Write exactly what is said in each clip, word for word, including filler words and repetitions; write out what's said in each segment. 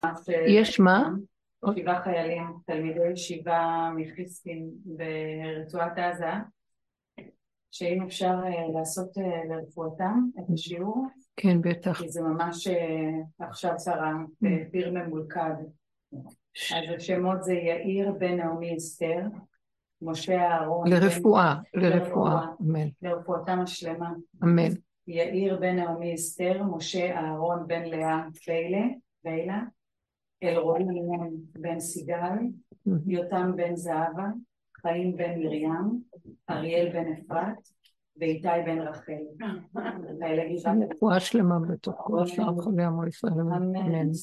יש מה? שבעה חיילים, תלמידי ישיבה מחיסקין ברצועת עזה, שאם אפשר לעשות לרפואתם את השיעור. כן, בטח. כי זה ממש עכשיו שרה, בפיר ממולכד. אז השמות זה יאיר בן נעמי אסתר, משה אהרון. לרפואה, לרפואה, אמן. לרפואתם השלמה. אמן. יאיר בן נעמי אסתר, משה אהרון בן לאה פיילה, פיילה. אלרועי בן סיגל, יותם בן זהבה, חיים בן מרים, אריאל בן אפרת, ואיתי בן רחל. רפואה שלמה בתוך כל שאר חולי עמו ישראל. אמן.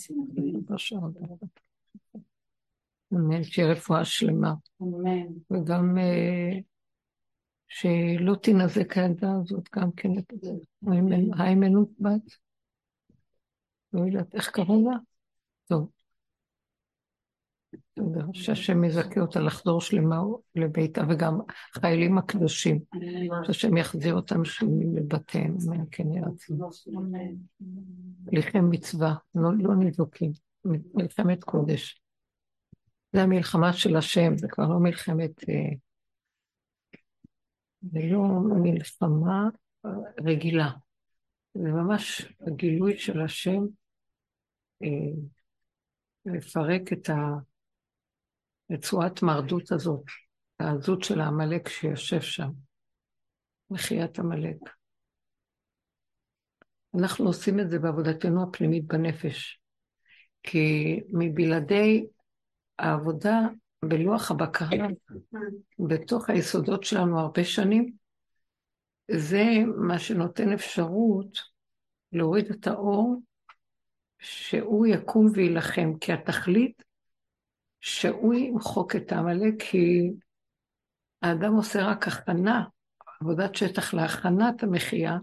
אמן, שיהיה רפואה שלמה. אמן. וגם שלא תנזק הילדה הזאת גם כן. האימנות בת. לא יודעת איך קראו לה? טוב. תודה, שהשם יזכה אותה לחזור שלמה לביתה, וגם חיילים הקדושים, שהשם יחזיר אותם שלמים לבתיהם, אמן כן ירצה. מלחמת מצווה, לא, לא נזוקים, מלחמת קודש. זה המלחמה של השם, זה כבר לא מלחמת, זה לא מלחמה רגילה, זה ממש הגילוי של השם, לפרק את ה... רצועת מרדות הזאת, העזות של העמלק שיושב שם, מחיית עמלק. אנחנו עושים את זה בעבודתנו הפנימית בנפש, כי מבלעדי העבודה בלוח הבקרה, בתוך היסודות שלנו הרבה שנים, זה מה שנותן אפשרות להוריד את האור, שהוא יקום וילחם, כי התכלית שהוא ימחוק את העמלק, כי האדם עושה רק הכנה, עבודת שטח להכנת המחייה,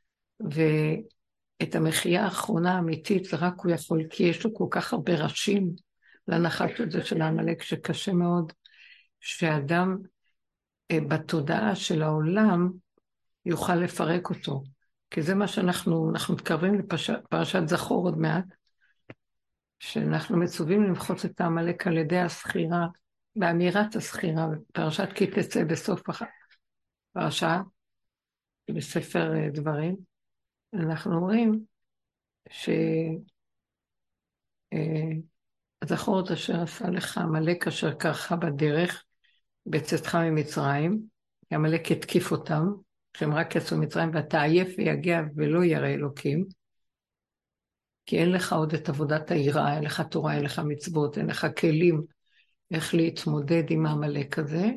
ואת המחייה האחרונה האמיתית זה רק הוא יכול, כי יש לו כל כך הרבה ראשים לנחש את זה של העמלק, שקשה מאוד שאדם בתודעה של העולם יוכל לפרק אותו, כי זה מה שאנחנו, אנחנו מתקרבים לפרשת זכור עוד מעט, שאנחנו מצווים למחוץ את העמלק על ידי הסחירה, באמירת הסחירה, פרשת כי תצא בסוף הפרשה, בספר דברים, אנחנו אומרים שזכור את אשר עשה לך עמלק אשר קרך בדרך, בצאתך ממצרים, כי עמלק יתקיף אותם, כשהם רק יצאו ממצרים, ואתה עייף ויגע ולא ירא אלוקים, כי אין לך עוד את עבודת היראה, אין לך תורה, אין לך מצוות, אין לך כלים איך להתמודד עם העמלק הזה,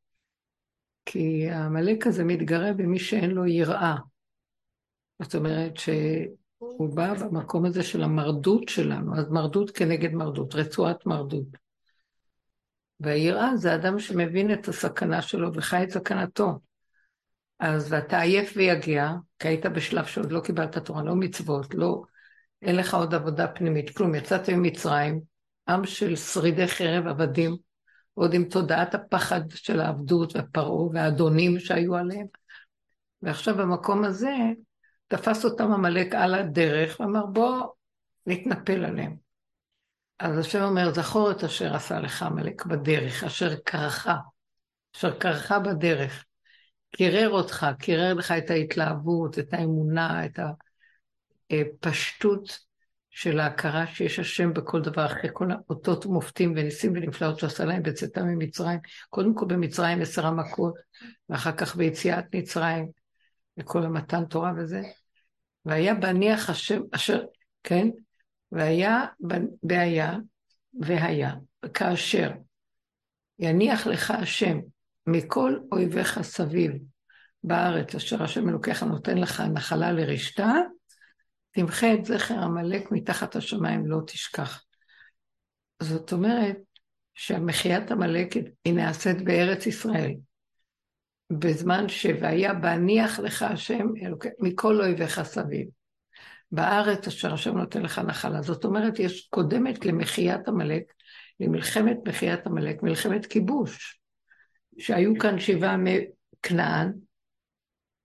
כי העמלק הזה מתגרה במי שאין לו יראה. זאת אומרת שהוא בא במקום הזה של המרדות שלנו, אז מרדות כנגד מרדות, רצועת מרדות. והיראה זה אדם שמבין את הסכנה שלו וחי את סכנתו. אז ואתה עייף ויגיע, כי היית בשלב שעוד לא קיבלת תורה, לא מצוות, לא... אין לך עוד עבודה פנימית, כלום, יצאת ממצרים, עם של שרידי חרב עבדים, עוד עם תודעת הפחד של העבדות והפרעה והאדונים שהיו עליהם, ועכשיו במקום הזה, תפס אותם עמלק על הדרך, ואמר בוא נתנפל עליהם. אז השם אומר, זכור את אשר עשה לך עמלק בדרך, אשר קרחה, אשר קרחה בדרך, קירר אותך, קירר לך את ההתלהבות, את האמונה, את ה... פשטות של ההכרה שיש השם בכל דבר, אחרי כל האותות ומופתים וניסים ונפלאות שעשה להם בצאתם ממצרים, קודם כל במצרים עשר המכות, ואחר כך ביציאת מצרים, וכל המתן תורה וזה, והיה בניח השם, אשר, כן, והיה בעיה, והיה, כאשר יניח לך השם מכל אויביך סביב בארץ, אשר השם אלוקיך נותן לך נחלה לרשתה, תמחה את זכר עמלק מתחת השמיים, לא תשכח. זאת אומרת שהמחיית עמלק היא נעשית בארץ ישראל, בזמן שהיה בהניח לך השם מכל אויביך סביב, בארץ אשר השם נותן לך נחלה. זאת אומרת, יש קודמת למחיית עמלק, למלחמת מחיית עמלק, מלחמת כיבוש, שהיו כאן שבעה מכנען,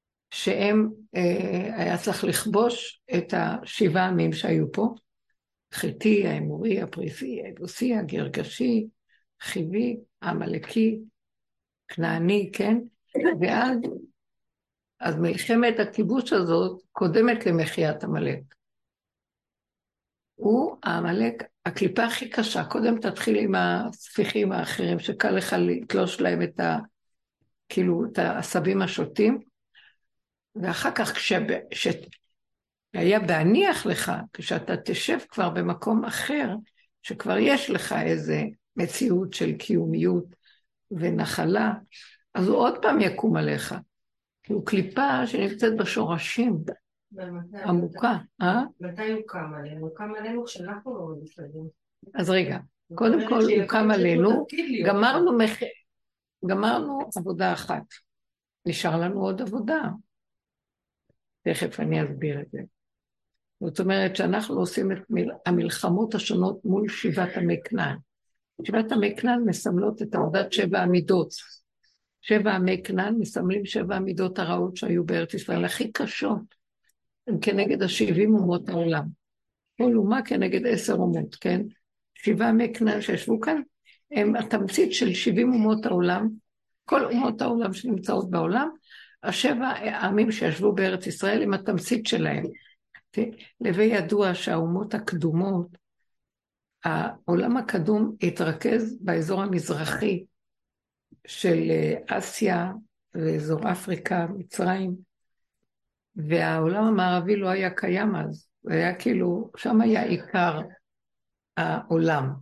שהם, אה, היה צריך לכבוש את השבעה עמים שהיו פה, חיתי, האמורי, הפריסי, היבוסי, הגרגשי, חיבי, העמלקי, כנעני, כן? ואז אז מלחמת הכיבוש הזאת קודמת למחיית עמלק. הוא, העמלק, הקליפה הכי קשה. קודם תתחיל עם הספיחים האחרים, שקל לך לתלוש להם את ה... כאילו, את העשבים השוטים, ואחר כך כשהיה בהניח לך, כשאתה תשב כבר במקום אחר, שכבר יש לך איזה מציאות של קיומיות ונחלה, אז הוא עוד פעם יקום עליך. כי הוא קליפה שנמצאת בשורשים, עמוקה. מתי הוא קם עלינו? הוא קם עלינו כשאנחנו לא נפלדים. אז רגע, קודם כל הוא קם עלינו, גמרנו עבודה אחת. נשאר לנו עוד עבודה. תכף אני אסביר את זה. זאת אומרת שאנחנו עושים את המלחמות השונות מול שבעת עמי כנען. שבעת עמי כנען מסמלות את עבודת שבע המידות. שבע עמי כנען מסמלים שבע המידות הרעות שהיו בארץ ישראל, הכי קשות. הם כנגד השבעים אומות העולם. כל אומה כנגד עשר אומות, כן? שבעה עמי כנען שישבו כאן, הם התמצית של שבעים אומות העולם, כל אומות העולם שנמצאות בעולם, השבע העמים שישבו בארץ ישראל הם התמצית שלהם. לבי ידוע שהאומות הקדומות, העולם הקדום התרכז באזור המזרחי של אסיה ואזור אפריקה, מצרים, והעולם המערבי לא היה קיים אז, זה היה כאילו, שם היה עיקר העולם,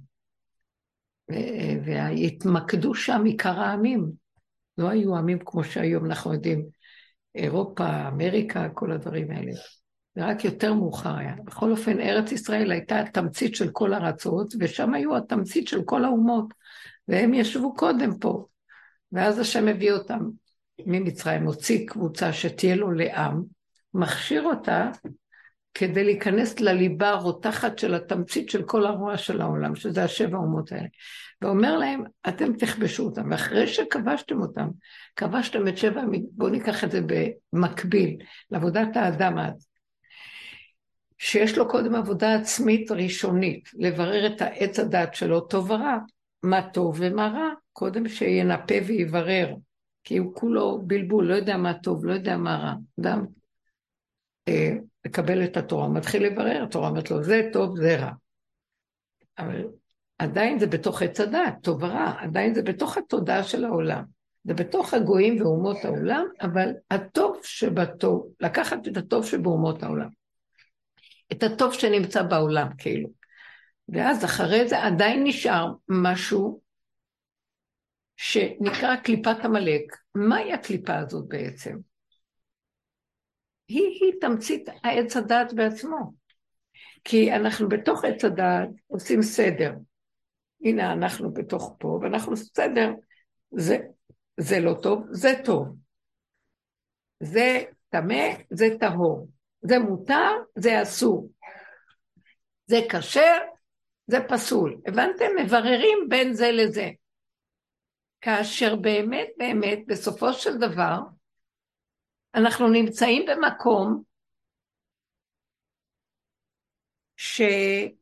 והתמקדו שם עיקר העמים, לא היו עמים כמו שהיום אנחנו יודעים, אירופה, אמריקה, כל הדברים האלה. זה רק יותר מאוחר היה. בכל אופן, ארץ ישראל הייתה התמצית של כל הארצות, ושם היו התמצית של כל האומות, והם ישבו קודם פה. ואז השם הביא אותם ממצרים, הוציא קבוצה שתהיה לו לעם, מכשיר אותה כדי להיכנס לליבה הרותחת של התמצית של כל הרוע של העולם, שזה השבע אומות האלה. ואומר להם, אתם תכבשו אותם, ואחרי שכבשתם אותם, כבשתם את שבע, בואו ניקח את זה במקביל, לעבודת האדם אז, שיש לו קודם עבודה עצמית ראשונית, לברר את העץ הדעת שלו, טוב ורע, מה טוב ומה רע, קודם שינפה ויברר, כי הוא כולו בלבול, לא יודע מה טוב, לא יודע מה רע, אדם אה, לקבל את התורה, מתחיל לברר, התורה אומרת לו, זה טוב, זה רע. אבל עדיין זה בתוך עץ הדעת, טוב ורע, עדיין זה בתוך התודעה של העולם, זה בתוך הגויים ואומות העולם, אבל הטוב שבטוב, לקחת את הטוב שבאומות העולם, את הטוב שנמצא בעולם, כאילו. ואז אחרי זה עדיין נשאר משהו שנקרא קליפת עמלק. מהי הקליפה הזאת בעצם? היא, היא תמצית העץ הדעת בעצמו. כי אנחנו בתוך עץ הדעת עושים סדר. הנה אנחנו בתוך פה, ואנחנו סדר. זה, זה לא טוב, זה טוב. זה טמא, זה טהור. זה מותר, זה אסור. זה כשר, זה פסול. הבנתם? מבררים בין זה לזה. כאשר באמת, באמת, בסופו של דבר, אנחנו נמצאים במקום שעדיין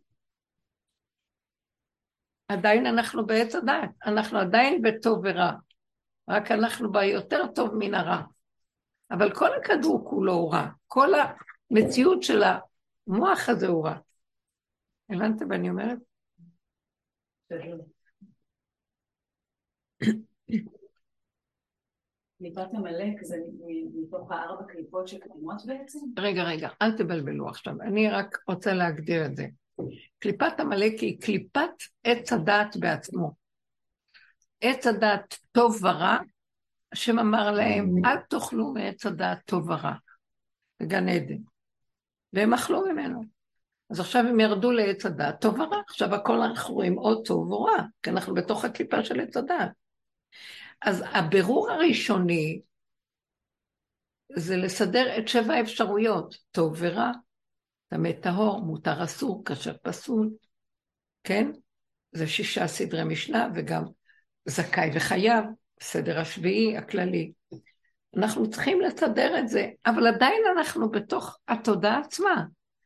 אנחנו בעץ הדעת. אנחנו עדיין בטוב ורע. רק אנחנו ביותר טוב מן הרע. אבל כל הכדור כולו הוא רע. כל המציאות של המוח הזה הוא רע. הבנתם ואני אומרת? קליפת עמלק זה מתוך הארבע קליפות שקדומות בעצם? רגע, רגע, אל תבלבלו עכשיו. אני רק רוצה להגדיר את זה. קליפת עמלק היא קליפת עץ הדעת בעצמו. עץ הדעת טוב ורע, השם אמר להם, אל תאכלו מעץ הדעת טוב ורע, בגן עדן. והם אכלו ממנו. אז עכשיו הם ירדו לעץ הדעת טוב ורע. עכשיו הכל אנחנו רואים או טוב או רע, כי אנחנו בתוך הקליפה של עץ הדעת. אז הבירור הראשוני זה לסדר את שבע האפשרויות, טוב ורע, טמא טהור, מותר אסור, כשר פסול, כן? זה שישה סדרי משנה וגם זכאי וחייב, סדר השביעי הכללי. אנחנו צריכים לסדר את זה, אבל עדיין אנחנו בתוך התודעה עצמה.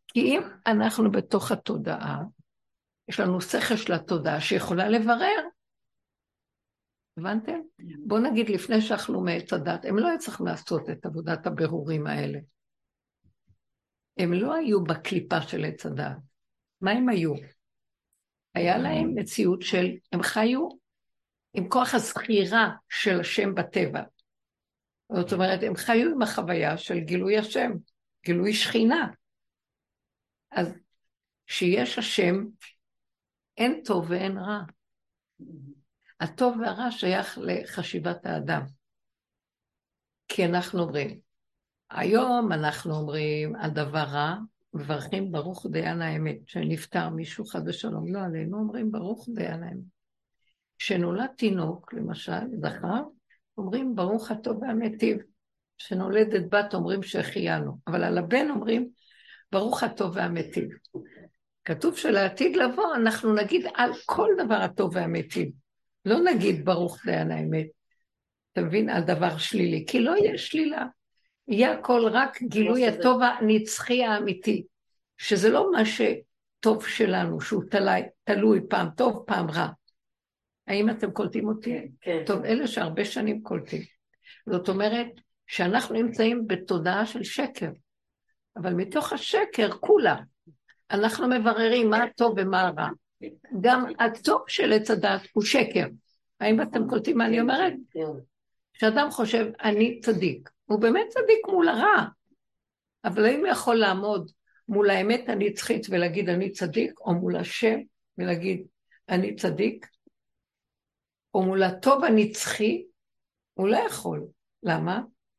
כי אם אנחנו בתוך התודעה, יש לנו שכל של התודעה שיכולה לברר, הבנתם? בואו נגיד לפני שאכלו מעץ הדת, הם לא היו צריכים לעשות את עבודת הבירורים האלה. הם לא היו בקליפה של עץ הדת. מה הם היו? היה להם מציאות של, הם חיו עם כוח הזכירה של השם בטבע. זאת אומרת, הם חיו עם החוויה של גילוי השם, גילוי שכינה. אז שיש השם, אין טוב ואין רע. הטוב והרע שייך לחשיבת האדם. כי אנחנו אומרים, היום אנחנו אומרים על דבר רע, מברכים ברוך דיין האמת, שנפטר מישהו חד ושלום, לא עלינו, אומרים ברוך דיין האמת. כשנולד תינוק, למשל, זכר, אומרים ברוך הטוב והמיטיב. כשנולדת בת אומרים שהחיינו, אבל על הבן אומרים ברוך הטוב והמיטיב. כתוב שלעתיד לבוא אנחנו נגיד על כל דבר הטוב והמיטיב. לא נגיד ברוך דיין האמת. אתה מבין? על דבר שלילי, כי לא יהיה שלילה. יהיה הכל רק גילוי הטוב הנצחי האמיתי, שזה לא מה שטוב שלנו, שהוא תלוי, תלוי פעם טוב, פעם רע. האם אתם קולטים אותי? כן. טוב, אלה שהרבה שנים קולטים. זאת אומרת שאנחנו נמצאים בתודעה של שקר, אבל מתוך השקר כולה, אנחנו מבררים מה הטוב ומה הרע. גם הטוב של עץ הדת הוא שקר. האם אתם קולטים מה אני אומרת? כשאדם חושב, אני צדיק, הוא באמת צדיק מול הרע, אבל האם הוא יכול לעמוד מול האמת הנצחית ולהגיד אני צדיק, או מול השם ולהגיד אני צדיק, או מול הטוב הנצחי, הוא לא יכול. למה?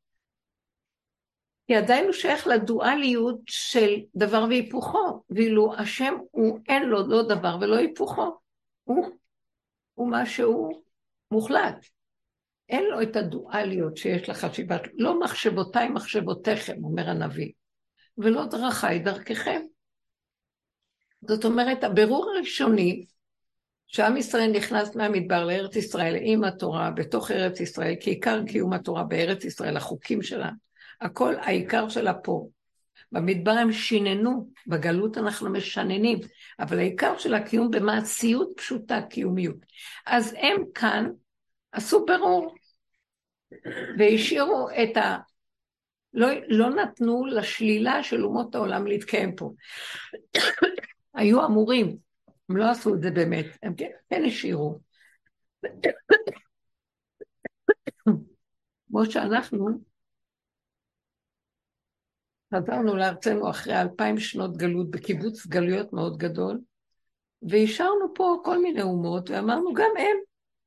כי עדיין הוא שייך לדואליות של דבר והיפוכו, ואילו השם הוא אין לו לא דבר ולא היפוכו, הוא, הוא משהו מוחלט. אין לו את הדואליות שיש לחשיבה, לא מחשבותיי מחשבותיכם, אומר הנביא, ולא דרכיי דרככם. זאת אומרת, הבירור הראשוני, שעם ישראל נכנס מהמדבר לארץ ישראל עם התורה בתוך ארץ ישראל, כי עיקר קיום התורה בארץ ישראל, החוקים שלה, הכל העיקר שלה פה. במדבר הם שיננו, בגלות אנחנו משננים, אבל העיקר של הקיום במעשיות פשוטה, קיומיות. אז הם כאן עשו ברור, והשאירו את ה... לא, לא נתנו לשלילה של אומות העולם להתקיים פה. היו אמורים, הם לא עשו את זה באמת, הם כן, כן השאירו. כמו שאנחנו חזרנו לארצנו אחרי אלפיים שנות גלות, בקיבוץ גלויות מאוד גדול, והשארנו פה כל מיני אומות, ואמרנו גם הם.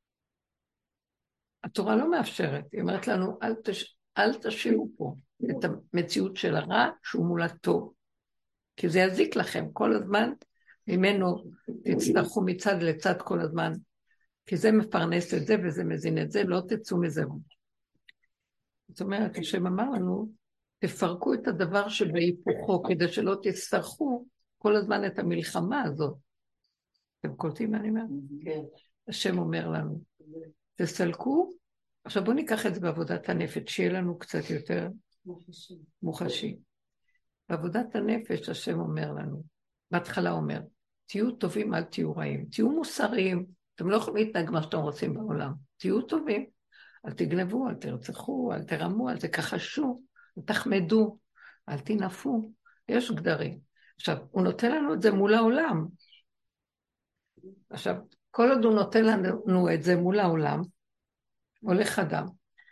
התורה לא מאפשרת, היא אומרת לנו, אל, תש... אל תשאירו פה את המציאות של הרע, שהוא מול הטוב. כי זה יזיק לכם כל הזמן, ממנו תצטרכו מצד לצד כל הזמן, כי זה מפרנס את זה וזה מזין את זה, לא תצאו מזה. זאת אומרת, השם אמר לנו, תפרקו את הדבר שבהיפוכו, כדי שלא תצטרכו כל הזמן את המלחמה הזאת. אתם קולטים מה אני אומר? כן. השם אומר לנו, תסלקו, עכשיו בואו ניקח את זה בעבודת הנפש, שיהיה לנו קצת יותר מוחשי. מוחשי. בעבודת הנפש השם אומר לנו, בהתחלה אומר, תהיו טובים, אל תהיו רעים, תהיו מוסריים, אתם לא יכולים להתנהג מה שאתם רוצים בעולם, תהיו טובים, אל תגנבו, אל תרצחו, אל תרמו, אל תכחשו, אל תחמדו, אל תנפו, יש גדרים. עכשיו, הוא נותן לנו את זה מול העולם. עכשיו, כל עוד הוא נותן לנו את זה מול העולם, הולך אדם,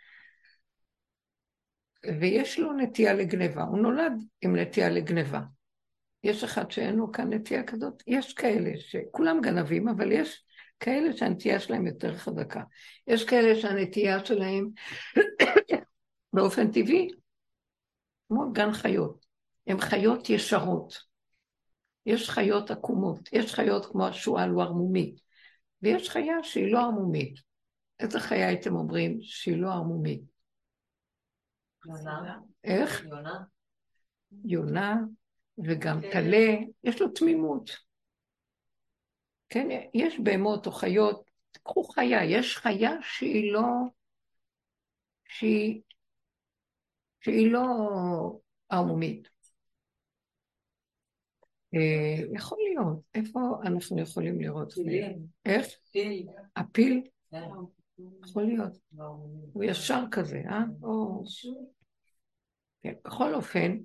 ויש לו נטייה לגניבה, הוא נולד עם נטייה לגניבה. יש אחד שאין לו כאן נטייה כזאת, יש כאלה שכולם גנבים, אבל יש כאלה שהנטייה שלהם יותר חזקה. יש כאלה שהנטייה שלהם באופן טבעי, כמו גן חיות, הן חיות ישרות. יש חיות עקומות, יש חיות כמו השועל הוא ערמומי, ויש חיה שהיא לא ערמומית. איזה חיה הייתם אומרים שהיא לא ערמומית? יונה. איך? יונה. יונה, וגם תלה, יש לו תמימות. כן, יש בהמות או חיות, תקחו חיה, יש חיה שהיא לא, שהיא, שהיא לא ערמומית. אה, יכול להיות. איפה אנחנו יכולים לראות? פילים. איך? פיל. הפיל? כן. יכול להיות. הוא ישר כזה, אה? או... כן. בכל אופן,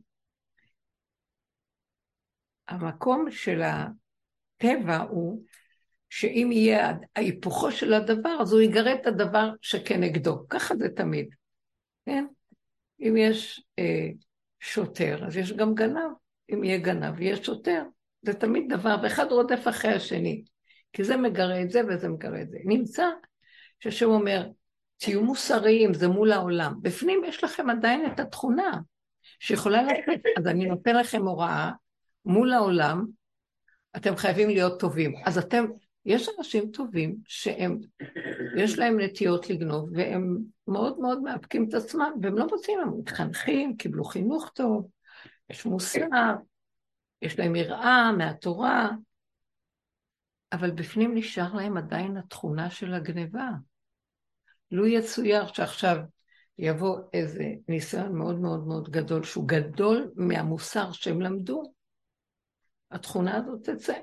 המקום של הטבע הוא שאם יהיה ההיפוכו של הדבר, אז הוא יגרד את הדבר שכנגדו. ככה זה תמיד, כן? אם יש אה, שוטר, אז יש גם גנב. אם יהיה גנב, יהיה שוטר. זה תמיד דבר, ואחד רודף אחרי השני. כי זה מגרה את זה וזה מגרה את זה. נמצא ששם אומר, תהיו מוסריים, זה מול העולם. בפנים יש לכם עדיין את התכונה שיכולה לתת. אז אני נותן לכם הוראה מול העולם, אתם חייבים להיות טובים. אז אתם, יש אנשים טובים שהם, יש להם נטיות לגנוב, והם מאוד מאוד מאפקים את עצמם, והם לא מוצאים, הם מתחנכים, קיבלו חינוך טוב, יש מוסר, יש להם יראה מהתורה, אבל בפנים נשאר להם עדיין התכונה של הגניבה. לא יצויר שעכשיו יבוא איזה ניסיון מאוד מאוד מאוד גדול, שהוא גדול מהמוסר שהם למדו, התכונה הזאת תצא.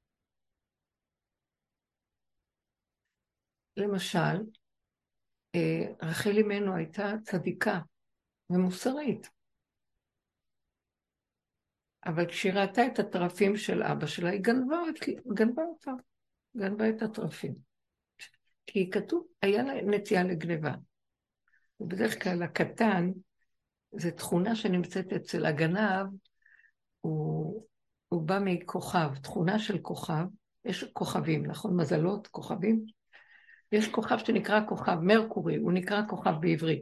למשל, רחל אמנו הייתה צדיקה ומוסרית, אבל כשהיא ראתה את הטרפים של אבא שלה, היא גנבה, גנבה אותה, גנבה את הטרפים. כי כתוב, היה לה נטייה לגניבה. ובדרך כלל הקטן, זו תכונה שנמצאת אצל הגנב, הוא, הוא בא מכוכב, תכונה של כוכב, יש כוכבים, נכון? מזלות, כוכבים? יש כוכב שנקרא כוכב מרקורי, הוא נקרא כוכב בעברית.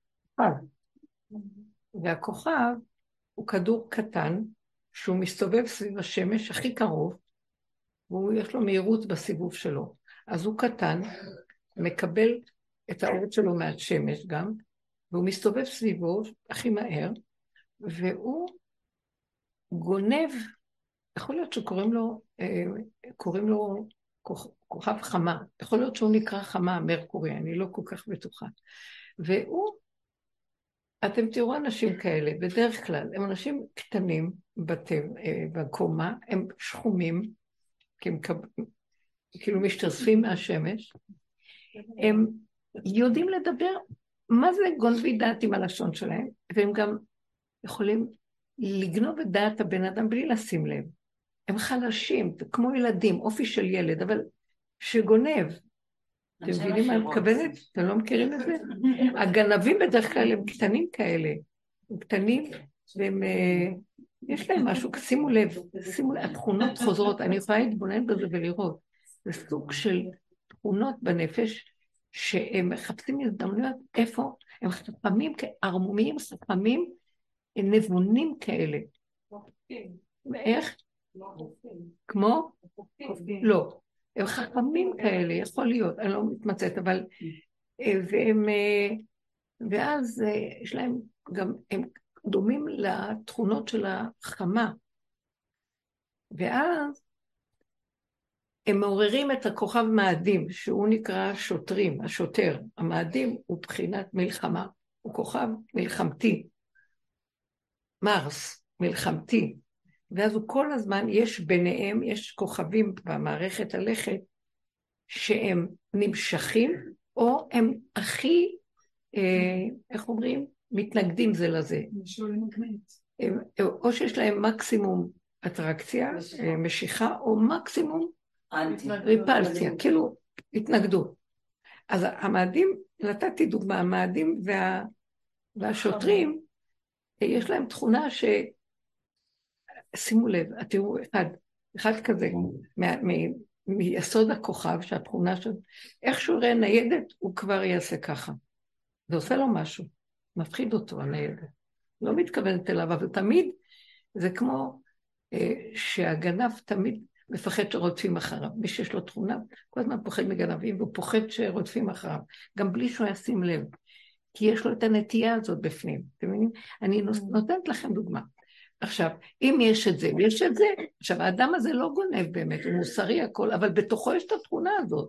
והכוכב הוא כדור קטן, שהוא מסתובב סביב השמש הכי קרוב, ויש לו מהירות בסיבוב שלו. אז הוא קטן, מקבל את האור שלו מהשמש גם, והוא מסתובב סביבו הכי מהר, והוא גונב, יכול להיות שקוראים לו, קוראים לו כוכב חמה, יכול להיות שהוא נקרא חמה, מרקורי, אני לא כל כך בטוחה. והוא, אתם תראו אנשים כאלה, בדרך כלל, הם אנשים קטנים בטבע, בקומה, הם שחומים, כי הם כאילו משתזפים מהשמש, הם יודעים לדבר, מה זה גונבי דעת עם הלשון שלהם, והם גם יכולים לגנוב את דעת הבן אדם בלי לשים לב. הם חלשים, כמו ילדים, אופי של ילד, אבל שגונב. אתם מבינים מה אני מתכוונת? אתם לא מכירים את זה? הגנבים בדרך כלל הם קטנים כאלה. הם קטנים, והם, יש להם משהו, שימו לב, שימו לב, התכונות חוזרות, אני יכולה להתבונן בזה ולראות. זה סוג של תכונות בנפש, שהם מחפשים הזדמנויות, איפה? הם חכמים, ערמומיים, חכמים, נבונים כאלה. איך? כמו? לא. הם חכמים כאלה, יכול להיות, אני לא מתמצאת, אבל... והם... ואז יש להם גם... הם דומים לתכונות של החמה. ואז הם מעוררים את הכוכב מאדים, שהוא נקרא שוטרים, השוטר. המאדים הוא בחינת מלחמה, הוא כוכב מלחמתי. מרס, מלחמתי. ואז הוא כל הזמן, יש ביניהם, יש כוכבים במערכת הלכת, שהם נמשכים, או הם הכי, אה, איך אומרים? מתנגדים זה לזה. הם, או שיש להם מקסימום אטרקציה, משיכה, או מקסימום ריפלסיה, כאילו התנגדות. אז המאדים, נתתי דוגמה, המאדים וה, והשוטרים, יש להם תכונה ש... שימו לב, תראו, אחד, אחד כזה, מ- מ- מיסוד הכוכב, שהתכונה של... איך שהוא יראה ניידת, הוא כבר יעשה ככה. זה עושה לו משהו, מפחיד אותו, הניידת. לא מתכוונת אליו, אבל תמיד זה כמו אה, שהגנב תמיד מפחד שרודפים אחריו. מי שיש לו תכונה, כל הזמן פוחד מגנבים, והוא פוחד שרודפים אחריו, גם בלי שהוא ישים לב. כי יש לו את הנטייה הזאת בפנים. אתם מבינים? אני נותנת לכם דוגמה. עכשיו, אם יש את זה, ויש את זה, עכשיו, האדם הזה לא גונב באמת, הוא מוסרי הכל, אבל בתוכו יש את התכונה הזאת.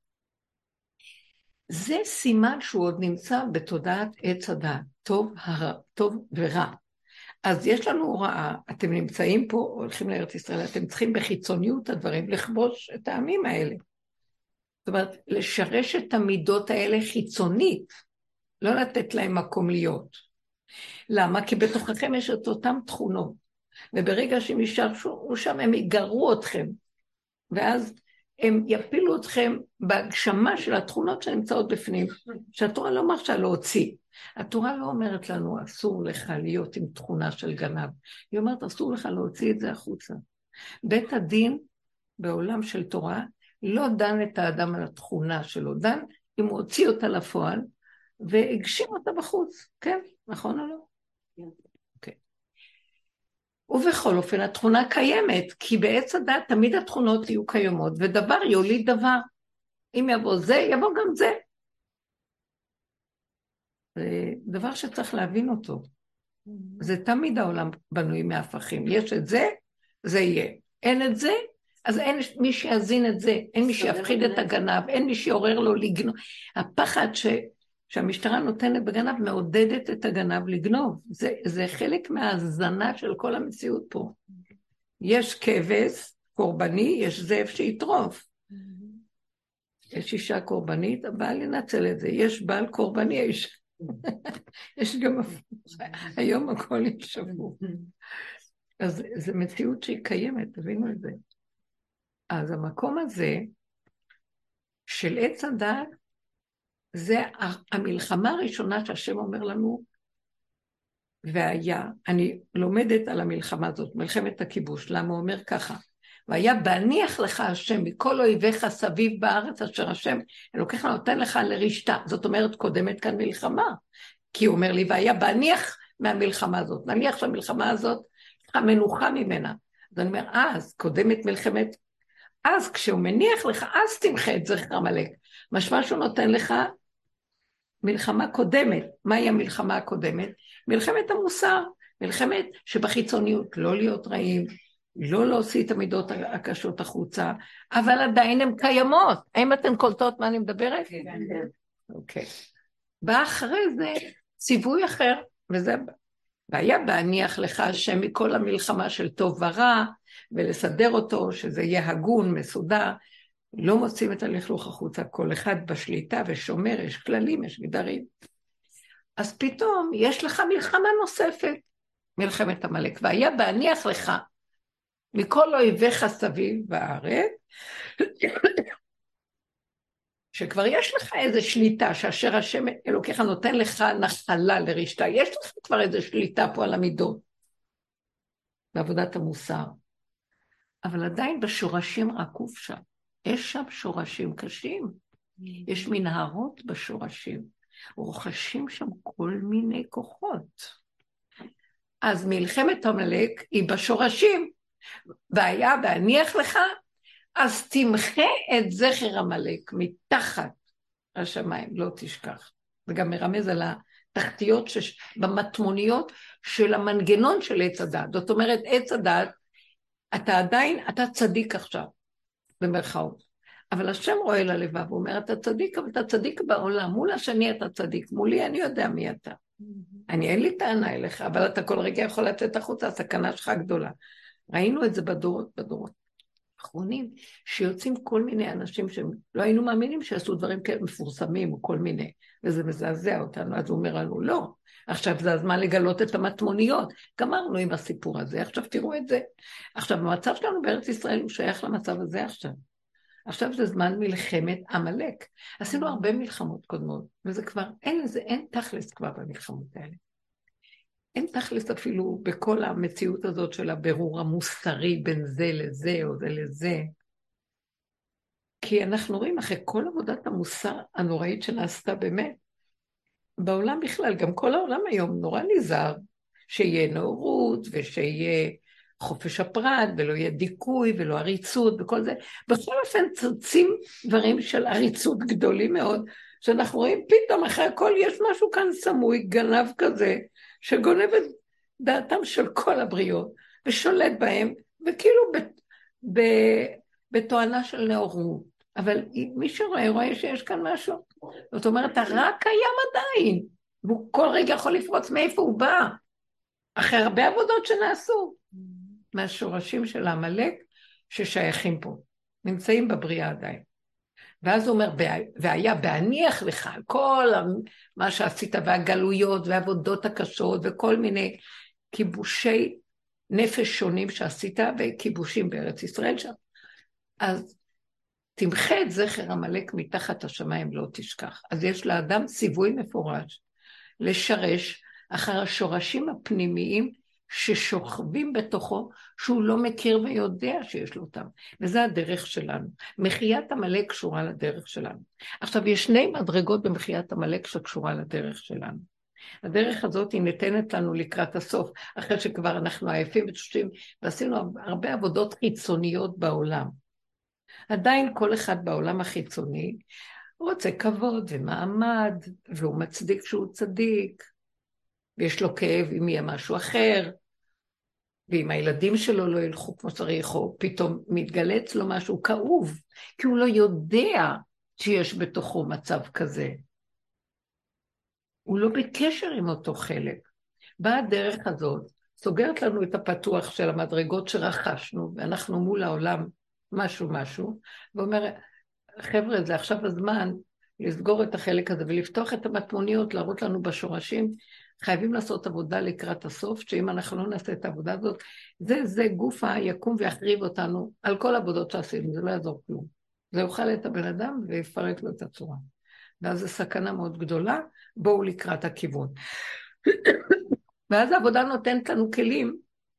זה סימן שהוא עוד נמצא בתודעת עץ הדעת, טוב, הרע, טוב ורע. אז יש לנו הוראה, אתם נמצאים פה, הולכים לארץ ישראל, אתם צריכים בחיצוניות הדברים, לכבוש את העמים האלה. זאת אומרת, לשרש את המידות האלה חיצונית, לא לתת להם מקום להיות. למה? כי בתוככם יש את אותם תכונות, וברגע שהם ישרשו שם, הם יגרו אתכם, ואז הם יפילו אתכם בהגשמה של התכונות שנמצאות בפנים, שהתורה לא מרשה להוציא. התורה לא אומרת לנו, אסור לך להיות עם תכונה של גנב. היא אומרת, אסור לך להוציא את זה החוצה. בית הדין, בעולם של תורה, לא דן את האדם על התכונה שלו, דן אם הוא הוציא אותה לפועל, והגשים אותה בחוץ. כן? נכון או לא? כן. ובכל אופן, התכונה קיימת, כי בעץ הדת תמיד התכונות יהיו קיימות, ודבר יוליד דבר. אם יבוא זה, יבוא גם זה. זה דבר שצריך להבין אותו. זה תמיד העולם בנוי מהפכים. יש את זה, זה יהיה. אין את זה, אז אין מי שיזין את זה, אין מי שיפחיד את הגנב, אין מי שיעורר לו לגנוב. הפחד ש... שהמשטרה נותנת בגנב מעודדת את הגנב לגנוב. זה, זה חלק מהזנה של כל המציאות פה. יש כבש קורבני, יש זאב שיטרוף. יש אישה קורבנית, הבעל ינצל את זה. יש בעל קורבני, יש, יש גם היום הכל ישבו. אז זו מציאות שהיא קיימת, תבינו את זה. אז המקום הזה של עץ הדת, זה המלחמה הראשונה שהשם אומר לנו, והיה, אני לומדת על המלחמה הזאת, מלחמת הכיבוש, למה הוא אומר ככה, והיה בהניח לך השם מכל אויביך סביב בארץ, אשר השם אלוקיך נותן לך לרשתה, זאת אומרת קודמת כאן מלחמה, כי הוא אומר לי, והיה בהניח מהמלחמה הזאת, נניח שהמלחמה הזאת, המנוחה ממנה, אז אני אומר, אז קודמת מלחמת, אז כשהוא מניח לך, אז תמחה את זכר עמלק, משמע שהוא נותן לך מלחמה קודמת. מהי המלחמה הקודמת? מלחמת המוסר, מלחמת שבחיצוניות לא להיות רעים, לא להוציא את המידות הקשות החוצה, אבל עדיין הן קיימות. האם אתן קולטות מה אני מדברת? אוקיי. בא אחרי זה ציווי אחר, וזה והיה בהניח לך השם מכל המלחמה של טוב ורע, ולסדר אותו, שזה יהיה הגון, מסודר, לא מוצאים את הלכלוך החוצה, כל אחד בשליטה ושומר, יש כללים, יש גדרים. אז פתאום יש לך מלחמה נוספת, מלחמת עמלק, והיה בהניח לך מכל אויביך סביב בארץ, שכבר יש לך איזו שליטה, שאשר השם אלוקיך נותן לך נחלה לרשתה, יש לך כבר איזו שליטה פה על המידות, בעבודת המוסר, אבל עדיין בשורשים רקוף שם, יש שם שורשים קשים, יש מנהרות בשורשים, רוכשים שם כל מיני כוחות. אז מלחמת עמלק היא בשורשים, והיה בהניח לך, אז תמחה את זכר עמלק מתחת השמיים, לא תשכח. וגם מרמז על התחתיות, שש, במטמוניות של המנגנון של עץ הדת. זאת אומרת, עץ הדת, אתה עדיין, אתה צדיק עכשיו, במרכאות. אבל השם רואה ללבב, הוא אומר, אתה צדיק, אבל אתה צדיק בעולם, מול השני אתה צדיק, מולי אני יודע מי אתה. אני אין לי טענה אליך, אבל אתה כל רגע יכול לצאת החוצה, הסכנה שלך גדולה. ראינו את זה בדורות, בדורות האחרונים, שיוצאים כל מיני אנשים שהם לא היינו מאמינים שעשו דברים כאלה מפורסמים, או כל מיני, וזה מזעזע אותנו, אז הוא אומר לנו, לא, עכשיו זה הזמן לגלות את המטמוניות, גמרנו עם הסיפור הזה, עכשיו תראו את זה. עכשיו, המצב שלנו בארץ ישראל הוא שייך למצב הזה עכשיו. עכשיו זה זמן מלחמת עמלק. עשינו הרבה מלחמות קודמות, וזה כבר, אין לזה, אין תכלס כבר במלחמות האלה. אין תכלס אפילו בכל המציאות הזאת של הבירור המוסרי בין זה לזה או זה לזה. כי אנחנו רואים אחרי כל עבודת המוסר הנוראית שנעשתה באמת, בעולם בכלל, גם כל העולם היום נורא נזהר, שיהיה נאורות ושיהיה חופש הפרט ולא יהיה דיכוי ולא עריצות וכל זה. בכל אופן צצים דברים של עריצות גדולים מאוד, שאנחנו רואים פתאום אחרי הכל יש משהו כאן סמוי, גנב כזה, שגונב את דעתם של כל הבריות, ושולט בהם, וכאילו ב, ב, בתואנה של נאורות. אבל מי שרואה, רואה שיש כאן משהו. זאת אומרת, הרע קיים עדיין, והוא כל רגע יכול לפרוץ מאיפה הוא בא. אחרי הרבה עבודות שנעשו, מהשורשים של העמלק ששייכים פה, נמצאים בבריאה עדיין. ואז הוא אומר, והיה בהניח לך כל מה שעשית, והגלויות והעבודות הקשות, וכל מיני כיבושי נפש שונים שעשית, וכיבושים בארץ ישראל שם. אז תמחה את זכר עמלק מתחת השמיים, לא תשכח. אז יש לאדם ציווי מפורש, לשרש אחר השורשים הפנימיים ששוכבים בתוכו, שהוא לא מכיר ויודע שיש לו אותם. וזה הדרך שלנו. מחיית עמלק קשורה לדרך שלנו. עכשיו, יש שני מדרגות במחיית עמלק שקשורה לדרך שלנו. הדרך הזאת היא ניתנת לנו לקראת הסוף, אחרי שכבר אנחנו עייפים ותשושים, ועשינו הרבה עבודות חיצוניות בעולם. עדיין כל אחד בעולם החיצוני רוצה כבוד ומעמד, והוא מצדיק שהוא צדיק, ויש לו כאב אם יהיה משהו אחר, ואם הילדים שלו לא ילכו כמו צריך, או פתאום מתגלץ לו משהו כאוב, כי הוא לא יודע שיש בתוכו מצב כזה. הוא לא בקשר עם אותו חלק. באה הדרך הזאת, סוגרת לנו את הפתוח של המדרגות שרכשנו, ואנחנו מול העולם משהו משהו, ואומר, חבר'ה, זה עכשיו הזמן לסגור את החלק הזה, ולפתוח את המטמוניות, להראות לנו בשורשים, חייבים לעשות עבודה לקראת הסוף, שאם אנחנו לא נעשה את העבודה הזאת, זה, זה גופה יקום ויחריב אותנו על כל העבודות שעשינו, זה לא יעזור כלום. זה יאכל את הבן אדם ויפרק לו את הצורה. ואז זו סכנה מאוד גדולה, בואו לקראת הכיוון. ואז העבודה נותנת לנו כלים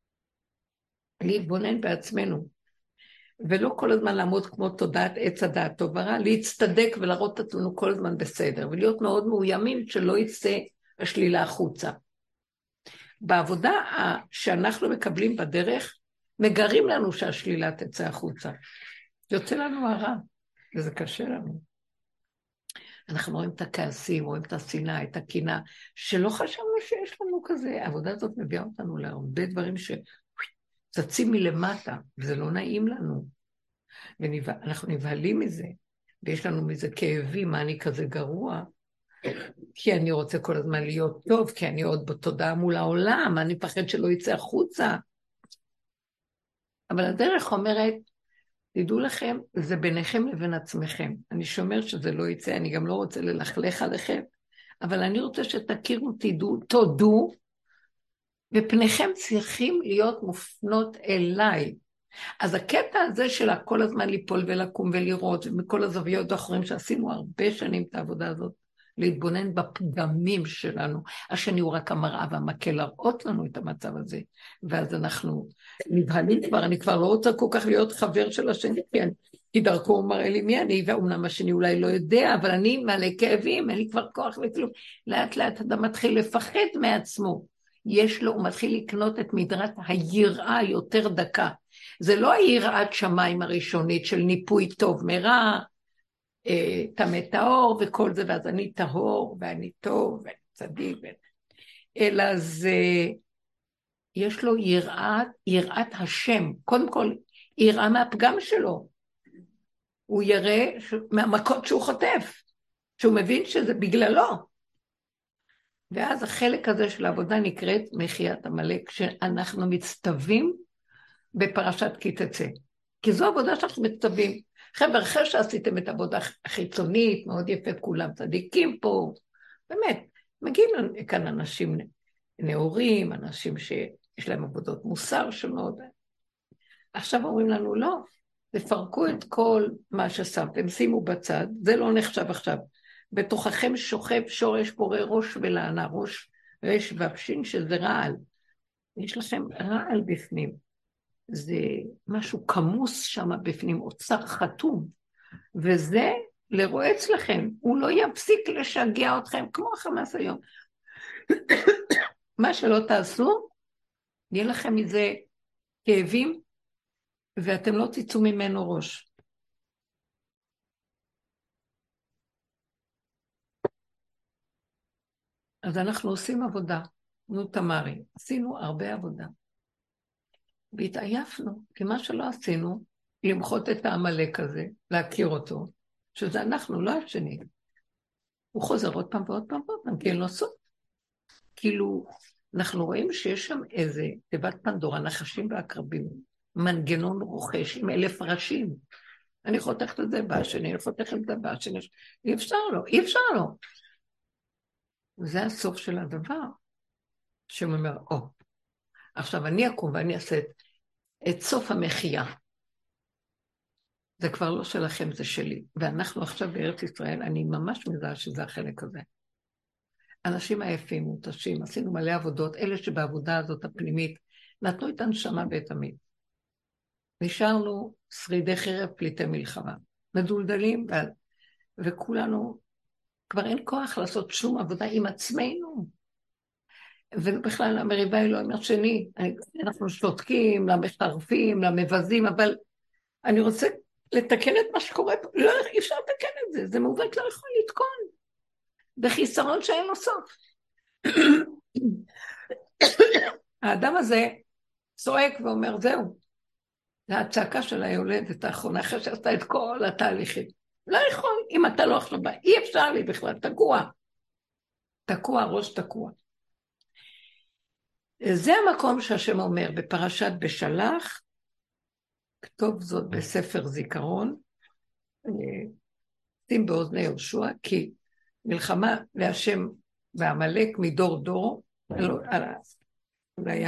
להתבונן בעצמנו, ולא כל הזמן לעמוד כמו תודעת עץ הדעת טוב ורע, להצטדק ולהראות אותנו כל הזמן בסדר, ולהיות מאוד מאוימים שלא יצא השלילה החוצה. בעבודה שאנחנו מקבלים בדרך, מגרים לנו שהשלילה תצא החוצה. יוצא לנו הרע, וזה קשה לנו. אנחנו רואים את הכעסים, רואים את השנאה, את הקינה, שלא חשבנו שיש לנו כזה. העבודה הזאת מביאה אותנו להרבה דברים שצצים מלמטה, וזה לא נעים לנו. ואנחנו נבהלים מזה, ויש לנו מזה כאבים, מה אני כזה גרוע, כי אני רוצה כל הזמן להיות טוב, כי אני עוד בתודעה מול העולם, אני פחד שלא יצא החוצה. אבל הדרך אומרת, תדעו לכם, זה ביניכם לבין עצמכם. אני שומר שזה לא יצא, אני גם לא רוצה ללכלך עליכם, אבל אני רוצה שתכירו, תדעו, תודו, ופניכם צריכים להיות מופנות אליי. אז הקטע הזה של כל הזמן ליפול ולקום ולראות, ומכל הזוויות האחרים שעשינו הרבה שנים את העבודה הזאת, להתבונן בפגמים שלנו, השני הוא רק המראה והמקל להראות לנו את המצב הזה, ואז אנחנו נבהלים כבר, אני כבר לא רוצה כל כך להיות חבר של השני, כי דרכו הוא מראה לי מי אני, ואומנם השני אולי לא יודע, אבל אני מלא כאבים, אין לי כבר כוח וכלום, לאט לאט אדם מתחיל לפחד מעצמו, יש לו, הוא מתחיל לקנות את מדרת היראה היותר דקה, זה לא היראת שמיים הראשונית של ניפוי טוב מרע, תמה טהור וכל זה, ואז אני טהור ואני טוב ואני צדיק, אלא זה, יש לו יראת, יראת השם, קודם כל יראה מהפגם שלו, הוא יראה מהמכות שהוא חוטף, שהוא מבין שזה בגללו, ואז החלק הזה של העבודה נקראת מחיית עמלק, שאנחנו מצטווים בפרשת כי תצא, כי זו עבודה שאנחנו מצטווים, חבר'ה, אחרי שעשיתם את העבודה החיצונית, מאוד יפה, כולם צדיקים פה, באמת, מגיעים כאן אנשים נאורים, אנשים שיש להם עבודות מוסר שונות, עכשיו אומרים לנו, לא, תפרקו את כל מה ששמתם, שימו בצד, זה לא נחשב עכשיו, בתוככם שוכב שורש פורה ראש ולענה, ראש רש והפשין שזה רעל, יש לכם רעל בפנים, זה משהו כמוס שם בפנים, אוצר חתום, וזה לרועץ לכם, הוא לא יפסיק לשגע אתכם, כמו החמאס היום. מה שלא תעשו, יהיה לכם מזה כאבים, ואתם לא תצאו ממנו ראש. אז אנחנו עושים עבודה, נו תמרי, עשינו הרבה עבודה. והתעייפנו, כי מה שלא עשינו, למחות את העמלק הזה, להכיר אותו, שזה אנחנו, לא השני. הוא חוזר עוד פעם ועוד פעם ועוד פעם, כי אין לו סוף. כאילו, אנחנו רואים שיש שם איזה תיבת פנדורה, נחשים ועקרבים, מנגנון רוכש עם אלף ראשים. אני חותכת את זה בשני, אני חותכת את זה בשני, אי אפשר לו, אי אפשר לו. וזה הסוף של הדבר, שהוא אומר, או, עכשיו אני אקום ואני אעשה את, את סוף המחיה. זה כבר לא שלכם, זה שלי. ואנחנו עכשיו בארץ ישראל, אני ממש מזהה שזה החלק הזה. אנשים עייפים, מותשים, עשינו מלא עבודות, אלה שבעבודה הזאת הפנימית, נתנו את הנשמה ואת המיט. נשארנו שרידי חרב פליטי מלחמה, מדולדלים, ו... וכולנו, כבר אין כוח לעשות שום עבודה עם עצמנו. ובכלל המריבה היא לא עם השני, אנחנו שותקים, למחרפים, למבזים, אבל אני רוצה לתקן את מה שקורה פה, לא, אי אפשר לתקן את זה, זה מעוות לא יכול לתקון. בחיסרון שאין לו סוף. האדם הזה צועק ואומר, זהו, זה הצעקה של היולדת האחרונה, אחרי שעשתה את כל התהליכים. לא יכול, אם אתה לא עכשיו בא, אי אפשר לי בכלל, תקוע. תקוע, ראש תקוע. זה המקום שהשם אומר בפרשת בשלח, כתוב זאת בספר זיכרון, שים באוזני יהושע, כי מלחמה להשם והמלאק מדור דור, אולי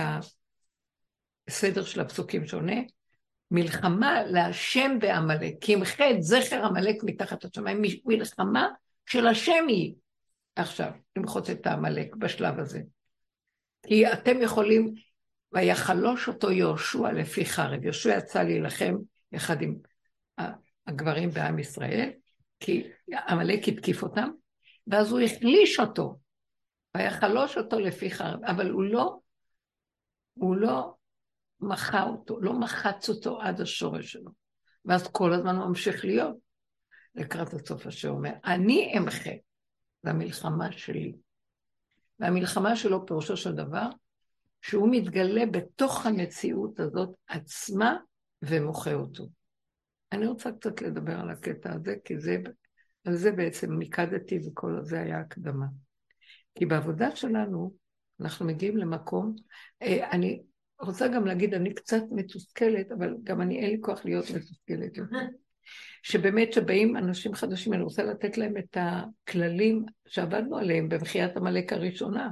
הסדר של הפסוקים שונה, מלחמה להשם והמלאק, כי אם חד זכר המלאק מתחת השמיים, מלחמה של השם היא עכשיו, למחוץ את המלאק בשלב הזה. כי אתם יכולים, ויחלוש אותו יהושע לפי חרב, יהושע יצא להילחם יחד עם הגברים בעם ישראל, כי המלאק התקיף אותם, ואז הוא החליש אותו, ויחלוש אותו לפי חרב, אבל הוא לא, הוא לא מחה אותו, לא מחץ אותו עד השורש שלו, ואז כל הזמן הוא ממשיך להיות, לקראת הסוף אשר אומר, אני אמחה, זה המלחמה שלי, והמלחמה שלו פירושו של דבר, שהוא מתגלה בתוך המציאות הזאת עצמה, ומוחה אותו. אני רוצה קצת לדבר על הקטע הזה, כי זה, על זה בעצם מיקדתי, וכל זה היה הקדמה. כי בעבודה שלנו, אנחנו מגיעים למקום, אני רוצה גם להגיד, אני קצת מתוסכלת, אבל גם אני אין לי כוח להיות מתוסכלת. שבאמת שבאים אנשים חדשים, אני רוצה לתת להם את הכללים שעבדנו עליהם במחיית המלאק הראשונה.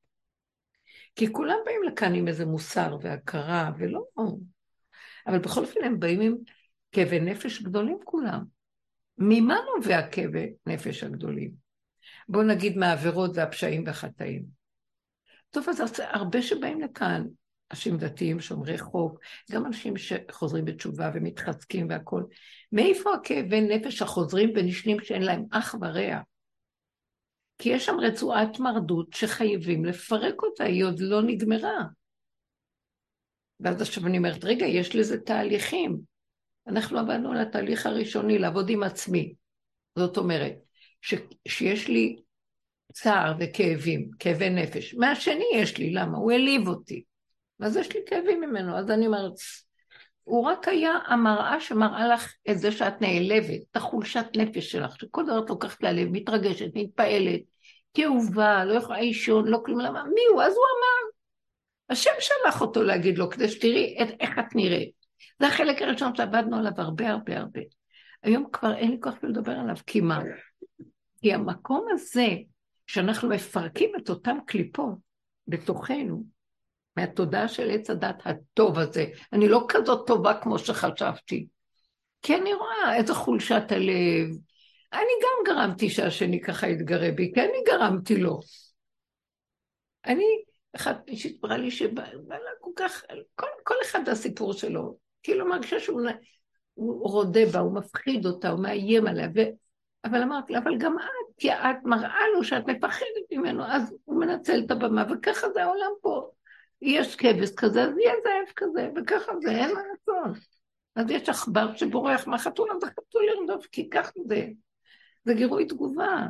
כי כולם באים לכאן עם איזה מוסר והכרה, ולא... אבל בכל אופן הם באים עם כאבי נפש גדולים כולם. ממה נובע כאבי נפש הגדולים? בואו נגיד מהעבירות והפשעים והחטאים. טוב, אז הרבה שבאים לכאן, אנשים דתיים, שומרי חוק, גם אנשים שחוזרים בתשובה ומתחזקים והכל. מאיפה הכאבי נפש החוזרים ונשנים שאין להם אח ורע? כי יש שם רצועת מרדות שחייבים לפרק אותה, היא עוד לא נגמרה. ואז עכשיו אני אומרת, רגע, יש לזה תהליכים. אנחנו עבדנו על התהליך הראשוני, לעבוד עם עצמי. זאת אומרת, ש, שיש לי צער וכאבים, כאבי נפש. מהשני יש לי, למה? הוא הליב אותי. אז יש לי כאבים ממנו, אז אני אומרת, הוא רק היה המראה שמראה לך את זה שאת נעלבת, את החולשת נפש שלך, שכל דבר לוקחת ללב, מתרגשת, מתפעלת, כאובה, לא יכולה אישון, לא כלום, למה? מי הוא? אז הוא אמר, השם שלח אותו להגיד לו, כדי שתראי את, איך את נראית. זה החלק הראשון שעבדנו עליו הרבה הרבה הרבה. היום כבר אין לי כוח לדבר עליו, כי מה? כי המקום הזה, שאנחנו מפרקים את אותם קליפות בתוכנו, מהתודעה של עץ הדת הטוב הזה, אני לא כזאת טובה כמו שחשבתי, כי אני רואה איזו חולשת הלב, אני גם גרמתי שהשני ככה יתגרה בי, כי אני גרמתי לו. אני, אחת אישית בראה לי שבא כל כך, כל, כל אחד הסיפור שלו, כאילו מרגישה שהוא רודה בה, הוא מפחיד אותה, הוא מאיים עליה, ו... אבל אמרתי, אבל גם את, כי את מראה לו שאת מפחדת ממנו, אז הוא מנצל את הבמה, וככה זה העולם פה. יש כבש כזה, אז יהיה זאב כזה, וככה זה, אין מה לעשות. אז יש עכבר שבורח מהחתול, אז החתול ירדוף, כי ככה זה. זה גירוי תגובה.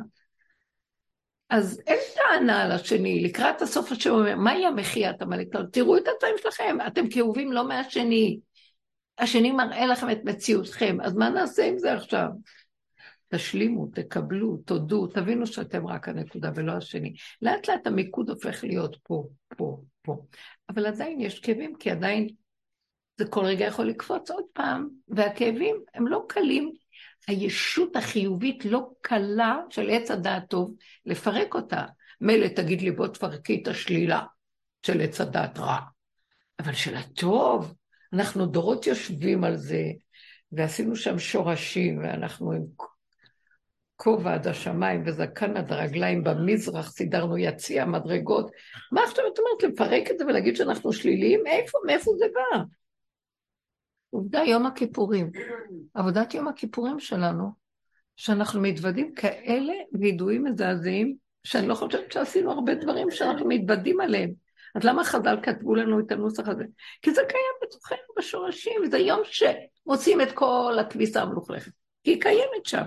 אז אין טענה על השני, לקראת הסוף השם אומר, מהי המחיית המלאק? תראו את הצעים שלכם, אתם כאובים לא מהשני. השני מראה לכם את מציאותכם, אז מה נעשה עם זה עכשיו? תשלימו, תקבלו, תודו, תבינו שאתם רק הנקודה ולא השני. לאט לאט המיקוד הופך להיות פה, פה, פה. אבל עדיין יש כאבים, כי עדיין זה כל רגע יכול לקפוץ עוד פעם, והכאבים הם לא קלים. הישות החיובית לא קלה של עץ הדעת טוב לפרק אותה. מילא תגיד לי בוא תפרקי את השלילה של עץ הדעת רע. אבל של הטוב, אנחנו דורות יושבים על זה, ועשינו שם שורשים, ואנחנו עם כובע עד השמיים וזקן עד הרגליים במזרח, סידרנו יציע מדרגות. מה עכשיו את אומרת? לפרק את זה ולהגיד שאנחנו שליליים? איפה, מאיפה זה בא? עובדה יום הכיפורים. עבודת יום הכיפורים שלנו, שאנחנו מתוודים כאלה וידועים מזעזעים, שאני לא חושבת שעשינו הרבה דברים שאנחנו מתוודים עליהם. אז למה חז"ל כתבו לנו את הנוסח הזה? כי זה קיים בתוכנו בשורשים, זה יום שמוצאים את כל הכביסה המלוכלכת, כי היא קיימת שם.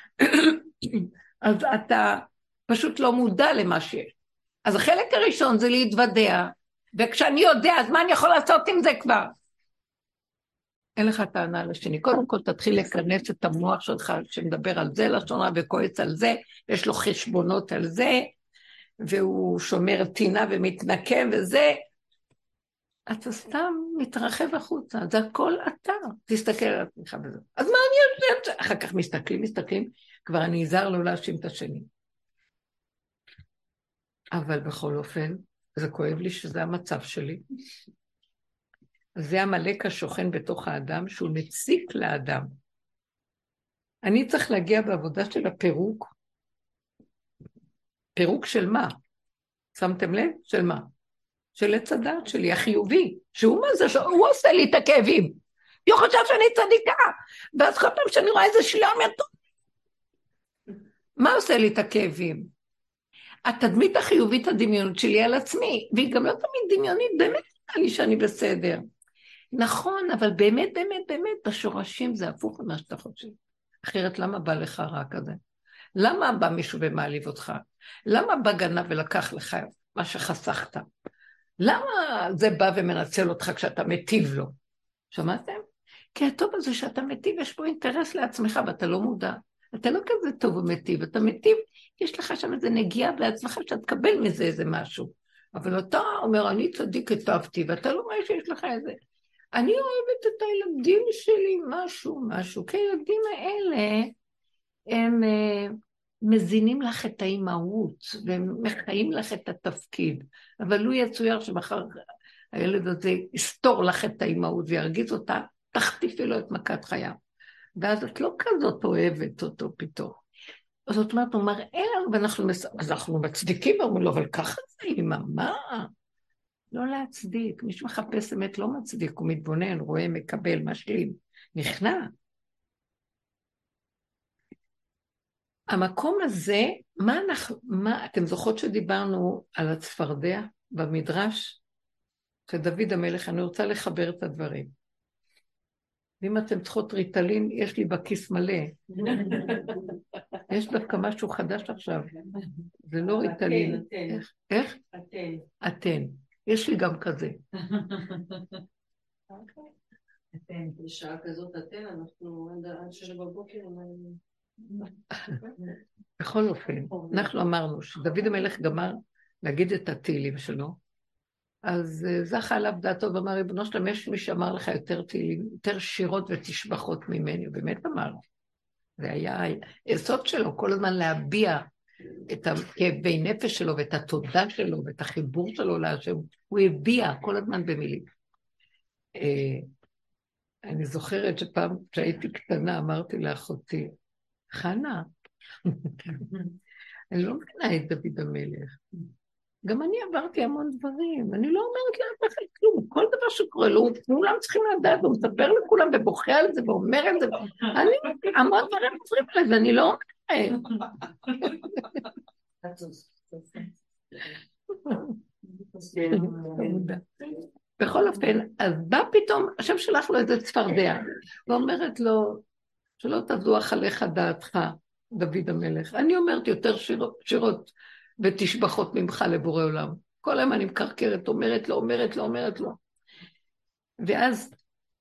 אז אתה פשוט לא מודע למה שיש. אז החלק הראשון זה להתוודע, וכשאני יודע, אז מה אני יכול לעשות עם זה כבר? אין לך טענה לשני. קודם כל תתחיל לכנס את המוח שלך שמדבר על זה לשונה וכועץ על זה, יש לו חשבונות על זה, והוא שומר טינה ומתנקם וזה, אתה סתם מתרחב החוצה, זה הכל אתה, תסתכל על עצמך בזה. אז מה אני יודעת? אחר כך מסתכלים, מסתכלים, כבר אני עזר לו להאשים את השני. אבל בכל אופן, זה כואב לי שזה המצב שלי. זה המלאק השוכן בתוך האדם, שהוא מציק לאדם. אני צריך להגיע בעבודה של הפירוק. פירוק של מה? שמתם לב? של מה? של עץ הדעת שלי, החיובי. שהוא מה זה? הוא עושה לי את הכאבים. הוא חושב שאני צדיקה. ואז כל פעם שאני רואה איזה שלילה, אומר, מה עושה לי את הכאבים? התדמית החיובית הדמיונית שלי על עצמי, והיא גם לא תמיד דמיונית, באמת נראה לי שאני בסדר. נכון, אבל באמת, באמת, באמת, בשורשים זה הפוך ממה שאתה חושב. אחרת למה בא לך רע כזה? למה בא מישהו ומעליב אותך? למה בא גנב ולקח לך מה שחסכת? למה זה בא ומנצל אותך כשאתה מטיב לו? שמעתם? כי הטוב הזה שאתה מטיב, יש פה אינטרס לעצמך ואתה לא מודע. אתה לא כזה טוב ומטיב, אתה מטיב, יש לך שם איזה נגיעה בעצמך שאתה תקבל מזה איזה משהו. אבל אתה אומר, אני צדיק כתבתי, ואתה לא רואה שיש לך איזה. אני אוהבת את הילדים שלי משהו, משהו, כי הילדים האלה, הם uh, מזינים לך את האימהות, והם מחיים לך את התפקיד, אבל הוא יצויר שמחר הילד הזה יסתור לך את האימהות, וירגיז אותה, תחטיפי לו את מכת חייו. ואז את לא כזאת אוהבת אותו פתאום. אז זאת אומרת, הוא מראה לנו, ואנחנו אנחנו מצדיקים, ואומרים לו, אבל ככה זה אימא, מה? לא להצדיק, מי שמחפש אמת לא מצדיק, הוא מתבונן, רואה, מקבל, משלים, נכנע. המקום הזה, מה אנחנו, מה, אתם זוכרות שדיברנו על הצפרדע במדרש? שדוד המלך, אני רוצה לחבר את הדברים. ואם אתם צריכות ריטלין, יש לי בכיס מלא. יש דווקא משהו חדש עכשיו. זה לא ריטלין. איך? איך? אתן. אתן. יש לי גם כזה. אתן, בשעה כזאת אתן, אנחנו עד שש בבוקר. בכל אופן, אנחנו אמרנו שדוד המלך גמר להגיד את התהילים שלו, אז זכה עליו דעתו ואמר, ריבונו שלם, יש מי שאמר לך יותר תהילים, יותר שירות ותשבחות ממני, הוא באמת אמר. זה היה היסוד שלו, כל הזמן להביע את הכאבי נפש שלו ואת התודה שלו ואת החיבור שלו להשם, הוא הביע כל הזמן במילים. אני זוכרת שפעם כשהייתי קטנה אמרתי לאחותי, חנה, אני לא מבינה את דוד המלך. גם אני עברתי המון דברים, אני לא אומרת לאף אחד כלום, כל דבר שקורה לו, כולם צריכים לדעת, הוא מספר לכולם ובוכה על זה ואומר את זה, אני המון דברים עוזרים עליי ואני לא אומרת. בכל אופן, אז בא פתאום, השם שלח לו איזה צפרדע, ואומרת לו, שלא תזוח עליך דעתך, דוד המלך. אני אומרת יותר שירות, שירות ותשבחות ממך לבורא עולם. כל היום אני מקרקרת, אומרת לו, אומרת לו, אומרת לו. ואז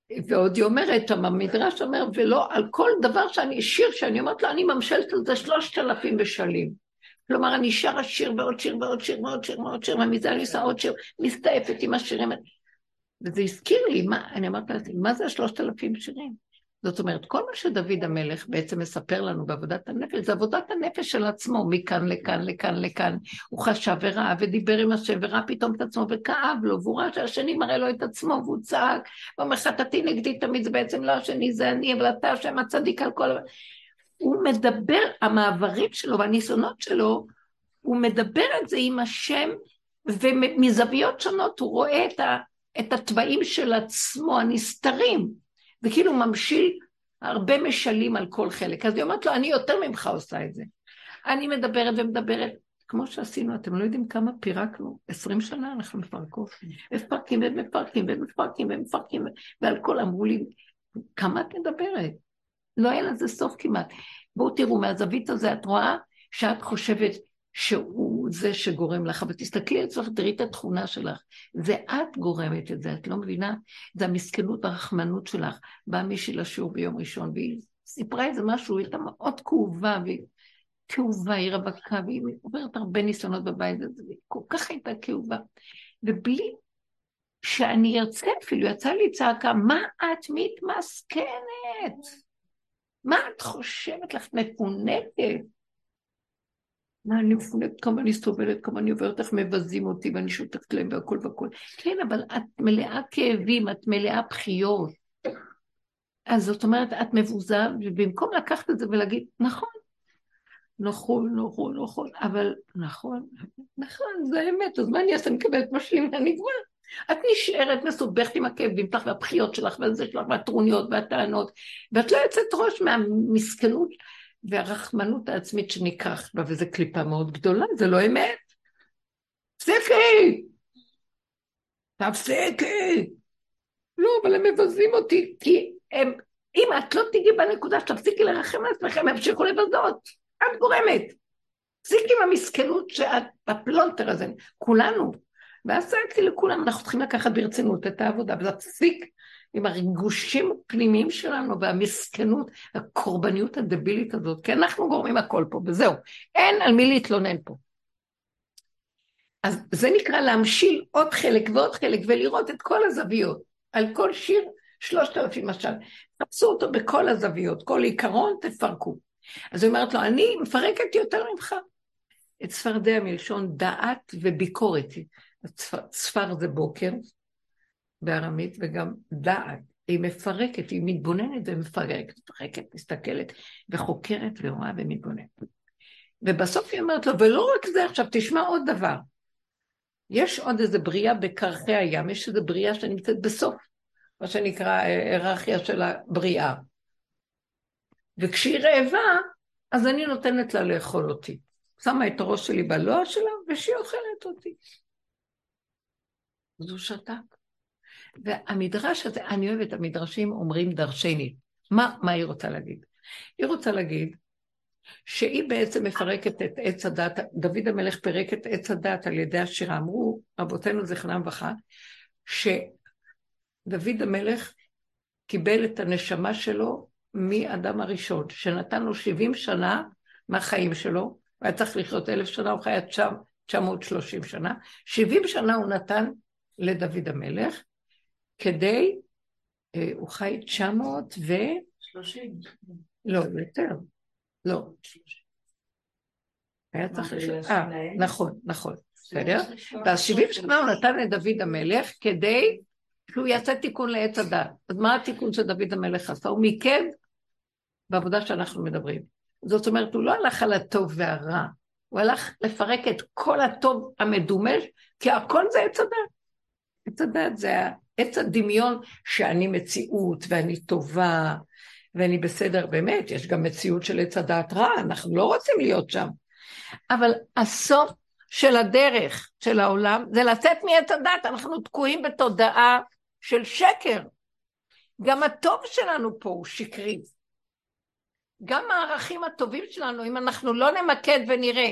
ועוד היא אומרת, שם המדרש אומר, ולא על כל דבר שאני, שיר שאני אומרת לו, אני ממשלת על זה שלושת אלפים בשלים. כלומר, אני שרה שיר ועוד שיר ועוד שיר ועוד שיר ועוד שיר, ומזה אני עושה עוד שיר, מסתעפת עם השירים. וזה הזכיר לי, מה, אני אמרת לעצמי, מה זה השלושת אלפים שירים? זאת אומרת, כל מה שדוד המלך בעצם מספר לנו בעבודת הנפש, זה עבודת הנפש של עצמו, מכאן לכאן, לכאן, לכאן. הוא חשב וראה ודיבר עם השם, וראה פתאום את עצמו וכאב לו, והוא ראה שהשני מראה לו את עצמו, והוא צעק, ואומר, חטאתי נגדי תמיד, זה בעצם לא השני, זה אני, אבל אתה השם הצדיק על כל... הוא מדבר, המעברים שלו והניסיונות שלו, הוא מדבר את זה עם השם, ומזוויות שונות הוא רואה את, ה, את הטבעים של עצמו, הנסתרים, וכאילו ממשיל הרבה משלים על כל חלק. אז היא אומרת לו, אני יותר ממך עושה את זה. אני מדברת ומדברת, כמו שעשינו, אתם לא יודעים כמה פירקנו, עשרים שנה אנחנו מפרקות, מפרקים ומפרקים ומפרקים ומפרקים, ועל כל אמרו לי, כמה את מדברת? לא היה לזה סוף כמעט. בואו תראו, מהזווית הזה את רואה שאת חושבת שהוא זה שגורם לך, אבל תסתכלי על עצמך, תראי את התכונה שלך, זה את גורמת את זה, את לא מבינה? זה המסכנות, הרחמנות שלך. באה מישהי לשיעור ביום ראשון, והיא סיפרה איזה משהו, היא הייתה מאוד כאובה, והיא כאובה, היא רווקה, והיא עוברת הרבה ניסיונות בבית הזה, והיא כל כך הייתה כאובה, ובלי שאני ארצה אפילו, יצא לי צעקה, מה את מתמסכנת? מה את חושבת לך מפונקת? מה אני מפונקת, כמה אני סובלת, כמה אני עוברת, איך מבזים אותי, ואני שותקת להם והכל והכל. כן, אבל את מלאה כאבים, את מלאה בחיות. אז זאת אומרת, את מבוזה, ובמקום לקחת את זה ולהגיד, נכון, נכון, נכון, נכון, אבל נכון, נכון, זה האמת, אז מה אני אעשה, אני מקבלת משלים והנגמר. את נשארת מסובכת עם הכאבים שלך והבחיות שלך וזה שלך והטרוניות והטענות, ואת לא יוצאת ראש מהמסכנות והרחמנות העצמית שניקח בה, וזה קליפה מאוד גדולה, זה לא אמת. תפסיקי! תפסיקי! לא, אבל הם מבזים אותי, כי הם, אם את לא תגיעי בנקודה שתפסיקי לרחם לעצמך, הם ימשיכו לבזות. את גורמת. תפסיקי עם המסכנות שאת, בפלונטר הזה, כולנו. ואז צעקתי לכולם, אנחנו צריכים לקחת ברצינות את העבודה, וזה תפסיק עם הריגושים הפנימיים שלנו, והמסכנות, הקורבניות הדבילית הזאת, כי אנחנו גורמים הכל פה, וזהו. אין על מי להתלונן פה. אז זה נקרא להמשיל עוד חלק ועוד חלק, ולראות את כל הזוויות, על כל שיר שלושת אלפים משל. תפסו אותו בכל הזוויות, כל עיקרון תפרקו. אז היא אומרת לו, אני מפרקת יותר ממך. את צפרדע מלשון דעת וביקורת. צפר זה בוקר בארמית, וגם דעת. היא מפרקת, היא מתבוננת ומפרקת, מפרקת, מסתכלת, וחוקרת ורואה ומתבוננת. ובסוף היא אומרת לו, ולא רק זה, עכשיו תשמע עוד דבר. יש עוד איזו בריאה בקרחי הים, יש איזו בריאה שנמצאת בסוף, מה שנקרא היררכיה של הבריאה. וכשהיא רעבה, אז אני נותנת לה לאכול אותי. שמה את הראש שלי בלוע שלה, ושהיא אוכלת אותי. אז הוא שתק. והמדרש הזה, אני אוהבת, המדרשים אומרים דרשני. מה, מה היא רוצה להגיד? היא רוצה להגיד, שהיא בעצם מפרקת את עץ הדת, דוד המלך פרק את עץ הדת על ידי השירה, אמרו, רבותינו זכרם לברכה, שדוד המלך קיבל את הנשמה שלו מאדם הראשון, שנתן לו שבעים שנה מהחיים שלו, הוא היה צריך לחיות אלף שנה, הוא חיה תשע מאות ושלושים שנה, שבעים שנה הוא נתן לדוד המלך, כדי, הוא חי תשע מאות ושלושים, לא, יותר, לא. היה צריך לשאול, אה, נכון, נכון, בסדר? ואז שבעים שנה הוא נתן לדוד המלך, כדי שהוא יעשה תיקון לעץ הדת. אז מה התיקון שדוד המלך עשה? הוא מיקד בעבודה שאנחנו מדברים. זאת אומרת, הוא לא הלך על הטוב והרע, הוא הלך לפרק את כל הטוב המדומש, כי הכל זה עץ הדת. עץ הדת זה עץ הדמיון שאני מציאות ואני טובה, ואני בסדר, באמת, יש גם מציאות של עץ הדעת רע, אנחנו לא רוצים להיות שם. אבל הסוף של הדרך של העולם, זה לצאת מעץ הדעת, אנחנו תקועים בתודעה של שקר. גם הטוב שלנו פה הוא שקרי. גם הערכים הטובים שלנו, אם אנחנו לא נמקד ונראה,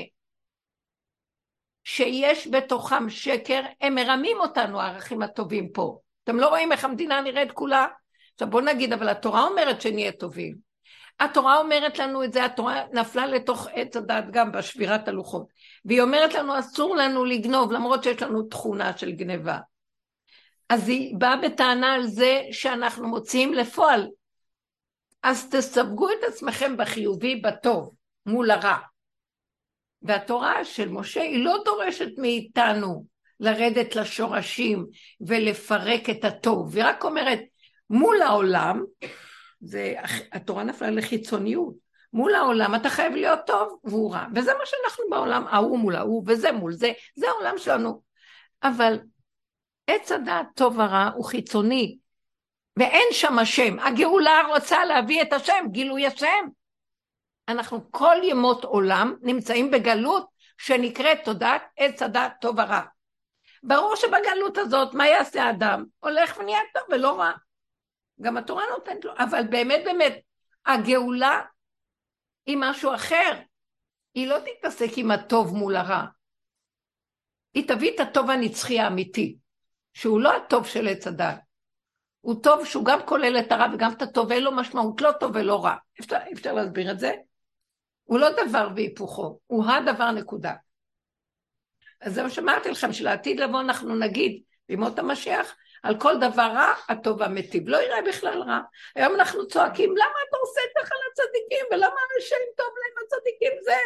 שיש בתוכם שקר, הם מרמים אותנו, הערכים הטובים פה. אתם לא רואים איך המדינה נראית כולה? עכשיו בוא נגיד, אבל התורה אומרת שנהיה טובים. התורה אומרת לנו את זה, התורה נפלה לתוך עץ הדת גם בשבירת הלוחות. והיא אומרת לנו, אסור לנו לגנוב, למרות שיש לנו תכונה של גניבה. אז היא באה בטענה על זה שאנחנו מוציאים לפועל. אז תסווגו את עצמכם בחיובי, בטוב, מול הרע. והתורה של משה היא לא דורשת מאיתנו לרדת לשורשים ולפרק את הטוב. היא רק אומרת, מול העולם, זה, התורה נפלה לחיצוניות, מול העולם אתה חייב להיות טוב והוא רע. וזה מה שאנחנו בעולם, ההוא מול ההוא, וזה מול זה, זה העולם שלנו. אבל עץ הדעת טוב ורע הוא חיצוני, ואין שם השם. הגאולה רוצה להביא את השם, גילוי השם. אנחנו כל ימות עולם נמצאים בגלות שנקראת תודעת עץ הדעת טוב ורע. ברור שבגלות הזאת מה יעשה האדם? הולך ונהיה טוב ולא רע. גם התורה נותנת לו, אבל באמת באמת הגאולה היא משהו אחר. היא לא תתעסק עם הטוב מול הרע. היא תביא את הטוב הנצחי האמיתי, שהוא לא הטוב של עץ הדעת. הוא טוב שהוא גם כולל את הרע וגם את הטוב, אין לו משמעות, לא טוב ולא רע. אפשר, אפשר להסביר את זה? הוא לא דבר והיפוכו, הוא הדבר נקודה. אז זה מה שאמרתי לכם, שלעתיד לבוא אנחנו נגיד, בימות המשיח, על כל דבר רע, הטוב המטיב, לא יראה בכלל רע. היום אנחנו צועקים, למה אתה עושה ככה לצדיקים, ולמה הרשעים טוב להם הצדיקים זה?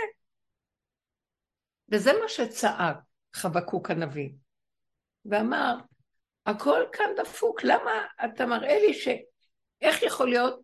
וזה מה שצעק חבקוק הנביא, ואמר, הכל כאן דפוק, למה אתה מראה לי ש... איך יכול להיות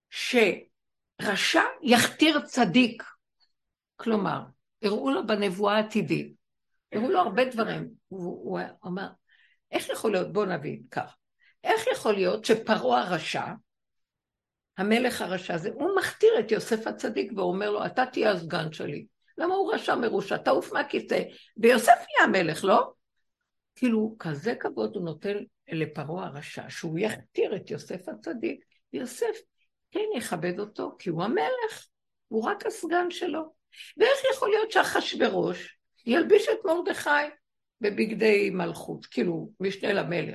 שרשע יכתיר צדיק? כלומר, הראו לו בנבואה העתידית, הראו לו הרבה דברים, הוא, הוא אומר, איך יכול להיות, בוא נבין כך, איך יכול להיות שפרעה הרשע, המלך הרשע הזה, הוא מכתיר את יוסף הצדיק ואומר לו, אתה תהיה הסגן שלי. למה הוא רשע מרושע? תעוף מהכיסא, ויוסף יהיה המלך, לא? כאילו, כזה כבוד הוא נותן לפרעה הרשע, שהוא יכתיר את יוסף הצדיק, ויוסף כן יכבד אותו, כי הוא המלך, הוא רק הסגן שלו. ואיך יכול להיות שאחשוורוש ילביש את מרדכי בבגדי מלכות, כאילו משנה למלך,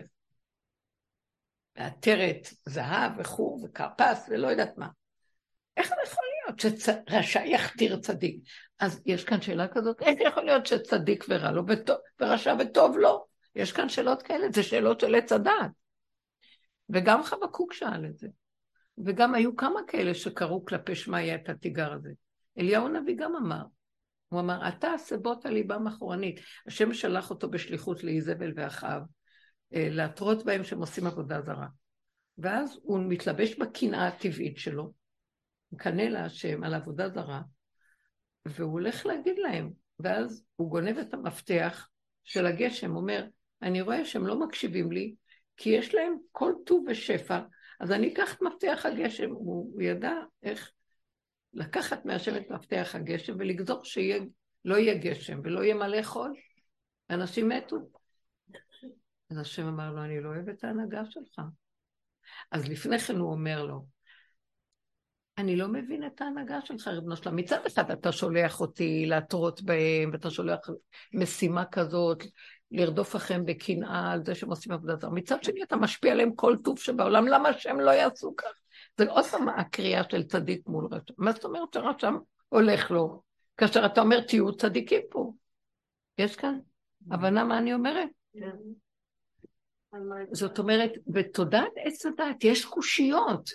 ועטרת זהב וחור וכרפס ולא יודעת מה. איך זה יכול להיות שרשע יכתיר צדיק? אז יש כאן שאלה כזאת, איך יכול להיות שצדיק ורע לא וטוב, ורשע וטוב לא? יש כאן שאלות כאלה, זה שאלות של עץ הדעת. וגם חבקוק שאל את זה. וגם היו כמה כאלה שקראו כלפי שמעיה את התיגר הזה. אליהו הנביא גם אמר, הוא אמר, אתה הסבות הליבם אחורנית. השם שלח אותו בשליחות לאיזבל ואחאב, להתרות בהם שהם עושים עבודה זרה. ואז הוא מתלבש בקנאה הטבעית שלו, הוא קנה להשם על עבודה זרה, והוא הולך להגיד להם, ואז הוא גונב את המפתח של הגשם, אומר, אני רואה שהם לא מקשיבים לי, כי יש להם כל טוב ושפע, אז אני אקח את מפתח הגשם. הוא, הוא ידע איך לקחת מהשם את מפתח הגשם, ולגזור שלא יהיה גשם, ולא יהיה מלא חול. אנשים מתו. אז השם אמר לו, אני לא אוהב את ההנהגה שלך. אז לפני כן הוא אומר לו, אני לא מבין את ההנהגה שלך, רבנו שלם. מצד אחד אתה שולח אותי להתרות בהם, ואתה שולח משימה כזאת, לרדוף לכם בקנאה על זה שהם עושים עבודה זרה. מצד שני אתה משפיע עליהם כל טוב שבעולם, למה שהם לא יעשו כך? זה עוד פעם הקריאה של צדיק מול רשע. מה זאת אומרת שרשע הולך לו? כאשר אתה אומר תהיו צדיקים פה. יש כאן הבנה מה אני אומרת? זאת אומרת, בתודעת עץ הדעת יש קושיות.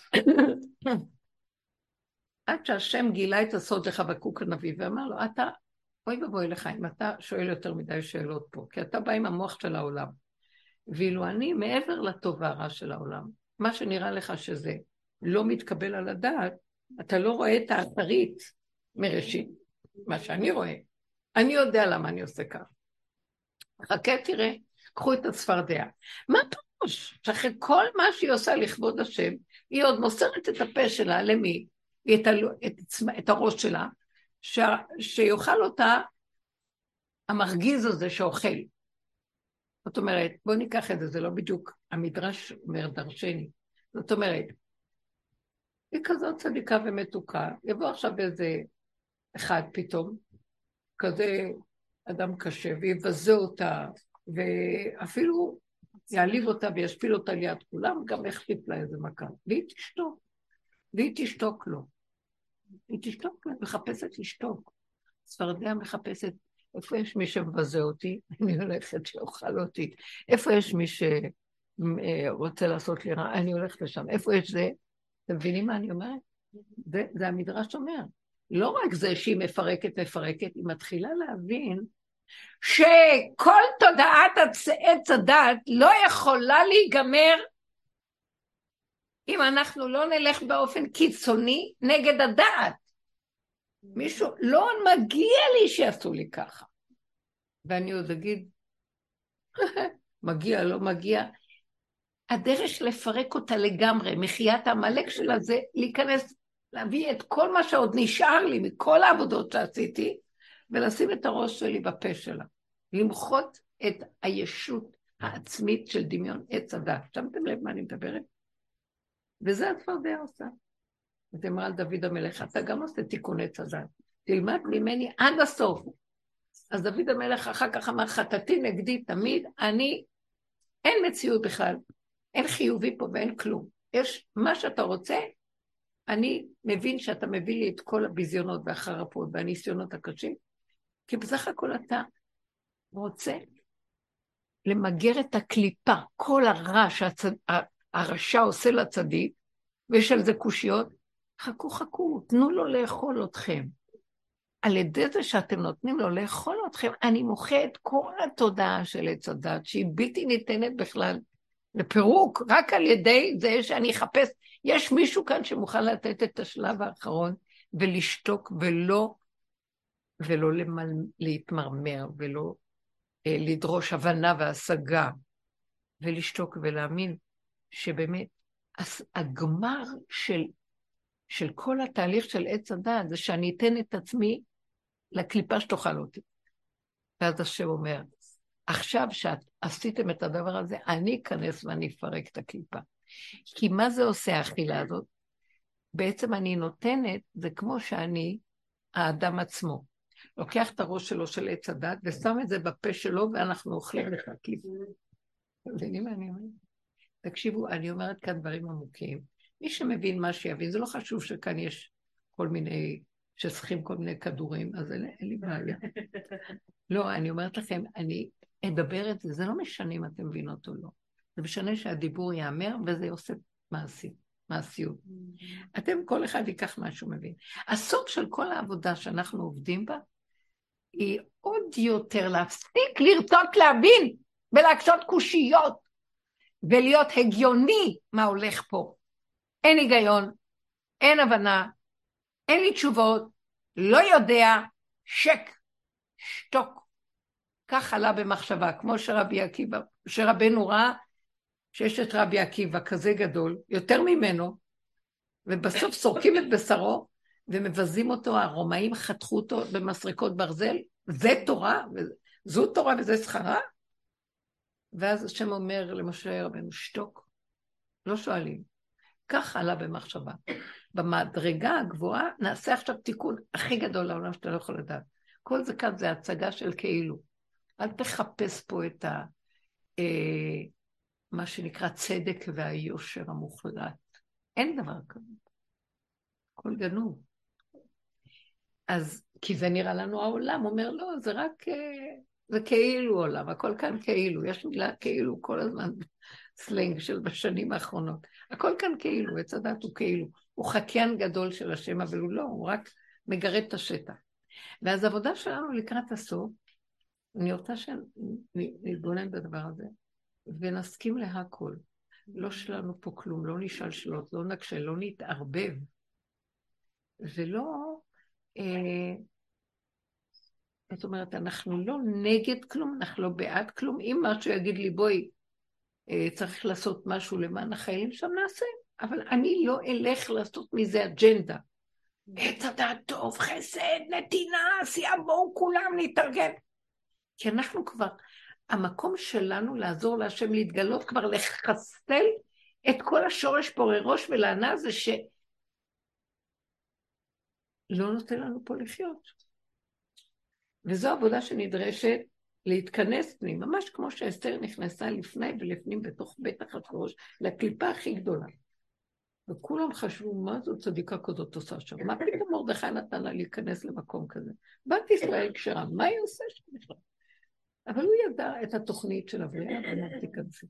עד שהשם גילה את הסוד לחבקוק הנביא ואמר לו, אתה, אוי ובואי לך, אם אתה שואל יותר מדי שאלות פה, כי אתה בא עם המוח של העולם, ואילו אני מעבר לטוב והרע של העולם, מה שנראה לך שזה לא מתקבל על הדעת, אתה לא רואה את האחרית מראשית, מה שאני רואה. אני יודע למה אני עושה כך. חכה, תראה, קחו את הצפרדע. מה פירוש? שאחרי כל מה שהיא עושה לכבוד השם, היא עוד מוסרת את הפה שלה למי? את, ה... את, את הראש שלה, ש... שיוכל אותה המרגיז הזה שאוכל. זאת אומרת, בואו ניקח את זה, זה לא בדיוק, המדרש אומר דרשני. זאת אומרת, היא כזאת צדיקה ומתוקה, יבוא עכשיו איזה אחד פתאום, כזה אדם קשה, ויבזה אותה, ואפילו יעליב אותה וישפיל אותה ליד כולם, גם יחליף לה איזה מכה. והיא תשתוק. והיא תשתוק לו. היא תשתוק לו, מחפשת לשתוק. ספרדיה מחפשת, איפה יש מי שמבזה אותי? אני הולכת שיאכל אותי. איפה יש מי שרוצה לעשות לי רע? אני הולכת לשם. איפה יש זה? אתם מבינים מה אני אומרת? זה, זה המדרש אומר. לא רק זה שהיא מפרקת מפרקת, היא מתחילה להבין שכל תודעת עץ הדת לא יכולה להיגמר אם אנחנו לא נלך באופן קיצוני נגד הדעת. מישהו, לא מגיע לי שיעשו לי ככה. ואני עוד אגיד, מגיע, לא מגיע. הדרך לפרק אותה לגמרי, מחיית המלאק שלה זה להיכנס, להביא את כל מה שעוד נשאר לי מכל העבודות שעשיתי, ולשים את הראש שלי בפה שלה. למחות את הישות העצמית של דמיון עץ הדת. שמתם לב מה אני מדברת? וזה הצפרדיה עושה. זאת אמרה על דוד המלך, אתה גם עושה תיקון עץ הדת. תלמד ממני עד הסוף. אז דוד המלך אחר כך אמר, חטאתי נגדי תמיד, אני, אין מציאות בכלל. אין חיובי פה ואין כלום. יש מה שאתה רוצה, אני מבין שאתה מביא לי את כל הביזיונות והחרפות והניסיונות הקשים, כי בסך הכל אתה רוצה למגר את הקליפה, כל הרע שהרשע עושה לצדיק, ויש על זה קושיות, חכו חכו, תנו לו לאכול אתכם. על ידי זה שאתם נותנים לו לאכול אתכם, אני מוחה את כל התודעה של עץ הדת, שהיא בלתי ניתנת בכלל לפירוק, רק על ידי זה שאני אחפש, יש מישהו כאן שמוכן לתת את השלב האחרון, ולשתוק ולא, ולא למל, להתמרמר, ולא אה, לדרוש הבנה והשגה, ולשתוק ולהאמין שבאמת, הגמר של, של כל התהליך של עץ הדת, זה שאני אתן את עצמי לקליפה שתאכל אותי. ואז השם אומר, עכשיו שאת עשיתם את הדבר הזה, אני אכנס ואני אפרק את הקליפה. כי מה זה עושה האכילה הזאת? בעצם אני נותנת, זה כמו שאני, האדם עצמו, לוקח את הראש שלו של עץ הדת, ושם את זה בפה שלו, ואנחנו אוכלים לך קליפה. מבינים מה אני אומרת? תקשיבו, אני אומרת כאן דברים עמוקים. מי שמבין מה שיבין, זה לא חשוב שכאן יש כל מיני, שצריכים כל מיני כדורים, אז אין, אין לי בעיה. לא, אני אומרת לכם, אני אדבר את זה, זה לא משנה אם אתם מבינות או לא. זה משנה שהדיבור יאמר, וזה עושה מעשי, מעשיות. אתם, כל אחד ייקח מה שהוא מבין. הסוף של כל העבודה שאנחנו עובדים בה, היא עוד יותר להפסיק לרצות להבין, ולהקשות קושיות, ולהיות הגיוני מה הולך פה. אין היגיון, אין הבנה, אין לי תשובות, לא יודע, שק, שתוק. כך עלה במחשבה, כמו שרבי עקיבא, שרבנו ראה, שיש את רבי עקיבא כזה גדול, יותר ממנו, ובסוף סורקים את בשרו, ומבזים אותו, הרומאים חתכו אותו במסריקות ברזל, זה תורה, זו תורה וזה שכרה, ואז השם אומר למשה רבנו, שתוק, לא שואלים. כך עלה במחשבה. במדרגה הגבוהה נעשה עכשיו תיקון הכי גדול לעולם שאתה לא יכול לדעת. כל זה כאן זה הצגה של כאילו. אל תחפש פה את ה, אה, מה שנקרא צדק והיושר המוחלט. אין דבר כזה. הכל גנוב. אז, כי זה נראה לנו העולם, אומר לא, זה רק, אה, זה כאילו עולם, הכל כאן כאילו, יש מילה כאילו כל הזמן סלנג של בשנים האחרונות. הכל כאן כאילו, עץ הדת הוא כאילו, הוא חקיין גדול של השם, אבל הוא לא, הוא רק מגרד את השטח. ואז העבודה שלנו לקראת הסוף, אני רוצה שנתבונן בדבר הזה, ונסכים להכל. לא שלנו פה כלום, לא נשאל שאלות, לא נקשה, לא נתערבב. ולא, אה, זאת אומרת, אנחנו לא נגד כלום, אנחנו לא בעד כלום. אם משהו יגיד לי, בואי, אה, צריך לעשות משהו למען החיילים, שם נעשה. אבל אני לא אלך לעשות מזה אג'נדה. את הדעת טוב, חסד, נתינה, עשייה, בואו כולם להתארגן. כי אנחנו כבר, המקום שלנו לעזור להשם להתגלות, כבר לחסל את כל השורש פורי ראש ולענה זה שלא נותן לנו פה לחיות. וזו עבודה שנדרשת להתכנס פנים, ממש כמו שאסתר נכנסה לפני ולפנים בתוך בית אחשוורוש, לקליפה הכי גדולה. וכולם חשבו, מה זו צדיקה כזאת עושה שם? מה פתאום מרדכי נתן לה להיכנס למקום כזה? בת ישראל כשרה, מה היא עושה שם בכלל? אבל הוא ידע את התוכנית של הבריאה, ואמר תיכנסי.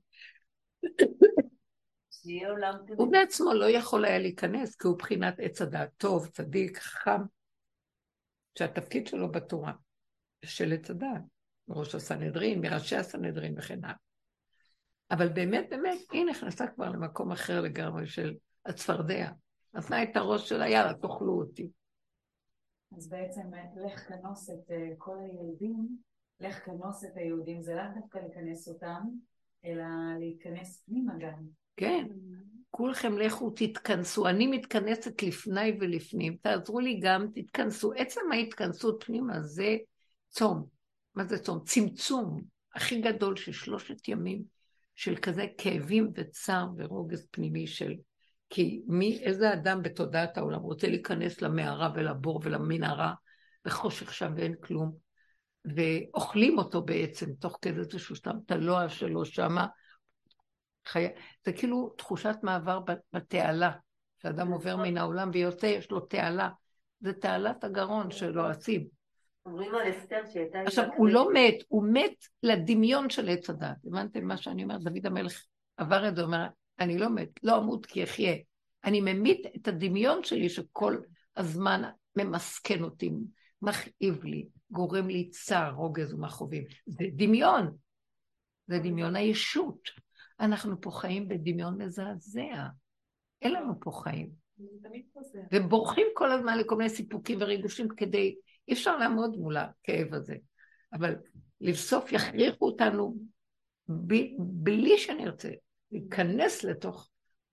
הוא בעצמו לא יכול היה להיכנס, כי הוא בחינת עץ הדעת טוב, צדיק, חכם, שהתפקיד שלו בתורה, של עץ הדעת, מראש הסנהדרין, מראשי הסנהדרין וכן הלאה. אבל באמת, באמת, היא נכנסה כבר למקום אחר לגמרי של הצפרדע. נתנה את הראש שלה, יאללה, תאכלו אותי. אז בעצם, לך כנוס את כל היהודים, לך כנוס את היהודים, זה לא דווקא לכנס אותם, אלא להיכנס פנימה גם. כן, כולכם לכו תתכנסו, אני מתכנסת לפני ולפנים, תעזרו לי גם, תתכנסו. עצם ההתכנסות פנימה זה צום. מה זה צום? צמצום הכי גדול של שלושת ימים, של כזה כאבים וצער ורוגז פנימי של, כי מי, איזה אדם בתודעת העולם רוצה להיכנס למערה ולבור ולמנהרה, וחושך שם ואין כלום, ואוכלים אותו בעצם, תוך כזה איזשהו שתם תלוע שלו שמה, חי... זה כאילו תחושת מעבר בתעלה, שאדם עובר מן העולם ויוצא, יש לו תעלה, זה תעלת הגרון שלו עשים. אומרים על אסתר שהייתה... עכשיו, הוא לא מת, הוא מת לדמיון של עץ הדת. הבנתם מה שאני אומרת? דוד המלך עבר את זה, אומר, אני לא מת, לא אמות כי אחיה. אני ממית את הדמיון שלי שכל הזמן ממסכן אותי, מכאיב לי, גורם לי צער, רוגז ומכאובים. זה דמיון. זה דמיון הישות. אנחנו פה חיים בדמיון מזעזע. אין לנו פה חיים. ובורחים כל הזמן לכל מיני סיפוקים וריגושים כדי... אי אפשר לעמוד מול הכאב הזה. אבל לבסוף יכריחו אותנו ב- בלי שנרצה להיכנס לתוך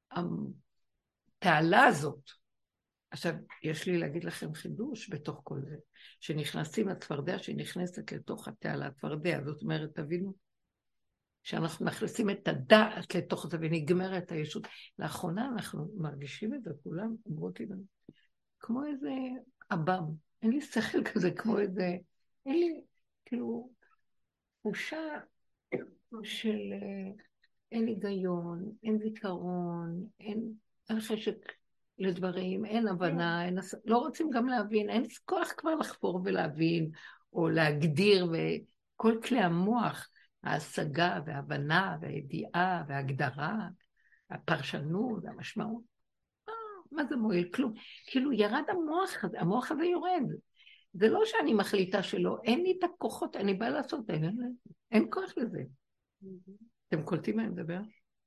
התעלה הזאת. עכשיו, יש לי להגיד לכם חידוש בתוך כל זה, שנכנסים הצפרדע שנכנסת לתוך התעלה, הצפרדע, זאת אומרת, תבינו, שאנחנו מכניסים את הדעת לתוך זה ונגמרת הישות. לאחרונה אנחנו מרגישים את זה, כולם אומרות לי, כמו איזה אבם. אין לי שכל כזה, כמו איזה, אין לי, כאילו, תחושה של אין היגיון, אין זיכרון, אין, אין חשק לדברים, אין הבנה, אין, לא רוצים גם להבין, אין כוח כבר לחפור ולהבין, או להגדיר, וכל כלי המוח, ההשגה וההבנה והידיעה וההגדרה, הפרשנות והמשמעות, מה זה מועיל? כלום. כאילו ירד המוח הזה, המוח הזה יורד. זה לא שאני מחליטה שלא, אין לי את הכוחות, אני באה לעשות, אין, אין, אין כוח לזה. אתם קולטים מה אני מדבר?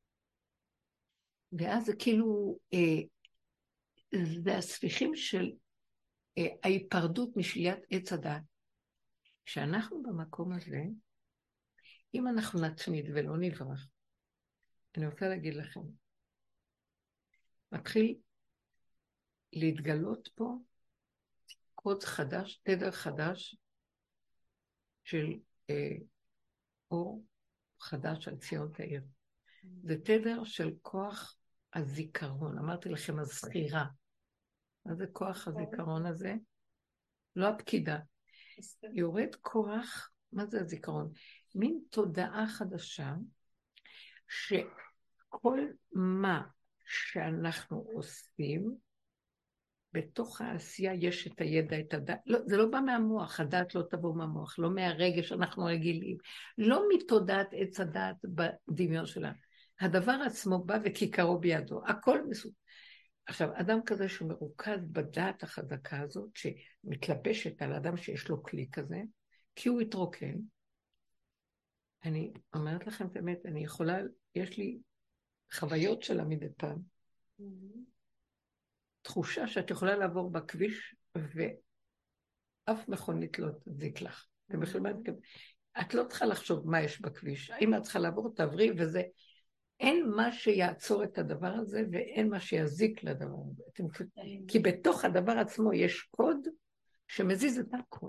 ואז זה כאילו, אה, זה הספיחים של אה, ההיפרדות משליית עץ הדת. כשאנחנו במקום הזה, אם אנחנו נתמיד ולא נברח, אני רוצה להגיד לכם, מתחיל להתגלות פה קוד חדש, תדר חדש של אה, אור חדש על ציון תאיר. זה תדר של כוח הזיכרון. אמרתי לכם, הזכירה. מה זה כוח הזיכרון הזה? לא הפקידה. יורד כוח, מה זה הזיכרון? מין תודעה חדשה, שכל מה שאנחנו עושים, בתוך העשייה יש את הידע, את הדעת. לא, זה לא בא מהמוח, הדעת לא תבוא מהמוח, לא מהרגש שאנחנו רגילים, לא מתודעת עץ הדעת בדמיון שלה. הדבר עצמו בא וכיכרו בידו, הכל מסוג. עכשיו, אדם כזה שמרוכז בדעת החזקה הזאת, שמתלבשת על אדם שיש לו כלי כזה, כי הוא התרוקן, אני אומרת לכם את האמת, אני יכולה, יש לי חוויות שלה מדי פעם, תחושה שאת יכולה לעבור בכביש, ואף מכונית לא תזיק לך. את לא צריכה לחשוב מה יש בכביש, האם את צריכה לעבור, תעברי, וזה, אין מה שיעצור את הדבר הזה, ואין מה שיזיק לדבר הזה. כי בתוך הדבר עצמו יש קוד שמזיז את הכל.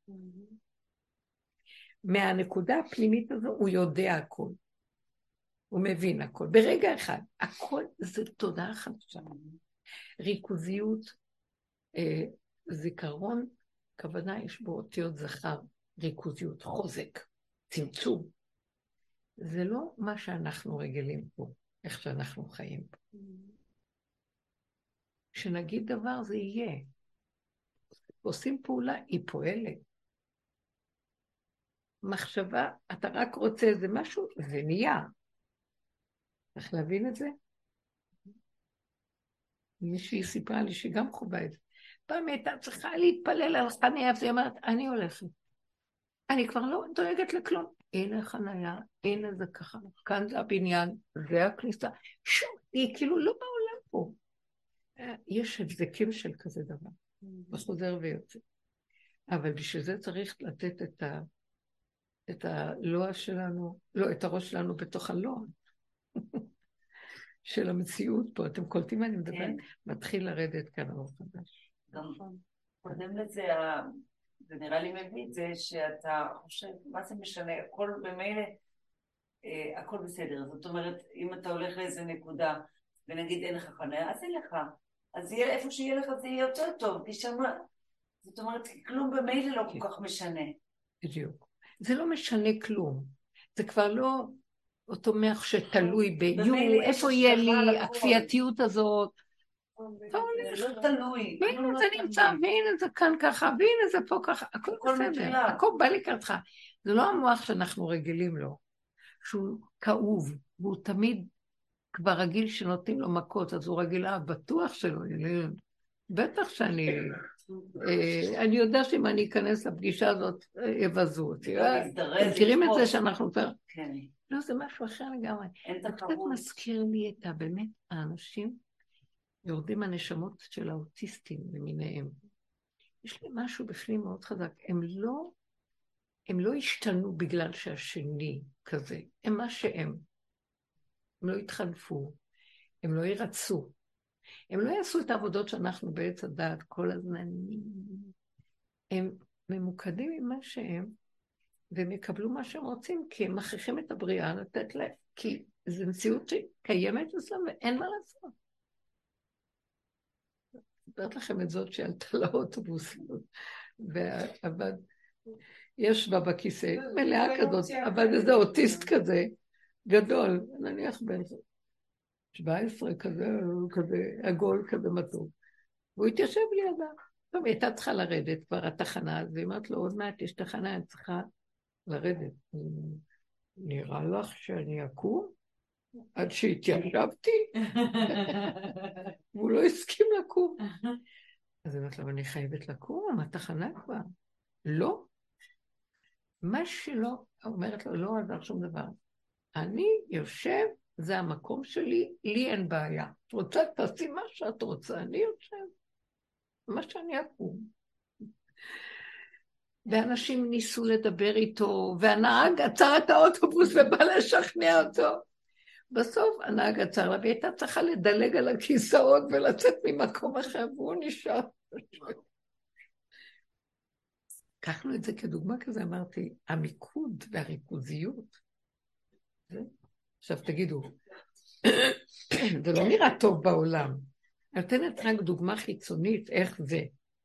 מהנקודה הפנימית הזו הוא יודע הכל. הוא מבין הכל. ברגע אחד, הכל זה תודעה חדשה. ריכוזיות, אה, זיכרון, כוונה יש בו אותיות זכר, ריכוזיות, חוזק. צמצום. זה לא מה שאנחנו רגילים פה, איך שאנחנו חיים פה. כשנגיד דבר זה יהיה. עושים פעולה, היא פועלת. מחשבה, אתה רק רוצה איזה משהו, זה נהיה. צריך להבין את זה? מישהי סיפרה לי שהיא גם חובה את זה. פעם הייתה צריכה להתפלל על חניה, והיא אמרת, אני הולכת. אני כבר לא דואגת לכלום. הנה חניה, הנה זה ככה, כאן זה הבניין, זה הכניסה. שום, היא כאילו לא בעולם פה. יש הבזקים של כזה דבר. וחוזר ויוצא. אבל בשביל זה צריך לתת את ה... את הלוע שלנו, לא, את הראש שלנו בתוך הלוע. של המציאות פה. אתם קולטים מה אני מדברת? כן. מתחיל לרדת כאן אור חדש. נכון. קודם לזה, זה נראה לי מביא את זה שאתה חושב, מה זה משנה? הכל במילא, אה, הכל בסדר. זאת אומרת, אם אתה הולך לאיזה נקודה, ונגיד אין לך חניה, אז אין לך. אז יהיה, איפה שיהיה לך זה יהיה יותר טוב, כי שמה... זאת אומרת, כלום במילא לא כל כך משנה. בדיוק. זה לא משנה כלום. זה כבר לא אותו מח שתלוי ביו, איפה יהיה לי הכפייתיות הזאת. זה לא תלוי. והנה זה נמצא, והנה זה כאן ככה, והנה זה פה ככה, הכל בסדר, הכל בא לקראתך. זה לא המוח שאנחנו רגילים לו, שהוא כאוב, והוא תמיד כבר רגיל שנותנים לו מכות, אז הוא רגיל, אה, בטוח שלא, בטח שאני... אני יודע שאם אני אכנס לפגישה הזאת, יבזו אותי. תראים את זה שאנחנו כבר... לא, זה משהו אחר לגמרי. זה קצת מזכיר לי את באמת האנשים, יורדים הנשמות של האוטיסטים למיניהם. יש לי משהו בפנים מאוד חזק. הם לא, הם לא השתנו בגלל שהשני כזה. הם מה שהם. הם לא התחלפו. הם לא ירצו. הם לא יעשו את העבודות שאנחנו בעץ הדעת כל הזמן. הם ממוקדים עם מה שהם, והם יקבלו מה שהם רוצים, כי הם מכריחים את הבריאה לתת להם, כי זו מציאות שקיימת אצלם ואין מה לעשות. אספרת לכם את זאת שעלתה לאוטובוס, ועבד, יש בה בכיסא, מלאה כזאת, עבד איזה אוטיסט כזה, גדול, נניח בן שבע עשרה כזה, כזה עגול, כזה מתוק. והוא התיישב לידה. טוב, היא הייתה צריכה לרדת כבר התחנה, והיא אמרת לו, עוד מעט יש תחנה, אני צריכה לרדת. נראה לך שאני אקום? עד שהתיישבתי? והוא לא הסכים לקום. אז היא אמרת לו, אני חייבת לקום, התחנה כבר. לא. מה שלא, אומרת לו, לא עזר שום דבר. אני יושב, זה המקום שלי, לי אין בעיה. את רוצה, תעשי מה שאת רוצה, אני יושב. מה שאני אקום. ואנשים ניסו לדבר איתו, והנהג עצר את האוטובוס ובא לשכנע אותו. בסוף הנהג עצר לה, והיא הייתה צריכה לדלג על הכיסאות ולצאת ממקום אחר, והוא נשאר. לקחנו את זה כדוגמה כזה, אמרתי, המיקוד והריכוזיות. עכשיו תגידו, זה לא נראה טוב בעולם. נתנת רק דוגמה חיצונית, איך זה.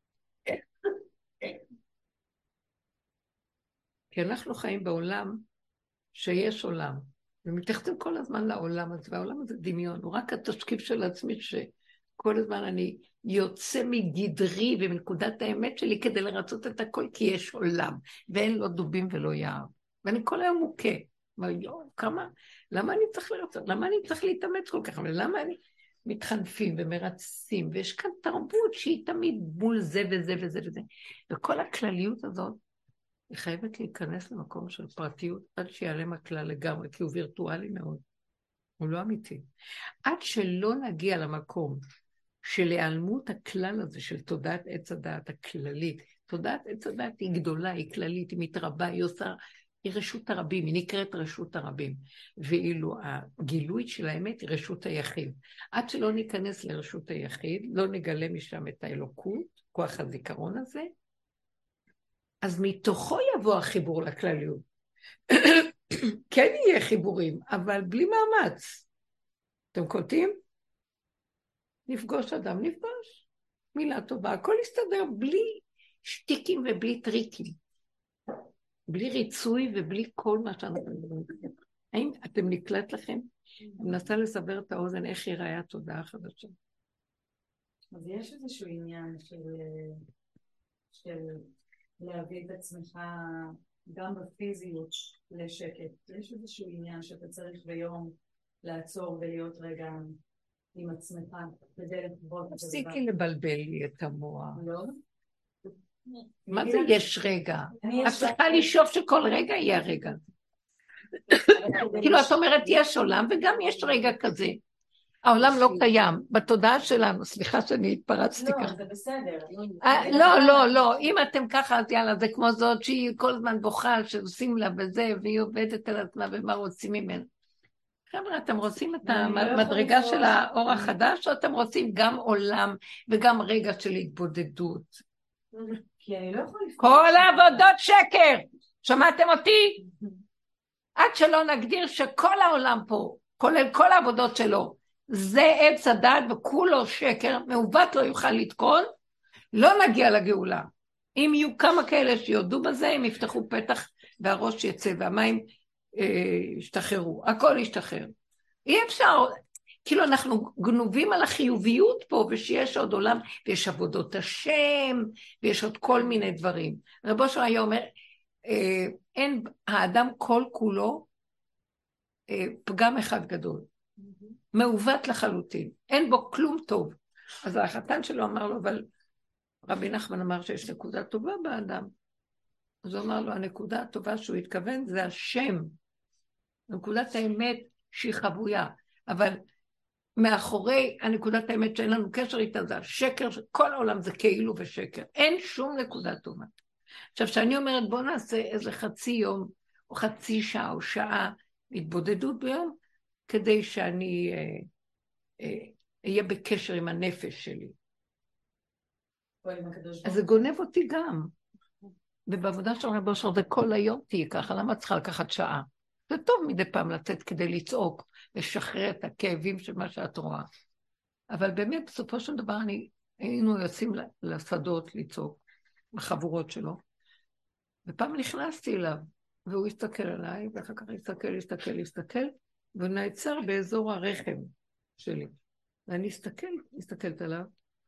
כי אנחנו חיים בעולם שיש עולם, ומתייחסים כל הזמן לעולם הזה, והעולם הזה דמיון, הוא רק התשקיף של עצמי, שכל הזמן אני יוצא מגדרי ומנקודת האמת שלי כדי לרצות את הכל, כי יש עולם, ואין לו דובים ולא יער. ואני כל היום מוכה. מה, יו, כמה? למה אני צריך לרצות? למה אני צריך להתאמץ כל כך? למה אני מתחנפים ומרצים? ויש כאן תרבות שהיא תמיד מול זה וזה וזה וזה. וכל הכלליות הזאת, היא חייבת להיכנס למקום של פרטיות, עד שיעלם הכלל לגמרי, כי הוא וירטואלי מאוד. הוא לא אמיתי. עד שלא נגיע למקום של היעלמות הכלל הזה, של תודעת עץ הדעת הכללית. תודעת עץ הדעת היא גדולה, היא כללית, היא מתרבה, היא עושה, היא רשות הרבים, היא נקראת רשות הרבים. ואילו הגילוי של האמת היא רשות היחיד. עד שלא ניכנס לרשות היחיד, לא נגלה משם את האלוקות, כוח הזיכרון הזה, אז מתוכו יבוא החיבור לכלליות. כן יהיה חיבורים, אבל בלי מאמץ. אתם קולטים? נפגוש אדם, נפגוש. מילה טובה, הכל יסתדר בלי שטיקים ובלי טריקים. בלי ריצוי ובלי כל מה שאנחנו מדברים. האם אתם נקלט לכם? אני מנסה לסבר את האוזן איך ייראה התודעה החדשה. אז יש איזשהו עניין של, של להביא את עצמך גם בפיזיות לשקט. יש איזשהו עניין שאתה צריך ביום לעצור ולהיות רגע עם עצמך כדי לחוות. תפסיקי לבלבל לי את המוח. לא? מה זה יש רגע? את צריכה לשאוף שכל רגע יהיה רגע. כאילו את אומרת יש עולם וגם יש רגע כזה. העולם לא קיים, בתודעה שלנו, סליחה שאני התפרצתי ככה. לא, זה בסדר. לא, לא, לא, אם אתם ככה, אז יאללה, זה כמו זאת שהיא כל הזמן בוכה, שעושים לה בזה, והיא עובדת על עצמה, ומה רוצים ממנה. חבר'ה, אתם רוצים את המדרגה של האור החדש, או אתם רוצים גם עולם וגם רגע של התבודדות? כי אני לא יכולה... כל העבודות שקר! שמעתם אותי? עד שלא נגדיר שכל העולם פה, כולל כל העבודות שלו, זה עץ הדת וכולו שקר, מעוות לא יוכל לתקון, לא נגיע לגאולה. אם יהיו כמה כאלה שיודו בזה, הם יפתחו פתח והראש יצא והמים אה, ישתחררו, הכל ישתחרר. אי אפשר, כאילו אנחנו גנובים על החיוביות פה, ושיש עוד עולם, ויש עבודות השם, ויש עוד כל מיני דברים. רבו שלו היה אומר, אה, אין, האדם כל כולו אה, פגם אחד גדול. מעוות לחלוטין, אין בו כלום טוב. אז החתן שלו אמר לו, אבל רבי נחמן אמר שיש נקודה טובה באדם. אז הוא אמר לו, הנקודה הטובה שהוא התכוון זה השם. נקודת האמת שהיא חבויה, אבל מאחורי הנקודת האמת שאין לנו קשר איתה זה השקר, כל העולם זה כאילו ושקר. אין שום נקודה טובה. עכשיו, שאני אומרת בוא נעשה איזה חצי יום, או חצי שעה, או שעה התבודדות ביום, כדי שאני אה, אה, אהיה בקשר עם הנפש שלי. אז זה גונב אותי גם. ובעבודה של רבי אושר זה כל היום תהיה ככה, למה צריכה לקחת שעה? זה טוב מדי פעם לצאת כדי לצעוק, לשחרר את הכאבים של מה שאת רואה. אבל באמת בסופו של דבר אני, היינו יוצאים לשדות לצעוק, בחבורות שלו. ופעם נכנסתי אליו, והוא הסתכל עליי, ואחר כך הסתכל, הסתכל, הסתכל, והוא נעצר באזור הרחם שלי. ואני הסתכל, הסתכלת עליו,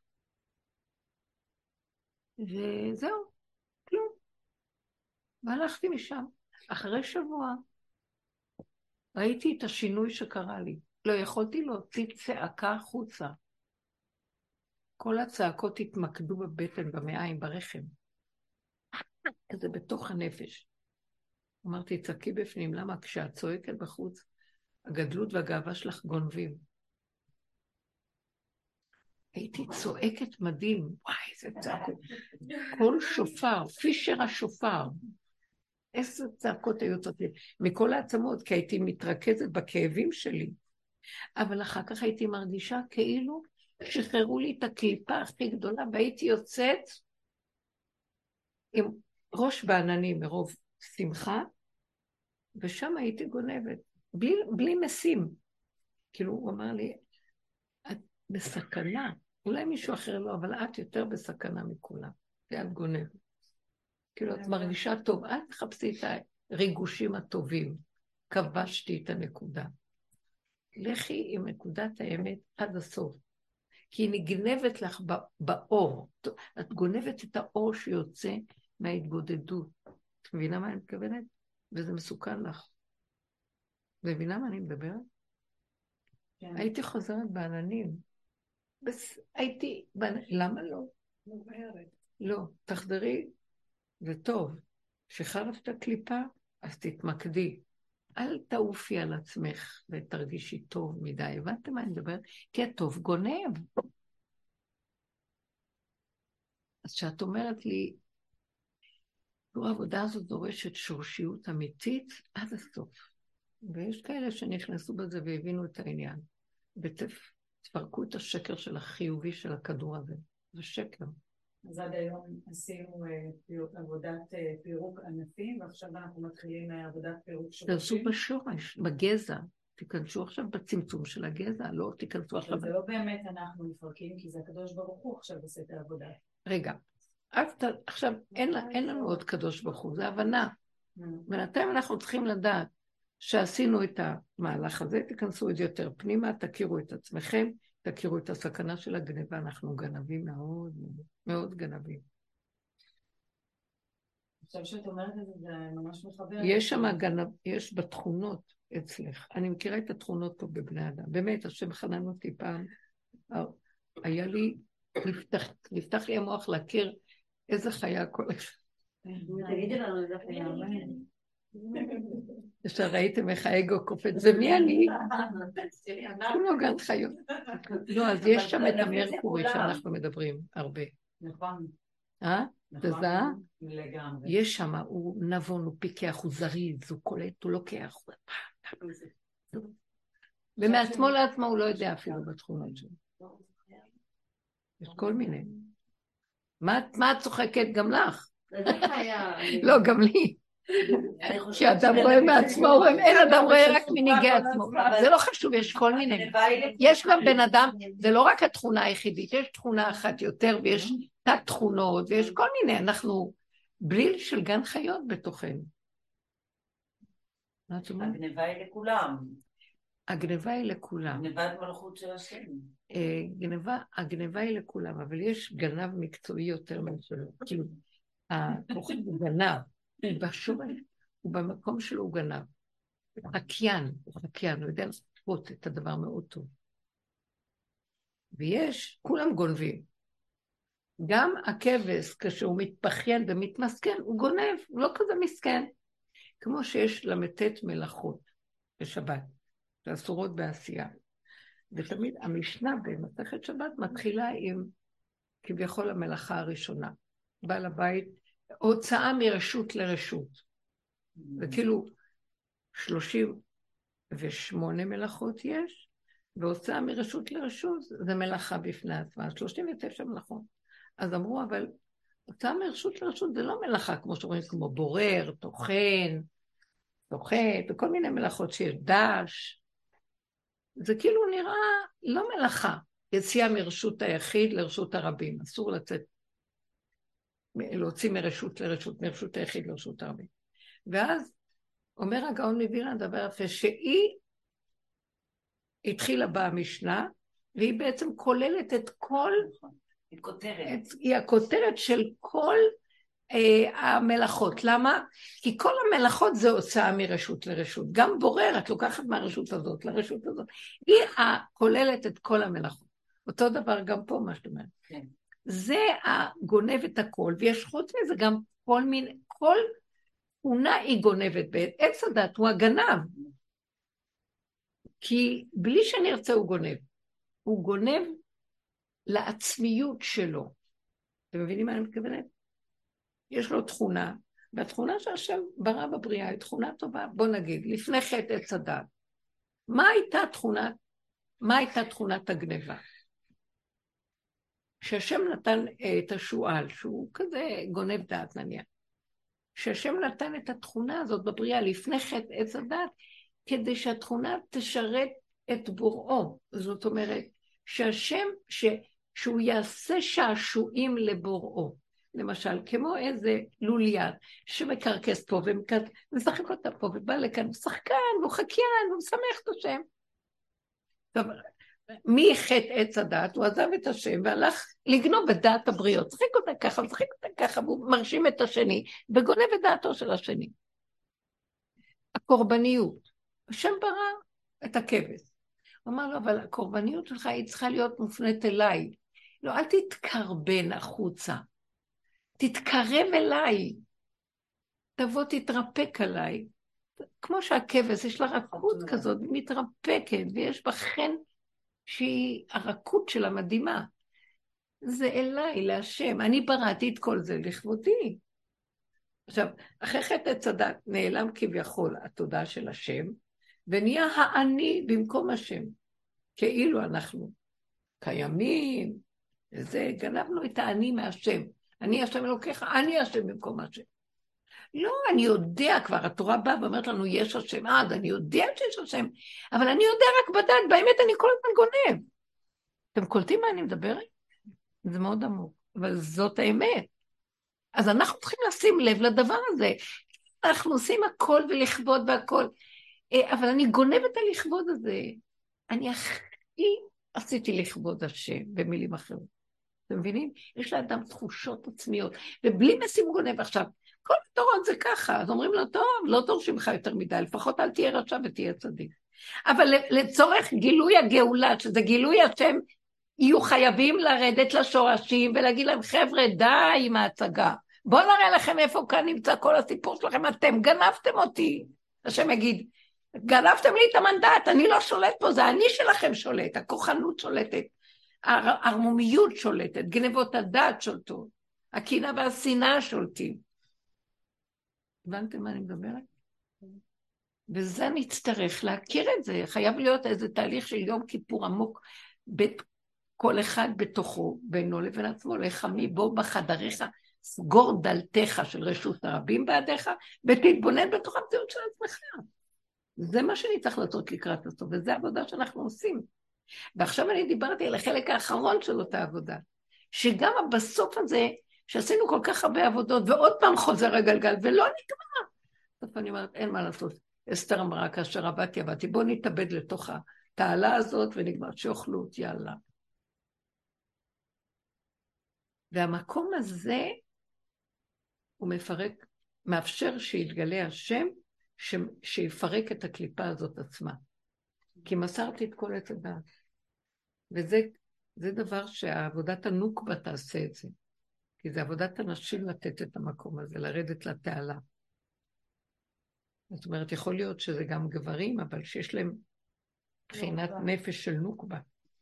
וזהו, כלום. והלכתי משם. אחרי שבוע, ראיתי את השינוי שקרה לי. לא יכולתי להוציא צעקה החוצה. כל הצעקות התמקדו בבטן, במעיים, ברחם. זה בתוך הנפש. אמרתי, צעקי בפנים, למה? כשאת צועקת בחוץ, הגדלות והגאווה שלך גונבים. הייתי צועקת מדהים, וואי, איזה צעקות. כל שופר, פישר השופר. איזה צעקות היו צועקות. מכל העצמות, כי הייתי מתרכזת בכאבים שלי. אבל אחר כך הייתי מרגישה כאילו שחררו לי את הקליפה הכי גדולה, והייתי יוצאת עם ראש בעננים מרוב שמחה, ושם הייתי גונבת, בלי, בלי משים. כאילו הוא אמר לי, את בסכנה, אולי מישהו אחר לא, אבל את יותר בסכנה מכולם, ואת גונבת. כאילו את מרגישה טוב, אל תחפשי את הריגושים הטובים, כבשתי את הנקודה. לכי עם נקודת האמת עד הסוף, כי היא נגנבת לך באור, את גונבת את האור שיוצא מההתבודדות. את מבינה מה אני מתכוונת? וזה מסוכן לך. מבינה מה אני מדברת? כן. הייתי חוזרת בעננים. בס... הייתי... בענ... למה לא? לא, תחדרי, זה טוב. שחררת את הקליפה, אז תתמקדי. אל תעופי על עצמך ותרגישי טוב מדי. הבנתם מה אני מדברת? כי הטוב גונב. אז שאת אומרת לי, העבודה הזאת דורשת שורשיות אמיתית עד הסוף. ויש כאלה שנכנסו בזה והבינו את העניין. ותפרקו את השקר של החיובי של הכדור הזה. זה שקר. אז עד היום עשינו עבודת פירוק ענפים, ועכשיו אנחנו מתחילים עבודת פירוק שורשים. תעשו בשורש, בגזע. תיכנסו עכשיו בצמצום של הגזע, לא תיכנסו עכשיו... זה לא באמת אנחנו מפרקים, כי זה הקדוש ברוך הוא עכשיו עושה את העבודה. רגע. עכשיו, אין, אין לנו עוד קדוש ברוך הוא, זה הבנה. בינתיים אנחנו צריכים לדעת שעשינו את המהלך הזה, תיכנסו את זה יותר פנימה, תכירו את עצמכם, תכירו את הסכנה של הגניבה, אנחנו גנבים מאוד, מאוד גנבים. עכשיו שאת אומרת את זה, זה ממש מחבר. יש שם גנב, יש בתכונות אצלך, אני מכירה את התכונות פה בבני אדם, באמת, השם חנן אותי פעם, היה לי, נפתח, נפתח לי המוח להכיר איזה חיה כל אחד. תגידי לנו איזה חיה. שראיתם איך האגו קופץ, ומי אני? כולו גן חיות. לא, אז יש שם את המרקורי שאנחנו מדברים הרבה. נכון. אה? זה זה? לגמרי. יש שם, הוא נבון, הוא פיקח, הוא זריז, הוא קולט, הוא לוקח. ומעצמו לעצמו הוא לא יודע אפילו בתכונות שלו. יש כל מיני. מה את צוחקת? גם לך? לא, גם לי. כשאדם רואה מעצמו, אין אדם רואה רק מנהיגי עצמו. זה לא חשוב, יש כל מיני. יש גם בן אדם, זה לא רק התכונה היחידית, יש תכונה אחת יותר, ויש תת תכונות, ויש כל מיני. אנחנו בליל של גן חיות בתוכנו. הגניבה היא לכולם. הגניבה היא לכולם. גניבת מלכות של השם. גניבה, הגניבה היא לכולם, אבל יש גנב מקצועי יותר משלו. כאילו, הכוחד הוא גנב. הוא בשורש, הוא במקום שלו הוא גנב. הוא חקיין, הוא חקיין, הוא יודע לספות את הדבר מאוד טוב. ויש, כולם גונבים. גם הכבש, כשהוא מתפחיין ומתמסכן, הוא גונב, הוא לא כזה מסכן. כמו שיש למתת מלאכות בשבת, שאסורות בעשייה. ותמיד המשנה במסכת שבת מתחילה עם כביכול המלאכה הראשונה. בעל הבית, הוצאה מרשות לרשות. זה כאילו שלושים ושמונה מלאכות יש, והוצאה מרשות לרשות זה מלאכה בפני עצמה, שלושים ותשע מלאכות. אז אמרו, אבל הוצאה מרשות לרשות זה לא מלאכה, כמו שאומרים, כמו בורר, תוכן, תוכת, וכל מיני מלאכות שיש, דש. זה כאילו נראה לא מלאכה, יציאה מרשות היחיד לרשות הרבים, אסור לצאת. להוציא מרשות לרשות, מרשות היחיד לרשות הרבים. ואז אומר הגאון מווילנה דבר יפה, שהיא התחילה בה המשנה, והיא בעצם כוללת את כל, היא כותרת. את, היא הכותרת של כל אה, המלאכות. למה? כי כל המלאכות זה הוצאה מרשות לרשות. גם בורר, את לוקחת מהרשות הזאת לרשות הזאת. היא הכוללת את כל המלאכות. אותו דבר גם פה, מה שאת אומרת. כן. זה הגונב את הכל, ויש חוץ מזה גם כל מיני, כל תכונה היא גונבת, בעץ הדת הוא הגנב, כי בלי שנרצה הוא גונב, הוא גונב לעצמיות שלו. אתם מבינים מה אני מתכוונת? יש לו תכונה, והתכונה שהשם ברא בבריאה היא תכונה טובה. בוא נגיד, לפני חטא עץ הדת, מה הייתה תכונה, מה הייתה תכונת הגניבה? שהשם נתן את השואל, שהוא כזה גונב דעת נניח, שהשם נתן את התכונה הזאת בבריאה לפני חטא עץ הדת, כדי שהתכונה תשרת את בוראו. זאת אומרת, שהשם, ש... שהוא יעשה שעשועים לבוראו. למשל, כמו איזה לוליין, שמקרקס פה ומשחק אותה פה, ובא לכאן, ושחקן, והוא חקיין, והוא משמח את השם. טוב, מי חטא עץ הדת? הוא עזב את השם והלך לגנוב את דעת הבריות. שחק אותה ככה, שחק אותה ככה, והוא מרשים את השני, וגונב את דעתו של השני. הקורבניות. השם ברא את הכבש. הוא אמר לו, אבל הקורבניות שלך היא צריכה להיות מופנית אליי. לא, אל תתקרבן החוצה. תתקרב אליי. תבוא תתרפק עליי. כמו שהכבש, יש לה רכות כזאת, מתרפקת, ויש בה חן שהיא הרכות שלה מדהימה. זה אליי, להשם. אני בראתי את כל זה לכבודי. עכשיו, אחרי חטא עץ הדת נעלם כביכול התודעה של השם, ונהיה האני במקום השם. כאילו אנחנו קיימים, וזה, גנבנו את האני מהשם. אני השם אלוקיך, אני השם במקום השם. לא, אני יודע כבר, התורה באה ואומרת לנו, יש השם עד, אני יודע שיש השם, אבל אני יודע רק בדעת, באמת אני כל הזמן גונב. אתם קולטים מה אני מדברת? זה מאוד עמוק, אבל זאת האמת. אז אנחנו צריכים לשים לב לדבר הזה. אנחנו עושים הכל ולכבוד והכל, אבל אני גונבת על לכבוד הזה. אני הכי עשיתי לכבוד השם, במילים אחרות. אתם מבינים? יש לאדם תחושות עצמיות, ובלי משים גונב עכשיו, כל התורות זה ככה, אז אומרים לו, טוב, לא דורשים לך יותר מדי, לפחות אל תהיה רשע ותהיה צדיק. אבל לצורך גילוי הגאולה, שזה גילוי השם, יהיו חייבים לרדת לשורשים, ולהגיד להם, חבר'ה, די עם ההצגה. בואו נראה לכם איפה כאן נמצא כל הסיפור שלכם, אתם גנבתם אותי. השם יגיד, גנבתם לי את המנדט, אני לא שולט פה, זה אני שלכם שולט, הכוחנות שולטת, הערמומיות שולטת, גנבות הדעת שולטות, הקנאה והשנאה שולטים. הבנתם מה אני מדברת? וזה נצטרך להכיר את זה, חייב להיות איזה תהליך של יום כיפור עמוק, כל אחד בתוכו, בינו לבין עצמו, לחמי בו בחדריך, סגור דלתך של רשות הרבים בעדיך, ותתבונן בתוך המציאות של עצמך. זה מה שאני צריך לעשות לקראת הסוף, וזה העבודה שאנחנו עושים. ועכשיו אני דיברתי על החלק האחרון של אותה עבודה, שגם בסוף הזה, שעשינו כל כך הרבה עבודות, ועוד פעם חוזר הגלגל, ולא נגמר. בסוף אני אומרת, אין מה לעשות. אסתר אמרה, כאשר עבדתי, עבדתי, בוא נתאבד לתוך התעלה הזאת, ונגמר שאוכלות, יאללה. והמקום הזה, הוא מפרק, מאפשר שיתגלה השם, ש... שיפרק את הקליפה הזאת עצמה. כי מסרתי את כל את הדעת. וזה זה דבר שהעבודת הנוקבה תעשה את זה. כי זה עבודת הנשים לתת את המקום הזה, לרדת לתעלה. זאת אומרת, יכול להיות שזה גם גברים, אבל שיש להם בחינת נפש של נוקבה.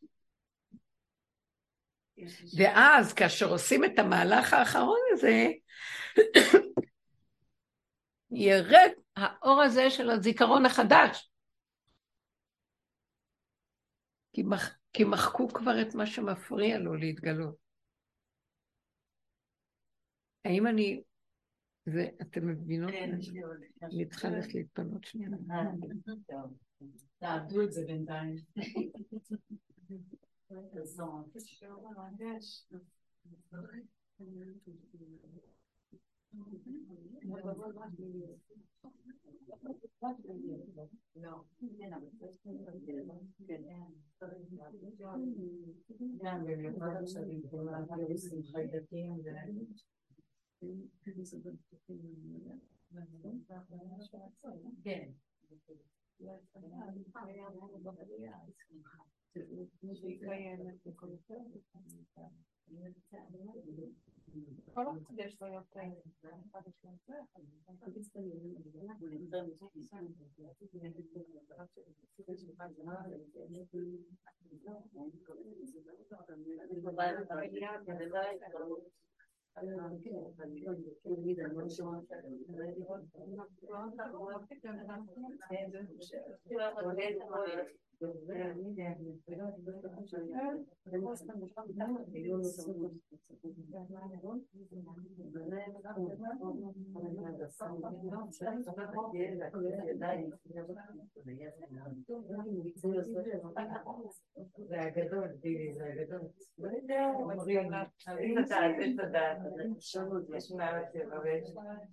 ואז כאשר עושים את המהלך האחרון הזה, ירד האור הזה של הזיכרון החדש. כי, מח... כי מחקו כבר את מה שמפריע לו להתגלות. האם אני... זה, אתם מבינות? אני צריכה ללכת להתפנות שנייה. תעבדו את זה בינתיים. כן. כל אחד יש לו יותר זה הגדול, ביבי, זה הגדול. אין לדעת, אין לדעת. יש מעט שבע ויש...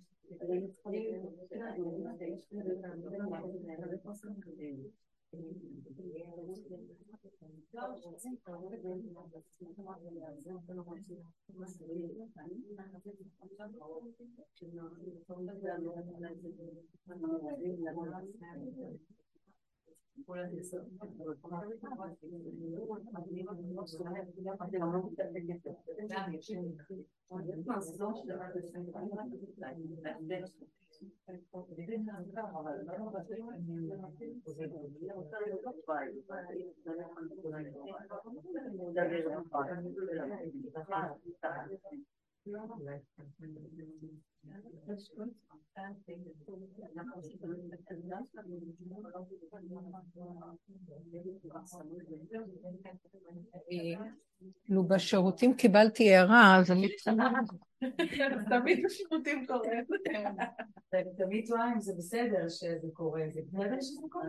נו, בשירותים קיבלתי הערה, אז אני קטנה. תמיד בשירותים קורה. תמיד רואה אם זה בסדר שזה קורה, זה בסדר שזה קורה?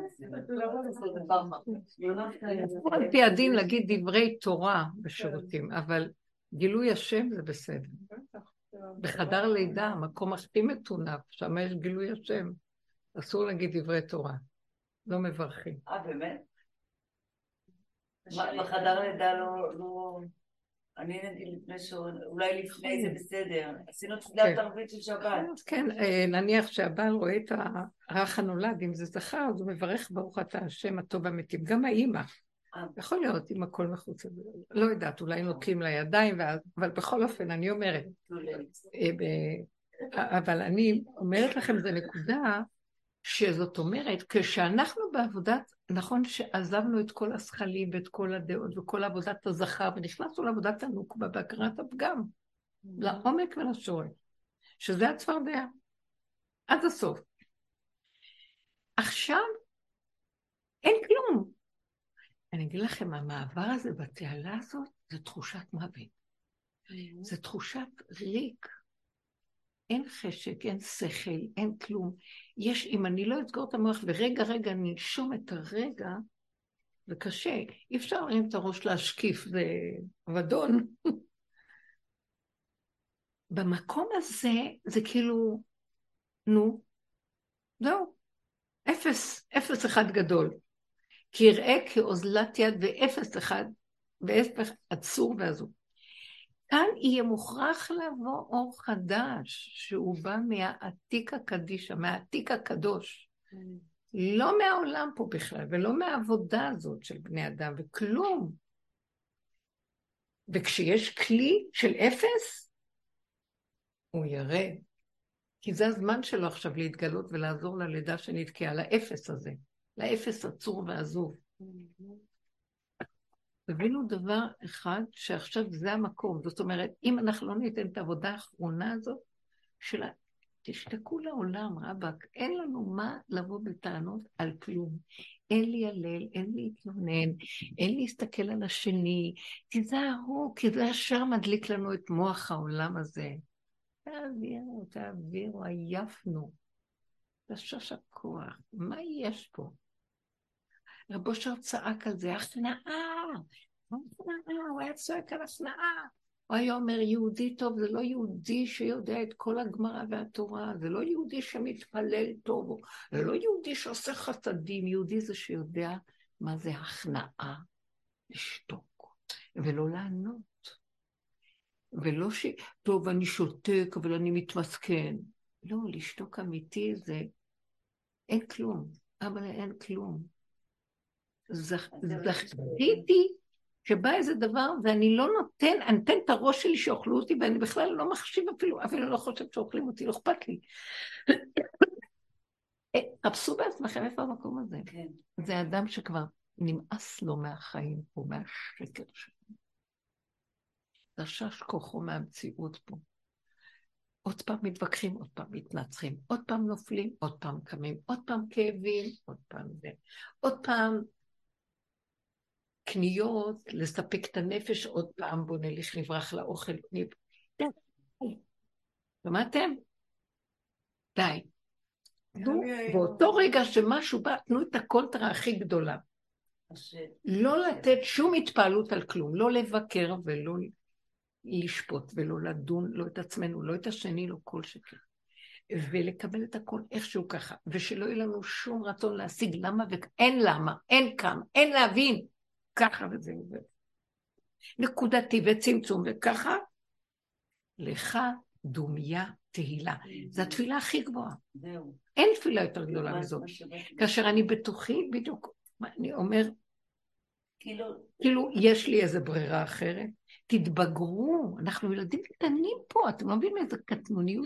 לא על פי הדין להגיד דברי תורה בשירותים, אבל גילוי השם זה בסדר. בחדר לידה, המקום הכי מטונף, שם יש גילוי השם. אסור להגיד דברי תורה. לא מברכים. אה, באמת? בחדר לידה לא... לא... אני נגיד לפני שעון, אולי לפני זה בסדר. עשינו תפילת ערבית של שבת. כן, נניח שהבעל רואה את הרך הנולד, אם זה זכר, אז הוא מברך ברוך אתה השם הטוב והמיטיב. גם האמא. יכול להיות אם הכל מחוץ לזה. לא יודעת, אולי נוטלים לידיים, אבל בכל אופן, אני אומרת. אבל אני אומרת לכם, זו נקודה שזאת אומרת, כשאנחנו בעבודת, נכון שעזבנו את כל השכלים ואת כל הדעות וכל עבודת הזכר, ונכנסנו לעבודת הנוקבה בהכרת הפגם, לעומק ולשורש, שזה הצפרדע, עד הסוף. עכשיו, אין כלום. אני אגיד לכם, המעבר הזה בתעלה הזאת, זה תחושת מוות. זה תחושת ריק. אין חשק, אין שכל, אין כלום. יש, אם אני לא אסגור את המוח, ורגע, רגע, נשום את הרגע, זה קשה. אי אפשר להרים את הראש להשקיף, זה ודון. במקום הזה, זה כאילו, נו, זהו, אפס, אפס אחד גדול. כי יראה כאוזלת יד ואפס אחד, ואפס עצור ועזוב. כאן יהיה מוכרח לבוא אור חדש, שהוא בא מהעתיק הקדישה, מהעתיק הקדוש. לא מהעולם פה בכלל, ולא מהעבודה הזאת של בני אדם, וכלום. וכשיש כלי של אפס, הוא יראה. כי זה הזמן שלו עכשיו להתגלות ולעזור ללידה שנתקעה, לאפס הזה, לאפס עצור ועזוב. תבינו דבר אחד, שעכשיו זה המקום. זאת אומרת, אם אנחנו לא ניתן את העבודה האחרונה הזאת, שלה, תשתקו לעולם, רבק, אין לנו מה לבוא בטענות על כלום. אין לי הלל, אין לי להתלונן, אין להסתכל על השני, תיזהרו, כי זה השאר מדליק לנו את מוח העולם הזה. תעבירו, תעבירו, עייפנו. תשש הכוח, מה יש פה? רבו שר צעק על זה, הכנעה, הכנעה, הוא היה צועק על הכנעה. הוא היה אומר, יהודי טוב, זה לא יהודי שיודע את כל הגמרא והתורה, זה לא יהודי שמתפלל טוב, זה לא יהודי שעושה חסדים, יהודי זה שיודע מה זה הכנעה, לשתוק, ולא לענות. ולא ש... טוב, אני שותק, אבל אני מתמסכן. לא, לשתוק אמיתי זה... אין כלום, אבל אין כלום. זכיתי שבא איזה דבר, ואני לא נותן, אני נותן את הראש שלי שאוכלו אותי, ואני בכלל לא מחשיב אפילו, אפילו לא חושב שאוכלים אותי, לא אכפת לי. חפשו בעצמכם איפה המקום הזה. זה אדם שכבר נמאס לו מהחיים פה, מהשקר שלו. תשש כוחו מהמציאות פה. עוד פעם מתווכחים, עוד פעם מתנצחים, עוד פעם נופלים, עוד פעם קמים, עוד פעם כאבים, עוד פעם זה. עוד פעם קניות, לספק את הנפש, עוד פעם בוא נלך נברח לאוכל. די. שמעתם? די. באותו רגע שמשהו בא, תנו את הקונטרה הכי גדולה. לא לתת שום התפעלות על כלום, לא לבקר ולא לשפוט ולא לדון, לא את עצמנו, לא את השני, לא כל שכן. ולקבל את הכל איכשהו ככה, ושלא יהיה לנו שום רצון להשיג למה, ואין למה, אין כמה, אין להבין, ככה וזה וזה. נקודתי וצמצום וככה, לך דומיה תהילה. זו התפילה הכי גבוהה. אין תפילה יותר גדולה מזאת. כאשר אני בתוכי, בדיוק, אני אומר, כאילו, יש לי איזו ברירה אחרת, תתבגרו, אנחנו ילדים קטנים פה, אתם לא מבינים איזה קטנוניות,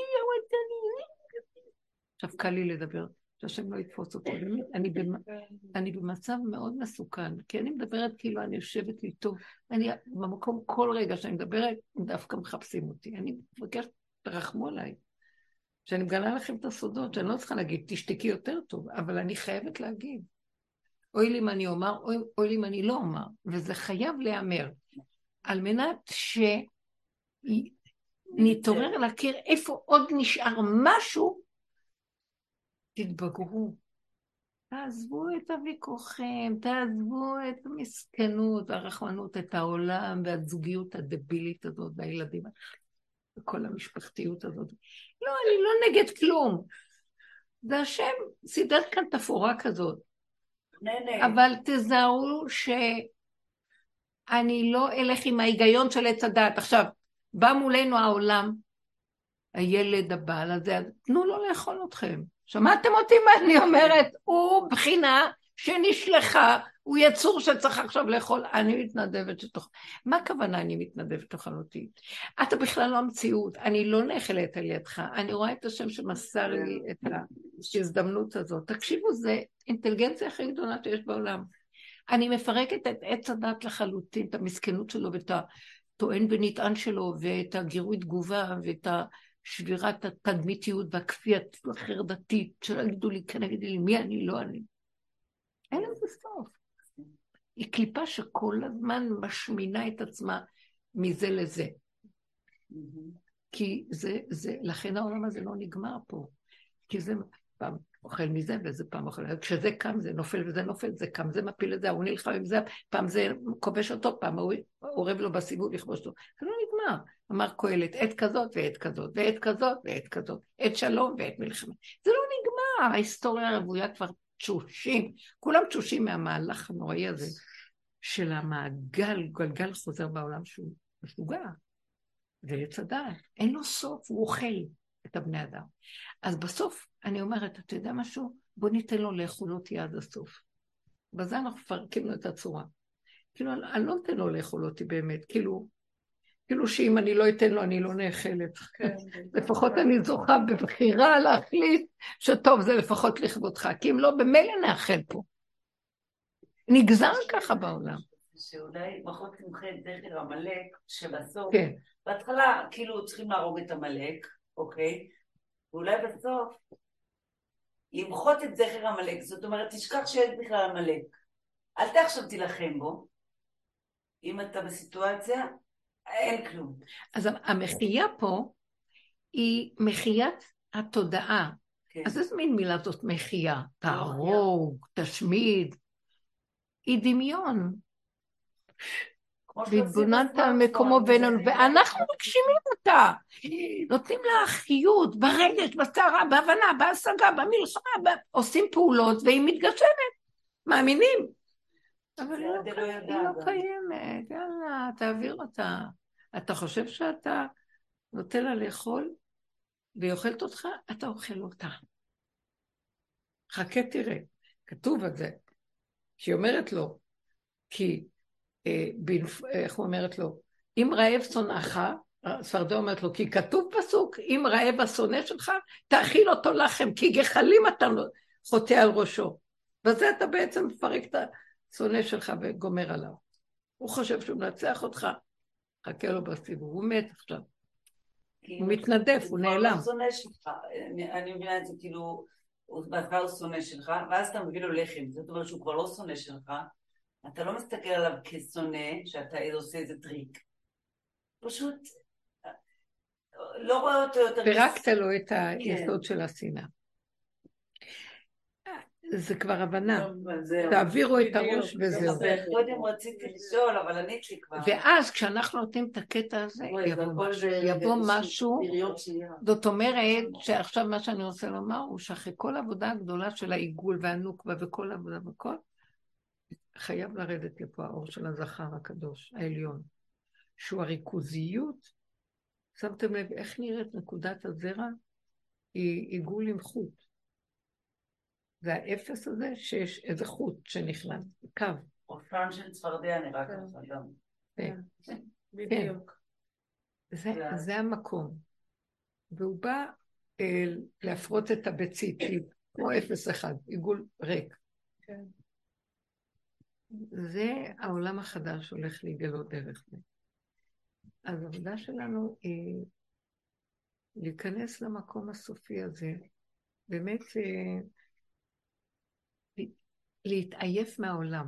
עכשיו קל לי לדבר, שהשם לא יתפוס אותי, אני במצב מאוד מסוכן, כי אני מדברת כאילו אני יושבת לי טוב, אני במקום כל רגע שאני מדברת, דווקא מחפשים אותי, אני מבקשת, תרחמו עליי, שאני מגלה לכם את הסודות, שאני לא צריכה להגיד, תשתקי יותר טוב, אבל אני חייבת להגיד, אוי לי מה אני אומר, אוי, אוי לי מה אני לא אומר, וזה חייב להיאמר, על מנת שנתעורר להכיר איפה עוד נשאר משהו, תתבגרו. תעזבו את הוויכוחים, תעזבו את המסכנות, הרחמנות, את העולם, והזוגיות הדבילית הזאת, והילדים. וכל המשפחתיות הזאת. לא, אני לא נגד כלום. זה השם סידר כאן תפאורה כזאת. נהנה. אבל תזהרו שאני לא אלך עם ההיגיון של עץ הדת. עכשיו, בא מולנו העולם, הילד הבעל הזה, אז תנו לו לאכול אתכם. שמעתם אותי מה אני אומרת? הוא בחינה שנשלחה, הוא יצור שצריך עכשיו לאכול. אני מתנדבת שתאכל. מה הכוונה אני מתנדבת שתאכל אותי? אתה בכלל לא המציאות, אני לא נאכלת על ידך. אני רואה את השם שמסר לי את ההזדמנות הזאת. תקשיבו, זה אינטליגנציה הכי גדולה שיש בעולם. אני מפרקת את עץ הדת לחלוטין, את המסכנות שלו ואת הטוען ונטען שלו ואת הגירוי תגובה ואת ה... שבירת התדמיתיות והכפייתיות החרדתית, שלא יגידו לי, כן, יגידו לי, מי אני, לא אני. אין לזה סוף. היא קליפה שכל הזמן משמינה את עצמה מזה לזה. כי זה, זה, לכן העולם הזה לא נגמר פה. כי זה פעם אוכל מזה וזה פעם אוכל. כשזה קם זה נופל וזה נופל, זה קם, זה מפיל את זה, הוא נלחם עם זה, פעם זה כובש אותו, פעם הוא עורב לו בסיבוב לכבוש אותו. זה לא נגמר. אמר קהלת, עת כזאת ועת כזאת, ועת כזאת ועת כזאת, עת שלום ועת מלחמה. זה לא נגמר, ההיסטוריה הרבויה כבר תשושים, כולם תשושים מהמהלך הנוראי הזה, של המעגל, גלגל חוזר בעולם שהוא משוגע, ולצדה, אין לו סוף, הוא אוכל את הבני אדם. אז בסוף אני אומרת, אתה יודע משהו? בוא ניתן לו לאכול אותי עד הסוף. בזה אנחנו פרקים לו את הצורה. כאילו, אני לא נותן לו לאכול אותי באמת, כאילו, כאילו שאם אני לא אתן לו, אני לא נאכלת. לפחות אני זוכה בבחירה להחליט שטוב זה לפחות לכבודך, כי אם לא, במילא נאכל פה. נגזר ככה בעולם. שאולי פחות נמחה את זכר המלאק, שבסוף, כן. בהתחלה כאילו צריכים להרוג את המלאק, אוקיי? ואולי בסוף למחות את זכר המלאק, זאת אומרת, תשכח שיש בכלל המלאק. אל תחשב תילחם בו, אם אתה בסיטואציה, אין כלום. אז המחייה פה היא מחיית התודעה. כן. אז איזה מין מילה זאת מחייה? תהרוג, תשמיד. היא דמיון. והתבוננת על מקומו בינינו, ואנחנו מגשימים אותה. נותנים לה חיות, ברגש, בסערה, בהבנה, בהשגה, במלחמה, עושים פעולות, והיא מתגשמת. מאמינים. אבל היא לא קיימת. יאללה, תעביר אותה. אתה חושב שאתה נותן לה לאכול, והיא אוכלת אותך, אתה אוכל אותה. חכה תראה, כתוב את זה, שהיא אומרת לו, כי, אה, בנפ... איך הוא אומרת לו, אם רעב שונאך, ספרדיה אומרת לו, כי כתוב פסוק, אם רעב השונא שלך, תאכיל אותו לחם, כי גחלים אתה חוטא על ראשו. וזה אתה בעצם מפרק את השונא שלך וגומר עליו. הוא חושב שהוא מנצח אותך, חכה לו בסיבוב, הוא מת עכשיו. הוא מתנדף, הוא נעלם. הוא שונא שלך, אני מבינה את זה כאילו, בהתחלה הוא שונא שלך, ואז אתה מביא לו לחם, זאת אומרת שהוא כבר לא שונא שלך, אתה לא מסתכל עליו כשונא, שאתה עושה איזה טריק. פשוט לא רואה אותו יותר... פירקת לו את היסוד של השנאה. זה כבר הבנה. תעבירו את הראש וזהו. קודם רציתי לשאול, אבל ענית לי כבר. ואז כשאנחנו נותנים את הקטע הזה, יבוא משהו, זאת אומרת שעכשיו מה שאני רוצה לומר הוא שאחרי כל העבודה הגדולה של העיגול והנוקבה וכל העבודה וכל, חייב לרדת לפה האור של הזכר הקדוש, העליון, שהוא הריכוזיות. שמתם לב איך נראית נקודת הזרע? היא עיגול עם חוט. זה האפס הזה שיש איזה חוט שנכנס, קו. אופן של צפרדיה נראה ככה גם. כן, בדיוק. זה המקום. והוא בא להפרוט את הביצית, כמו אפס אחד, עיגול ריק. זה העולם החדש הולך להיגלות דרך זה. אז העבודה שלנו היא להיכנס למקום הסופי הזה, באמת להתעייף מהעולם.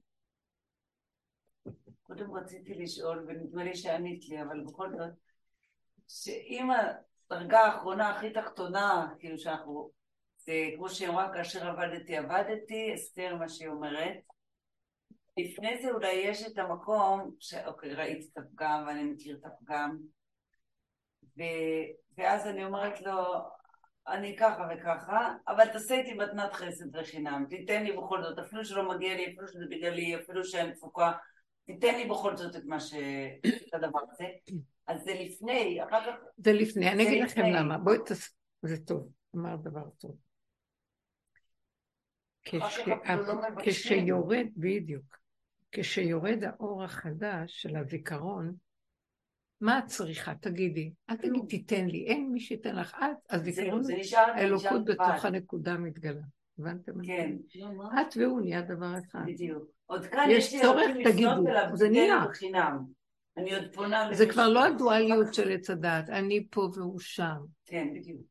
קודם רציתי לשאול, ונדמה לי שענית לי, אבל בכל זאת, שאם הדרגה האחרונה הכי תחתונה, כאילו שאנחנו, זה כמו שהיא אמרה, כאשר עבדתי, עבדתי, אסתר מה שהיא אומרת, לפני זה אולי יש את המקום, שאוקיי, ראיתי את הפגם, ואני מכיר את הפגם, ואז אני אומרת לו, אני ככה וככה, אבל תעשה איתי מתנת חסד וחינם, תיתן לי בכל זאת, אפילו שלא מגיע לי, אפילו שזה בגללי, אפילו שאין תפוקה, תיתן לי בכל זאת את מה ש... את הדבר הזה. אז זה לפני, אחר כך... זה לפני, אני אגיד לכם למה, בואי תס... זה טוב, אמר דבר טוב. כשיורד, בדיוק, כשיורד האור החדש של הזיכרון, מה את צריכה? תגידי. אל תגיד, תיתן לי. אין מי שיתן לך. את, הזיכרון, האלוקות בתוך הנקודה מתגלה. הבנתם? כן. את והוא נהיה דבר אחד. בדיוק. עוד כאן יש לי צורך, תגידו. זה נהיה. אני עוד פונה... זה כבר לא הדואליות של עץ הדת. אני פה והוא שם. כן, בדיוק.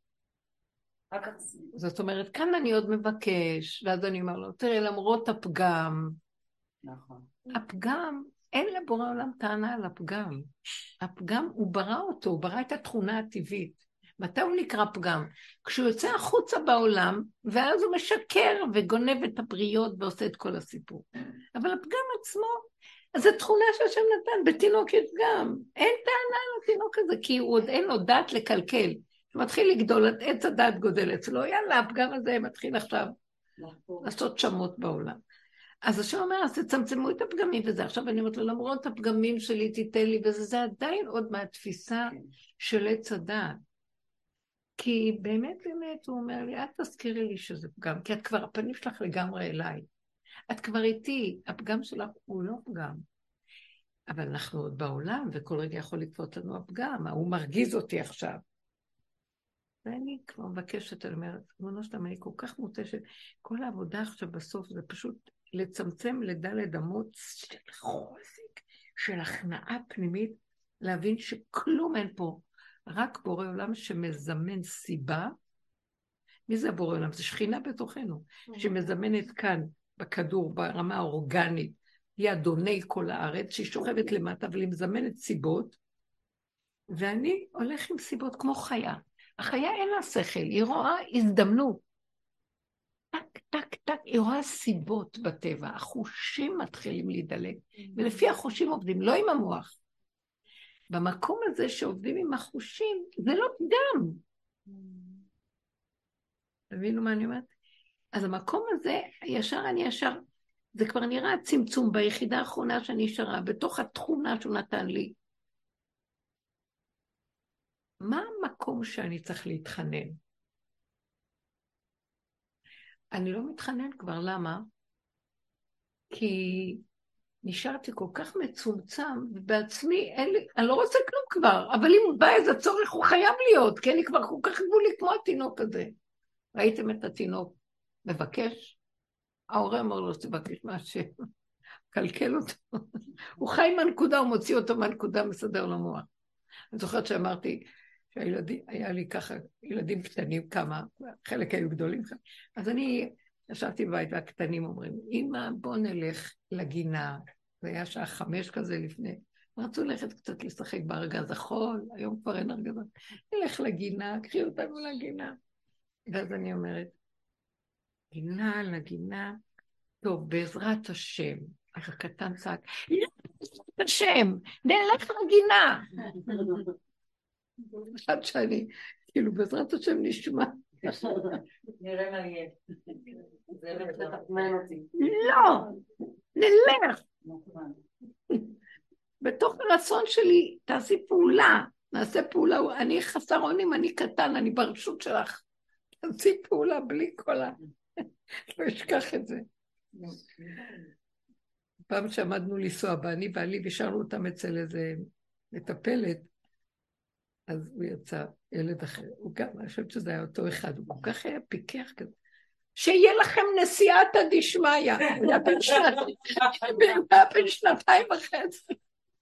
זאת אומרת, כאן אני עוד מבקש, ואז אני אומר לו, תראה, למרות הפגם, נכון. הפגם, אין לבורא עולם טענה על הפגם. הפגם, הוא ברא אותו, הוא ברא את התכונה הטבעית. מתי הוא נקרא פגם? כשהוא יוצא החוצה בעולם, ואז הוא משקר וגונב את הבריות ועושה את כל הסיפור. אבל הפגם עצמו, אז זו תכונה שהשם נתן, בתינוק יש פגם. אין טענה על התינוק הזה, כי הוא עוד אין לו דעת לקלקל. הוא מתחיל לגדול, עץ הדעת גודל אצלו, יאללה, הפגם הזה מתחיל עכשיו לעשות שמות בעולם. אז השם אומר, אז תצמצמו את הפגמים וזה. עכשיו אני אומרת לו, למרות הפגמים שלי תיתן לי, וזה זה עדיין עוד מהתפיסה של עץ הדעת. כי באמת באמת הוא אומר לי, את תזכירי לי שזה פגם, כי את כבר, הפנים שלך לגמרי אליי. את כבר איתי, הפגם שלך הוא לא פגם. אבל אנחנו עוד בעולם, וכל רגע יכול לקפוץ לנו הפגם, הוא מרגיז אותי עכשיו. ואני כבר מבקשת, אני אומרת, בונו שלם, אני כל כך מותשת, כל העבודה עכשיו בסוף זה פשוט לצמצם לדלת אמות של חוזק, של הכנעה פנימית, להבין שכלום אין פה, רק בורא עולם שמזמן סיבה. מי זה בורא עולם? זה שכינה בתוכנו, שמזמנת כאן בכדור, ברמה האורגנית, היא אדוני כל הארץ, שהיא שוכבת למטה, אבל היא מזמנת סיבות, ואני הולך עם סיבות כמו חיה. החיה אין לה שכל, היא רואה הזדמנות. טק, טק, טק, היא רואה סיבות בטבע, החושים מתחילים להידלק, ולפי החושים עובדים, לא עם המוח. במקום הזה שעובדים עם החושים, זה לא פגם. תבינו מה אני אומרת? אז המקום הזה, ישר אני ישר, זה כבר נראה צמצום ביחידה האחרונה שאני ישרה, בתוך התכונה שהוא נתן לי. מה המקום שאני צריך להתחנן? אני לא מתחנן כבר, למה? כי נשארתי כל כך מצומצם, ובעצמי, אין לי, אני לא רוצה כלום כבר, אבל אם בא איזה צורך, הוא חייב להיות, כי אני כבר כל כך גבולי כמו התינוק הזה. ראיתם את התינוק מבקש? ההורה אמר לו, תבקש מהשם, קלקל אותו. הוא חי מהנקודה, הוא מוציא אותו מהנקודה, מסדר למוח. אני זוכרת שאמרתי, שהילדים, היה לי ככה, ילדים קטנים כמה, חלק היו גדולים, אז אני ישבתי בבית והקטנים אומרים, אמא בוא נלך לגינה, זה היה שעה חמש כזה לפני, רצו ללכת קצת לשחק בארגז החול, היום כבר אין ארגז, נלך לגינה, קחי אותנו לגינה, ואז אני אומרת, גינה לגינה, טוב בעזרת השם, אז הקטן צעק, בעזרת השם, נלך לגינה, עד שאני, כאילו בעזרת השם נשמע. נראה מה יהיה. זה לתכנן אותי. לא, נלך. בתוך הרצון שלי, תעשי פעולה, נעשה פעולה, אני חסר אונים, אני קטן, אני ברשות שלך. תעשי פעולה בלי כל ה... לא אשכח את זה. פעם שעמדנו לנסוע, ואני בעלי, ושארנו אותם אצל איזה מטפלת, אז הוא יצא ילד אחר, הוא גם, אני חושבת שזה היה אותו אחד, הוא כל כך היה פיקח כזה, שיהיה לכם נסיעתא דשמיא, הוא היה בן שנתיים, היה בן שנתיים וחצי.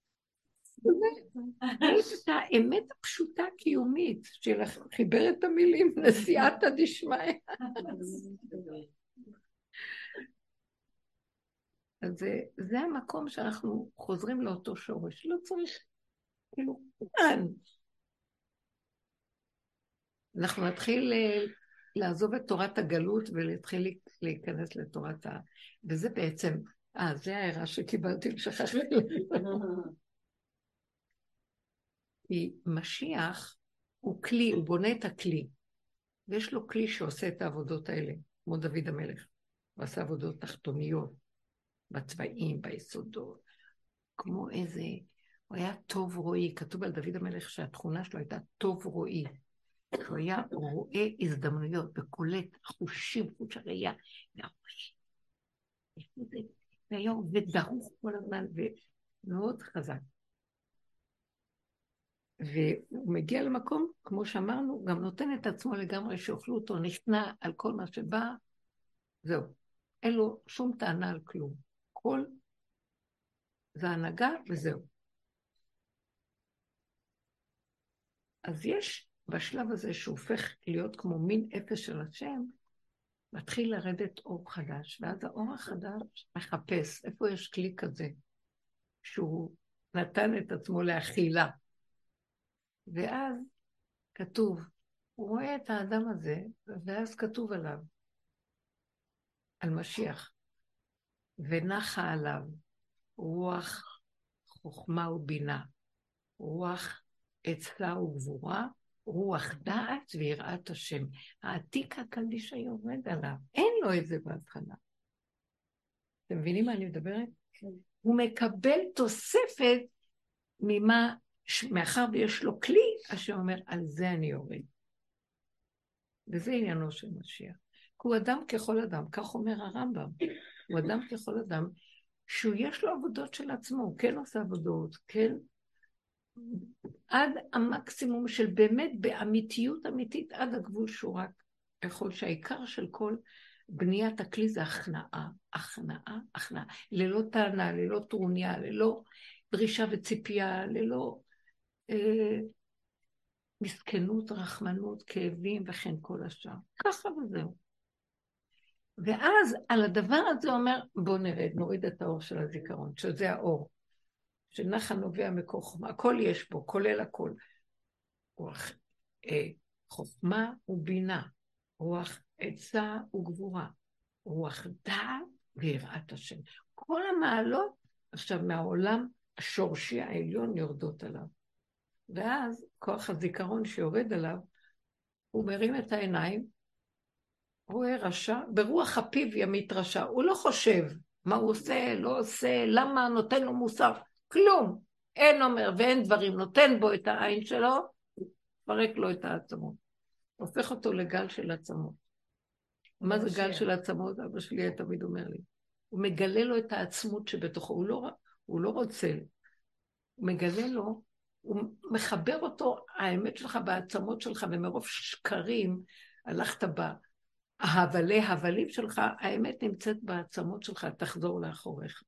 זאת האמת הפשוטה הקיומית, שחיבר את המילים, נסיעתא דשמיא. אז זה, זה המקום שאנחנו חוזרים לאותו שורש, לא צריך, כאילו, כאן. אנחנו נתחיל לעזוב את תורת הגלות ולהתחיל להיכנס לתורת ה... וזה בעצם, אה, זה הערה שקיבלתי לשכחתי. כי משיח הוא כלי, הוא בונה את הכלי. ויש לו כלי שעושה את העבודות האלה, כמו דוד המלך. הוא עשה עבודות תחתוניות, בצבעים, ביסודות, כמו איזה... הוא היה טוב רואי, כתוב על דוד המלך שהתכונה שלו הייתה טוב רואי. הוא היה רואה הזדמנויות וקולט חושים, חוש הראייה, והחושים. והיה עובד דרוך כל הזמן ומאוד חזק. והוא מגיע למקום, כמו שאמרנו, גם נותן את עצמו לגמרי שאוכלו אותו, נכנע על כל מה שבא, זהו. אין לו שום טענה על כלום. כל זה הנהגה וזהו. אז יש בשלב הזה שהופך להיות כמו מין אפס של השם, מתחיל לרדת אור חדש, ואז האור החדש מחפש איפה יש כלי כזה, שהוא נתן את עצמו לאכילה. ואז כתוב, הוא רואה את האדם הזה, ואז כתוב עליו, על משיח, ונחה עליו רוח חוכמה ובינה, רוח עצה וגבורה, רוח דעת ויראת השם. העתיק הקדיש יורד עליו, אין לו את זה בהתחלה. אתם מבינים מה אני מדברת? כן. הוא מקבל תוספת ממה, מאחר ויש לו כלי, אשר אומר, על זה אני יורד. וזה עניינו של משיח. כי הוא אדם ככל אדם, כך אומר הרמב"ם. הוא אדם ככל אדם, שהוא יש לו עבודות של עצמו, הוא כן עושה עבודות, כן, עד המקסימום של באמת באמיתיות אמיתית, עד הגבול שהוא רק יכול, שהעיקר של כל בניית הכלי זה הכנעה, הכנעה, הכנעה, ללא טענה, ללא טרוניה, ללא דרישה וציפייה, ללא אה, מסכנות, רחמנות, כאבים וכן כל השאר. ככה וזהו. ואז על הדבר הזה אומר, בוא נרד, נוריד את האור של הזיכרון, שזה האור. שנחה נובע מקור חוכמה, הכל יש בו, כולל הכל. רוח אה, חוכמה ובינה, רוח עצה וגבורה, רוח דעת ויראת השם. כל המעלות עכשיו מהעולם השורשי העליון יורדות עליו. ואז כוח הזיכרון שיורד עליו, הוא מרים את העיניים, רואה רשע, ברוח הפיו ימית רשע, הוא לא חושב מה הוא עושה, לא עושה, למה נותן לו מוסר, כלום, אין אומר ואין דברים, נותן בו את העין שלו, פרק לו את העצמות, הופך אותו לגל של עצמות. מה זה גל של עצמות? אבא שלי תמיד אומר לי, הוא מגלה לו את העצמות שבתוכו, הוא לא, הוא לא רוצה, הוא מגלה לו, הוא מחבר אותו, האמת שלך בעצמות שלך, ומרוב שקרים הלכת בה, ההבלי הבלים שלך, האמת נמצאת בעצמות שלך, תחזור לאחוריך.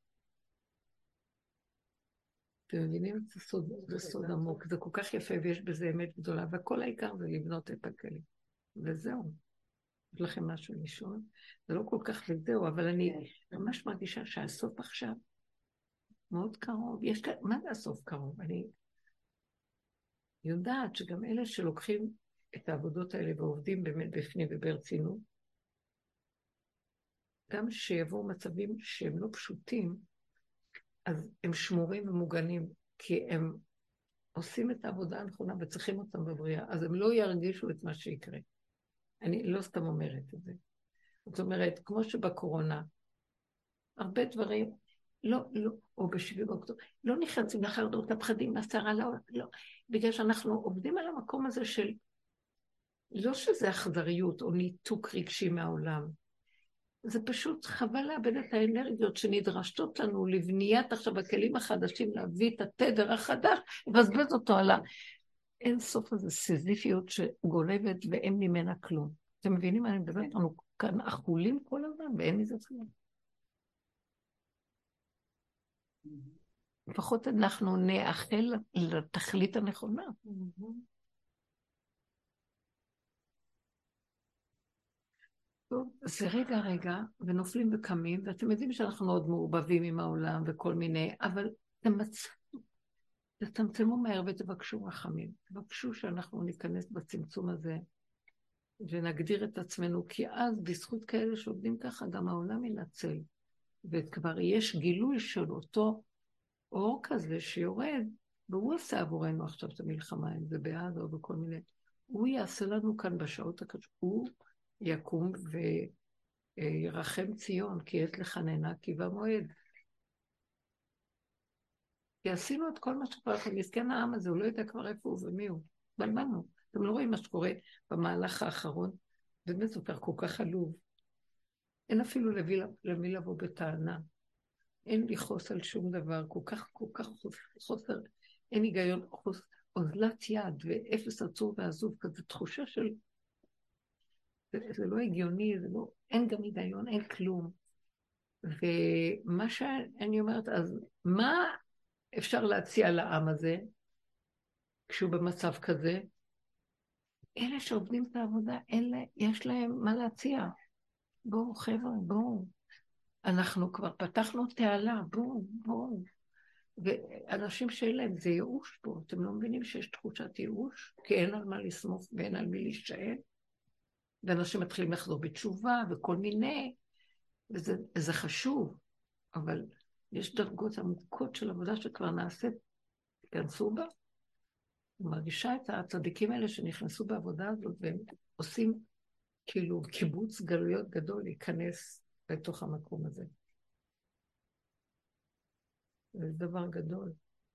אתם מבינים? זה סוד, זה סוד עמוק, זה כל כך יפה ויש בזה אמת גדולה, וכל העיקר זה לבנות את הכלים. וזהו. יש לכם משהו לשאול? זה לא כל כך וזהו, אבל אני ממש מרגישה שהסוף עכשיו מאוד קרוב. יש כאן, מה זה הסוף קרוב? אני יודעת שגם אלה שלוקחים את העבודות האלה ועובדים באמת בפנים וברצינות, גם שיבואו מצבים שהם לא פשוטים, אז הם שמורים ומוגנים, כי הם עושים את העבודה הנכונה וצריכים אותם בבריאה, אז הם לא ירגישו את מה שיקרה. אני לא סתם אומרת את זה. זאת אומרת, כמו שבקורונה, הרבה דברים, לא, לא, או בשביל באוקטובר, לא נכנסים לחרדות, לפחדים, מהסערה, לא, לא, בגלל שאנחנו עובדים על המקום הזה של, לא שזה אכזריות או ניתוק רגשי מהעולם, זה פשוט חבל לאבד את האנרגיות שנדרשתות לנו לבניית עכשיו הכלים החדשים, להביא את התדר החדש, לבזבז אותו על אין סוף הזה סיזיפיות שגולבת ואין ממנה כלום. אתם מבינים מה אני מדברת? אנחנו כאן אכולים כל הזמן ואין מזה כלום. לפחות אנחנו נאחל לתכלית הנכונה. טוב, זה רגע רגע, ונופלים וקמים, ואתם יודעים שאנחנו עוד מעורבבים עם העולם וכל מיני, אבל תצמצמו מהר ותבקשו רחמים. תבקשו שאנחנו ניכנס בצמצום הזה, ונגדיר את עצמנו, כי אז בזכות כאלה שעובדים ככה, גם העולם ינצל. וכבר יש גילוי של אותו אור כזה שיורד, והוא עושה עבורנו עכשיו את המלחמה, אם זה בעד או בכל מיני, הוא יעשה לנו כאן בשעות הקדושות, הוא יקום וירחם ציון, כי עת לחננה כי במועד. כי עשינו את כל מה שקורה לכם, מסכן העם הזה, הוא לא יודע כבר איפה הוא ומי הוא. בלבלנו. אתם לא רואים מה שקורה במהלך האחרון, באמת זה כל כך עלוב. אין אפילו למי לבוא בטענה. אין לי חוס על שום דבר, כל כך, כל כך חוסר, אין היגיון, חוס, אוזלת יד ואפס עצור ועזוב, כזו תחושה של, זה, זה לא הגיוני, זה לא, אין גם היגיון, אין כלום. ומה שאני אומרת, אז מה אפשר להציע לעם הזה, כשהוא במצב כזה? אלה שעובדים את העבודה, אלה, יש להם מה להציע. בואו חבר'ה, בואו. אנחנו כבר פתחנו תעלה, בואו, בואו. ואנשים שאין להם, זה ייאוש פה. אתם לא מבינים שיש תחושת ייאוש? כי אין על מה לסמוך ואין על מי להישאל. ואנשים מתחילים לחזור בתשובה וכל מיני, וזה, וזה חשוב. אבל יש דרגות עמוקות של עבודה שכבר נעשית, תיכנסו בה. אני מרגישה את הצדיקים האלה שנכנסו בעבודה הזאת, והם עושים כאילו קיבוץ גלויות גדול להיכנס לתוך המקום הזה. זה דבר גדול.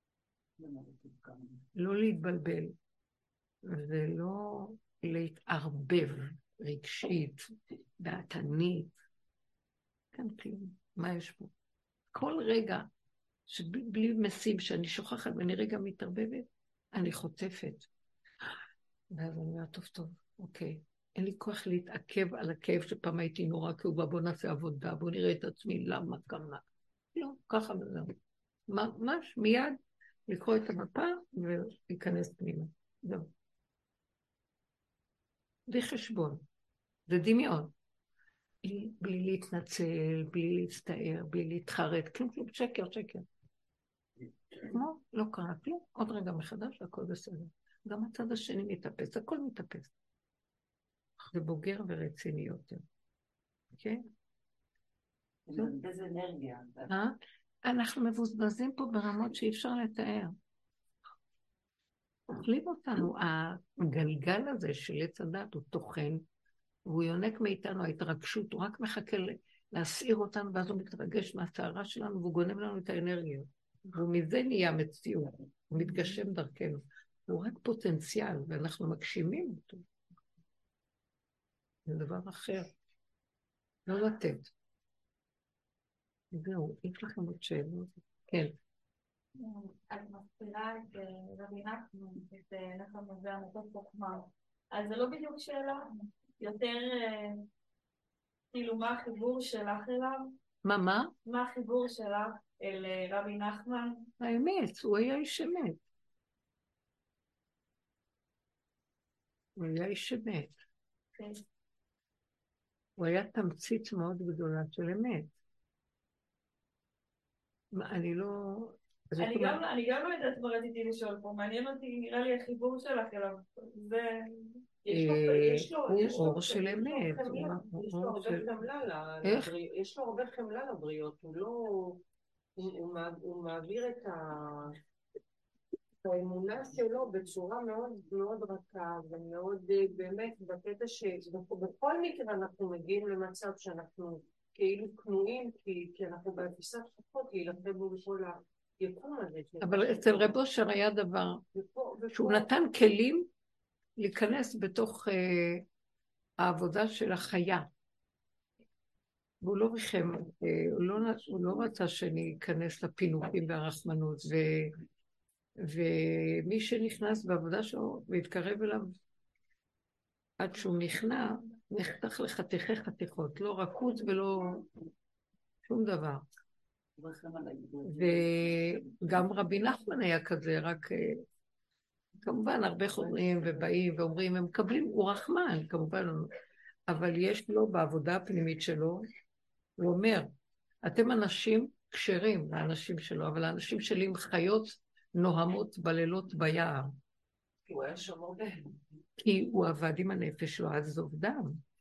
לא להתבלבל, ולא להתערבב רגשית, דעתנית. כאן כלום, מה יש פה? כל רגע שבלי משים שאני שוכחת ואני רגע מתערבבת, אני חוטפת. ואז אני אומרת, טוב טוב, אוקיי. אין לי כוח להתעכב על הכאב שפעם הייתי נורא כאובה, בוא נעשה עבודה, בוא נראה את עצמי, למה, כמה. לא, ככה וזהו. ממש מיד לקרוא את המפה ולהיכנס פנימה. זהו. בלי חשבון. זה דמיון. בלי, בלי להתנצל, בלי להצטער, בלי להתחרט, כלום כלום, שקר, שקר. כמו, לא קרה כלום, עוד רגע מחדש, הכל בסדר. גם הצד השני מתאפס, הכל מתאפס. זה בוגר ורציני יותר. אוקיי? איזה אנרגיה. אה? אנחנו מבוזבזים פה ברמות שאי אפשר לתאר. תחליב אותנו, הגלגל הזה של עץ הדת הוא תוכן, והוא יונק מאיתנו ההתרגשות, הוא רק מחכה להסעיר אותנו, ואז הוא מתרגש מהסערה שלנו, והוא גונב לנו את האנרגיה. ומזה נהיה מציאות, הוא מתגשם דרכנו. הוא רק פוטנציאל, ואנחנו מגשימים אותו. זה דבר אחר. לא לתת. זהו, יש לכם עוד שאלות? כן. אני מזכירה את רבי נחמן, את נחמן מזר, נתון חוכמה. אז זה לא בדיוק שאלה, יותר כאילו מה החיבור שלך אליו? מה, מה? מה החיבור שלך אל רבי נחמן? האמת, הוא היה איש אמת. הוא היה איש אמת. כן. הוא היה תמצית מאוד גדולה של אמת. מה, אני לא... אני גם, אני גם לא יודעת מה רציתי לשאול פה, מעניין אותי, נראה לי החיבור שלך אליו, זה... יש לו אור של אמת. יש לו הרבה חמלה לבריות, יש לו הרבה חמלה לבריות, הוא לא... הוא מעביר את האמונה שלו בצורה מאוד מאוד רכה ומאוד באמת בקטע שבכל מקרה אנחנו מגיעים למצב שאנחנו כאילו כנועים כי אנחנו באפיסת כוחות להילחם בו בכל היקום הזה. אבל אצל רב אושר היה דבר שהוא נתן כלים להיכנס בתוך העבודה של החיה. והוא לא ריחם, הוא לא, הוא לא רצה שאני אכנס לפינוקים והרחמנות, ו, ומי שנכנס בעבודה שלו והתקרב אליו עד שהוא נכנע, נחתך לחתיכי חתיכות, לא רכות ולא שום דבר. וגם רבי נחמן היה כזה, רק כמובן הרבה חוזרים ובאים ואומרים, הם מקבלים, הוא רחמן, כמובן, אבל יש לו בעבודה הפנימית שלו, הוא אומר, אתם אנשים כשרים, האנשים שלו, אבל האנשים שלי הם חיות נוהמות בלילות ביער. הוא היה שם הרבה. כי הוא עבד עם הנפש שלו, אז זה עובדם.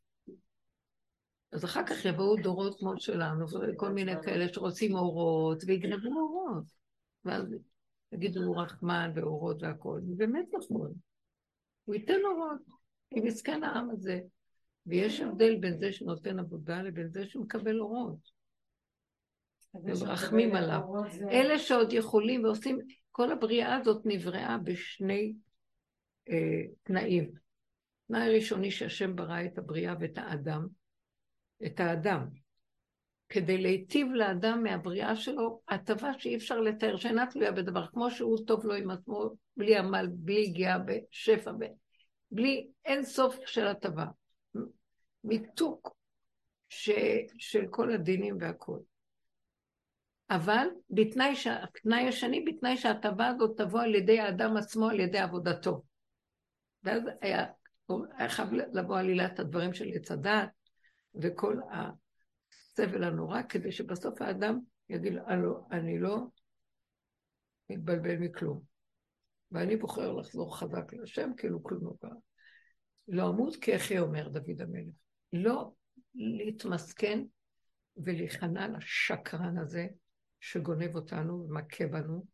אז אחר כך יבואו דורות כמו שלנו, וכל מיני כאלה שרוצים אורות, ויגנבו אורות. ואז יגידו רחמן ואורות והכל, באמת נכון. הוא ייתן אורות. כי מסכן העם הזה. ויש הבדל בין זה שנותן עבודה לבין זה שמקבל אורות. ומרחמים עליו. אלה שעוד יכולים ועושים, כל הבריאה הזאת נבראה בשני אה, תנאים. תנאי ראשוני שהשם ברא את הבריאה ואת האדם, את האדם, כדי להיטיב לאדם מהבריאה שלו, הטבה שאי אפשר לתאר, שאינה תלויה בדבר, כמו שהוא טוב לו עם עצמו, בלי עמל, בלי הגיעה בשפע, בלי אין סוף של הטבה. מיתוק ש... של כל הדינים והכל. אבל בתנאי שה... התנאי השני, בתנאי שההטבה הזאת תבוא על ידי האדם עצמו, על ידי עבודתו. ואז היה, היה חייב לבוא עלילת הדברים של עץ הדעת, וכל הסבל הנורא, כדי שבסוף האדם יגיד, אני לא מתבלבל מכלום. ואני בוחר לחזור חזק לשם, כאילו כלום לא קרה. לא אמות כי אחי אומר דוד המלך. לא להתמסכן ולהיכנע לשקרן הזה שגונב אותנו ומכה בנו,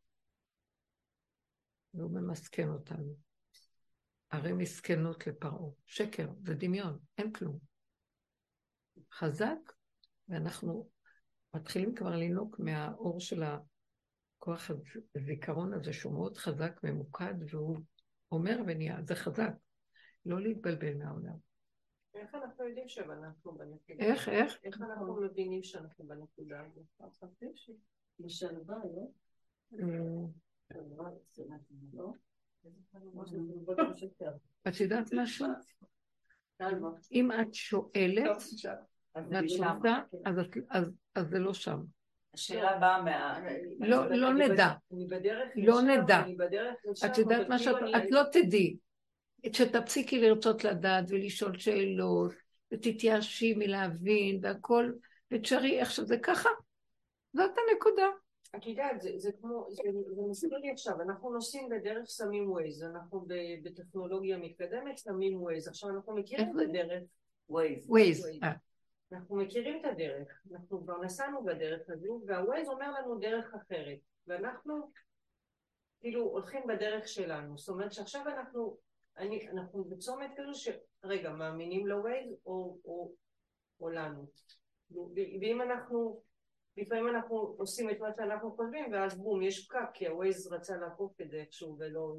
והוא ממסכן אותנו. הרי מסכנות לפרעה. שקר, זה דמיון, אין כלום. חזק, ואנחנו מתחילים כבר לינוק מהאור של הכוח הזיכרון הזה, שהוא מאוד חזק, ממוקד, והוא אומר ונהיה, זה חזק. לא להתבלבל מהעולם. איך אנחנו יודעים שאנחנו בנקודה? איך, איך? איך אנחנו מבינים שאנחנו בנקודה? בשלווה, לא? שלווה, לא? את יודעת משהו? אם את שואלת, ואת שואלת, אז זה לא שם. השאלה באה מה... לא נדע. לא נדע. את יודעת משהו? את לא תדעי. שתפסיקי לרצות לדעת ולשאול שאלות, ותתייאשי מלהבין והכל, ותשארי איך שזה ככה. זאת הנקודה. את יודעת, זה, זה כמו, זה, זה מסביר לי עכשיו, אנחנו נוסעים בדרך שמים ווייז, אנחנו בטכנולוגיה מתקדמת שמים ווייז, עכשיו אנחנו מכירים את הדרך. ווייז. ווייז. אנחנו מכירים את הדרך, אנחנו כבר נסענו בדרך הזו, והווייז אומר לנו דרך אחרת, ואנחנו כאילו הולכים בדרך שלנו, זאת אומרת שעכשיו אנחנו, אני, אנחנו בצומת כזו שרגע, מאמינים לווייז או, או, או לנו. ואם אנחנו, לפעמים אנחנו עושים את מה שאנחנו חושבים, ואז בום, יש פקק, כי הווייז רצה לעקוף את זה איכשהו ולא...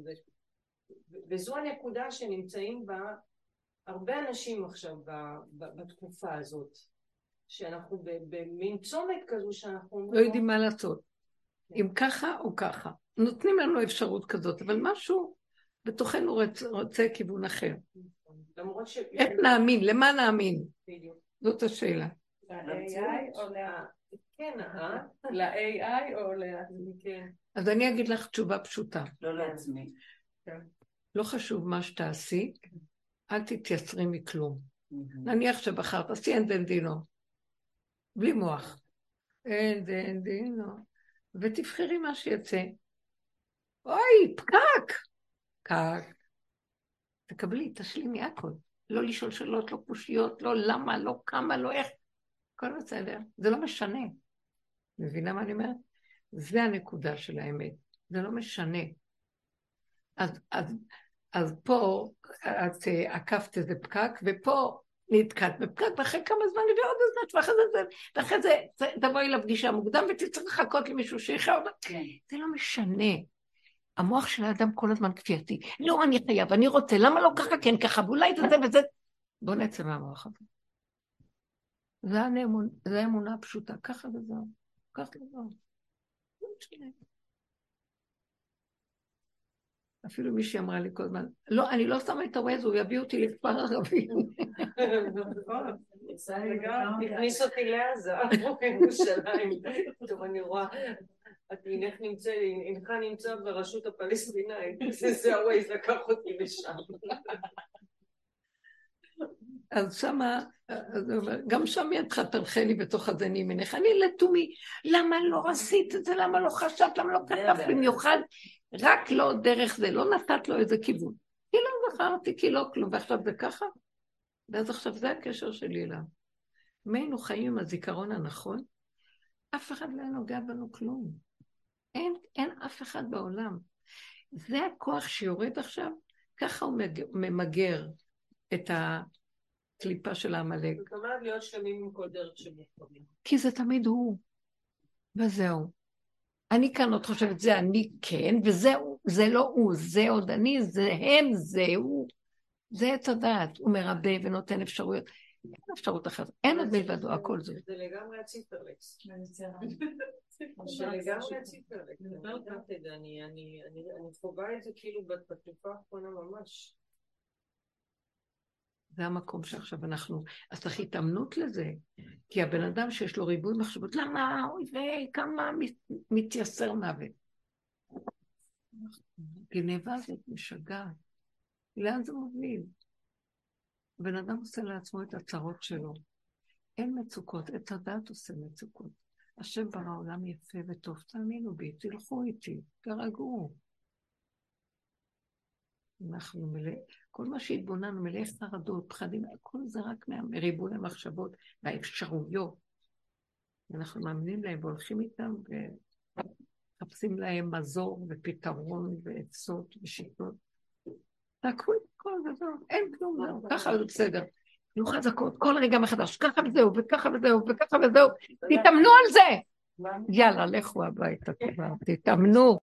וזו הנקודה שנמצאים בה הרבה אנשים עכשיו בתקופה הזאת, שאנחנו במין צומת כזו שאנחנו... לא יודעים מה לעשות. אם ככה או ככה. נותנים לנו אפשרות כזאת, אבל משהו בתוכנו רוצה כיוון אחר. למרות ש... איך נאמין? למה נאמין? זאת השאלה. ל-איי איי או ל... כן, אה? ל-איי איי או לעצמי, כן. אז אני אגיד לך תשובה פשוטה. לא לעצמי. לא חשוב מה שתעשי, אל תתייסרי מכלום. נניח שבחרת, עשי אין דין דינו. בלי מוח. אין דין דינו. ותבחרי מה שיצא. אוי, פקק! פקק. תקבלי, תשלימי הכל. לא לשאול שאלות, לא קושיות, לא למה, לא כמה, לא איך. הכל בסדר. זה לא משנה. מבינה מה אני אומרת? זה הנקודה של האמת. זה לא משנה. אז, אז, אז פה את עקפת איזה פקק, ופה נתקעת בפקק, ואחרי כמה זמן נביא עוד איזה, ואחרי זה, ואחרי זה תבואי לפגישה מוקדם, ותצטרך לחכות למישהו שיחיה. כן. זה לא משנה. המוח של האדם כל הזמן כפייתי. לא, אני חייב, אני רוצה, למה לא ככה, כן ככה, ואולי זה זה וזה. בוא נצא מהמוח הזה. זה האמונה, זה האמונה הפשוטה, ככה וזהו, ככה וזהו. לא משנה. אפילו מישהי אמרה לי כל הזמן, לא, אני לא שמה את הווייז, הוא יביא אותי לכפר ערבי. הכניס אותי לעזה, ירושלים. טוב, אני רואה, אינך נמצא ברשות הפלסטינאית, זה הווייז לקח אותי לשם. אז שמה, גם שם ידך תלכה לי בתוך הזני ימינך, אני לתומי, למה לא עשית את זה, למה לא חשבת, למה לא כתבת במיוחד, רק לא דרך זה, לא נתת לו איזה כיוון. כי לא זכרתי, כי לא כלום, ועכשיו זה ככה, ואז עכשיו זה הקשר שלי אליו. אם היינו חיים עם הזיכרון הנכון, אף אחד לא נוגע בנו כלום. אין, אין אף אחד בעולם. זה הכוח שיורד עכשיו, ככה הוא ממגר את הקליפה של העמלק. זאת אומרת להיות שלמים עם כל דרך שמוכנים. כי זה תמיד הוא. וזהו. אני כאן עוד חושבת, זה אני כן, וזהו, זה לא הוא, זה עוד אני, זה הם, זה הוא. זה את הדעת, הוא מרבה ונותן אפשרויות. אין אפשרות אחרת, אין עוד מלבדו, הכל זה. זה לגמרי הציפרלקס. זה לגמרי הציפרלקס. אני חווה את זה כאילו בתקופה האחרונה ממש. זה המקום שעכשיו אנחנו, אז צריך התאמנות לזה, כי הבן אדם שיש לו ריבוי מחשבות, למה, אוי ויי, כמה מתייסר מוות. גניבה הזאת משגעת. לאן זה מוביל? הבן אדם עושה לעצמו את הצרות שלו. אין מצוקות, את הדעת עושה מצוקות. השם ברא עולם יפה וטוב, תאמינו בי, תלכו איתי, תרגעו. אנחנו מלא, כל מה שהתבוננו, מלא חרדות, פחדים, כל זה רק מריבוי המחשבות והאפשרויות. אנחנו מאמינים להם והולכים איתם וחפשים להם מזור ופתרון ועצות ושיטות. תעקבו את כל זה, אין כלום, זהו, ככה זה בסדר. יהיו חזקות, כל רגע מחדש, ככה וזהו, וככה וזהו, וככה וזהו, תתאמנו על זה. יאללה, לכו הביתה כבר, תתאמנו.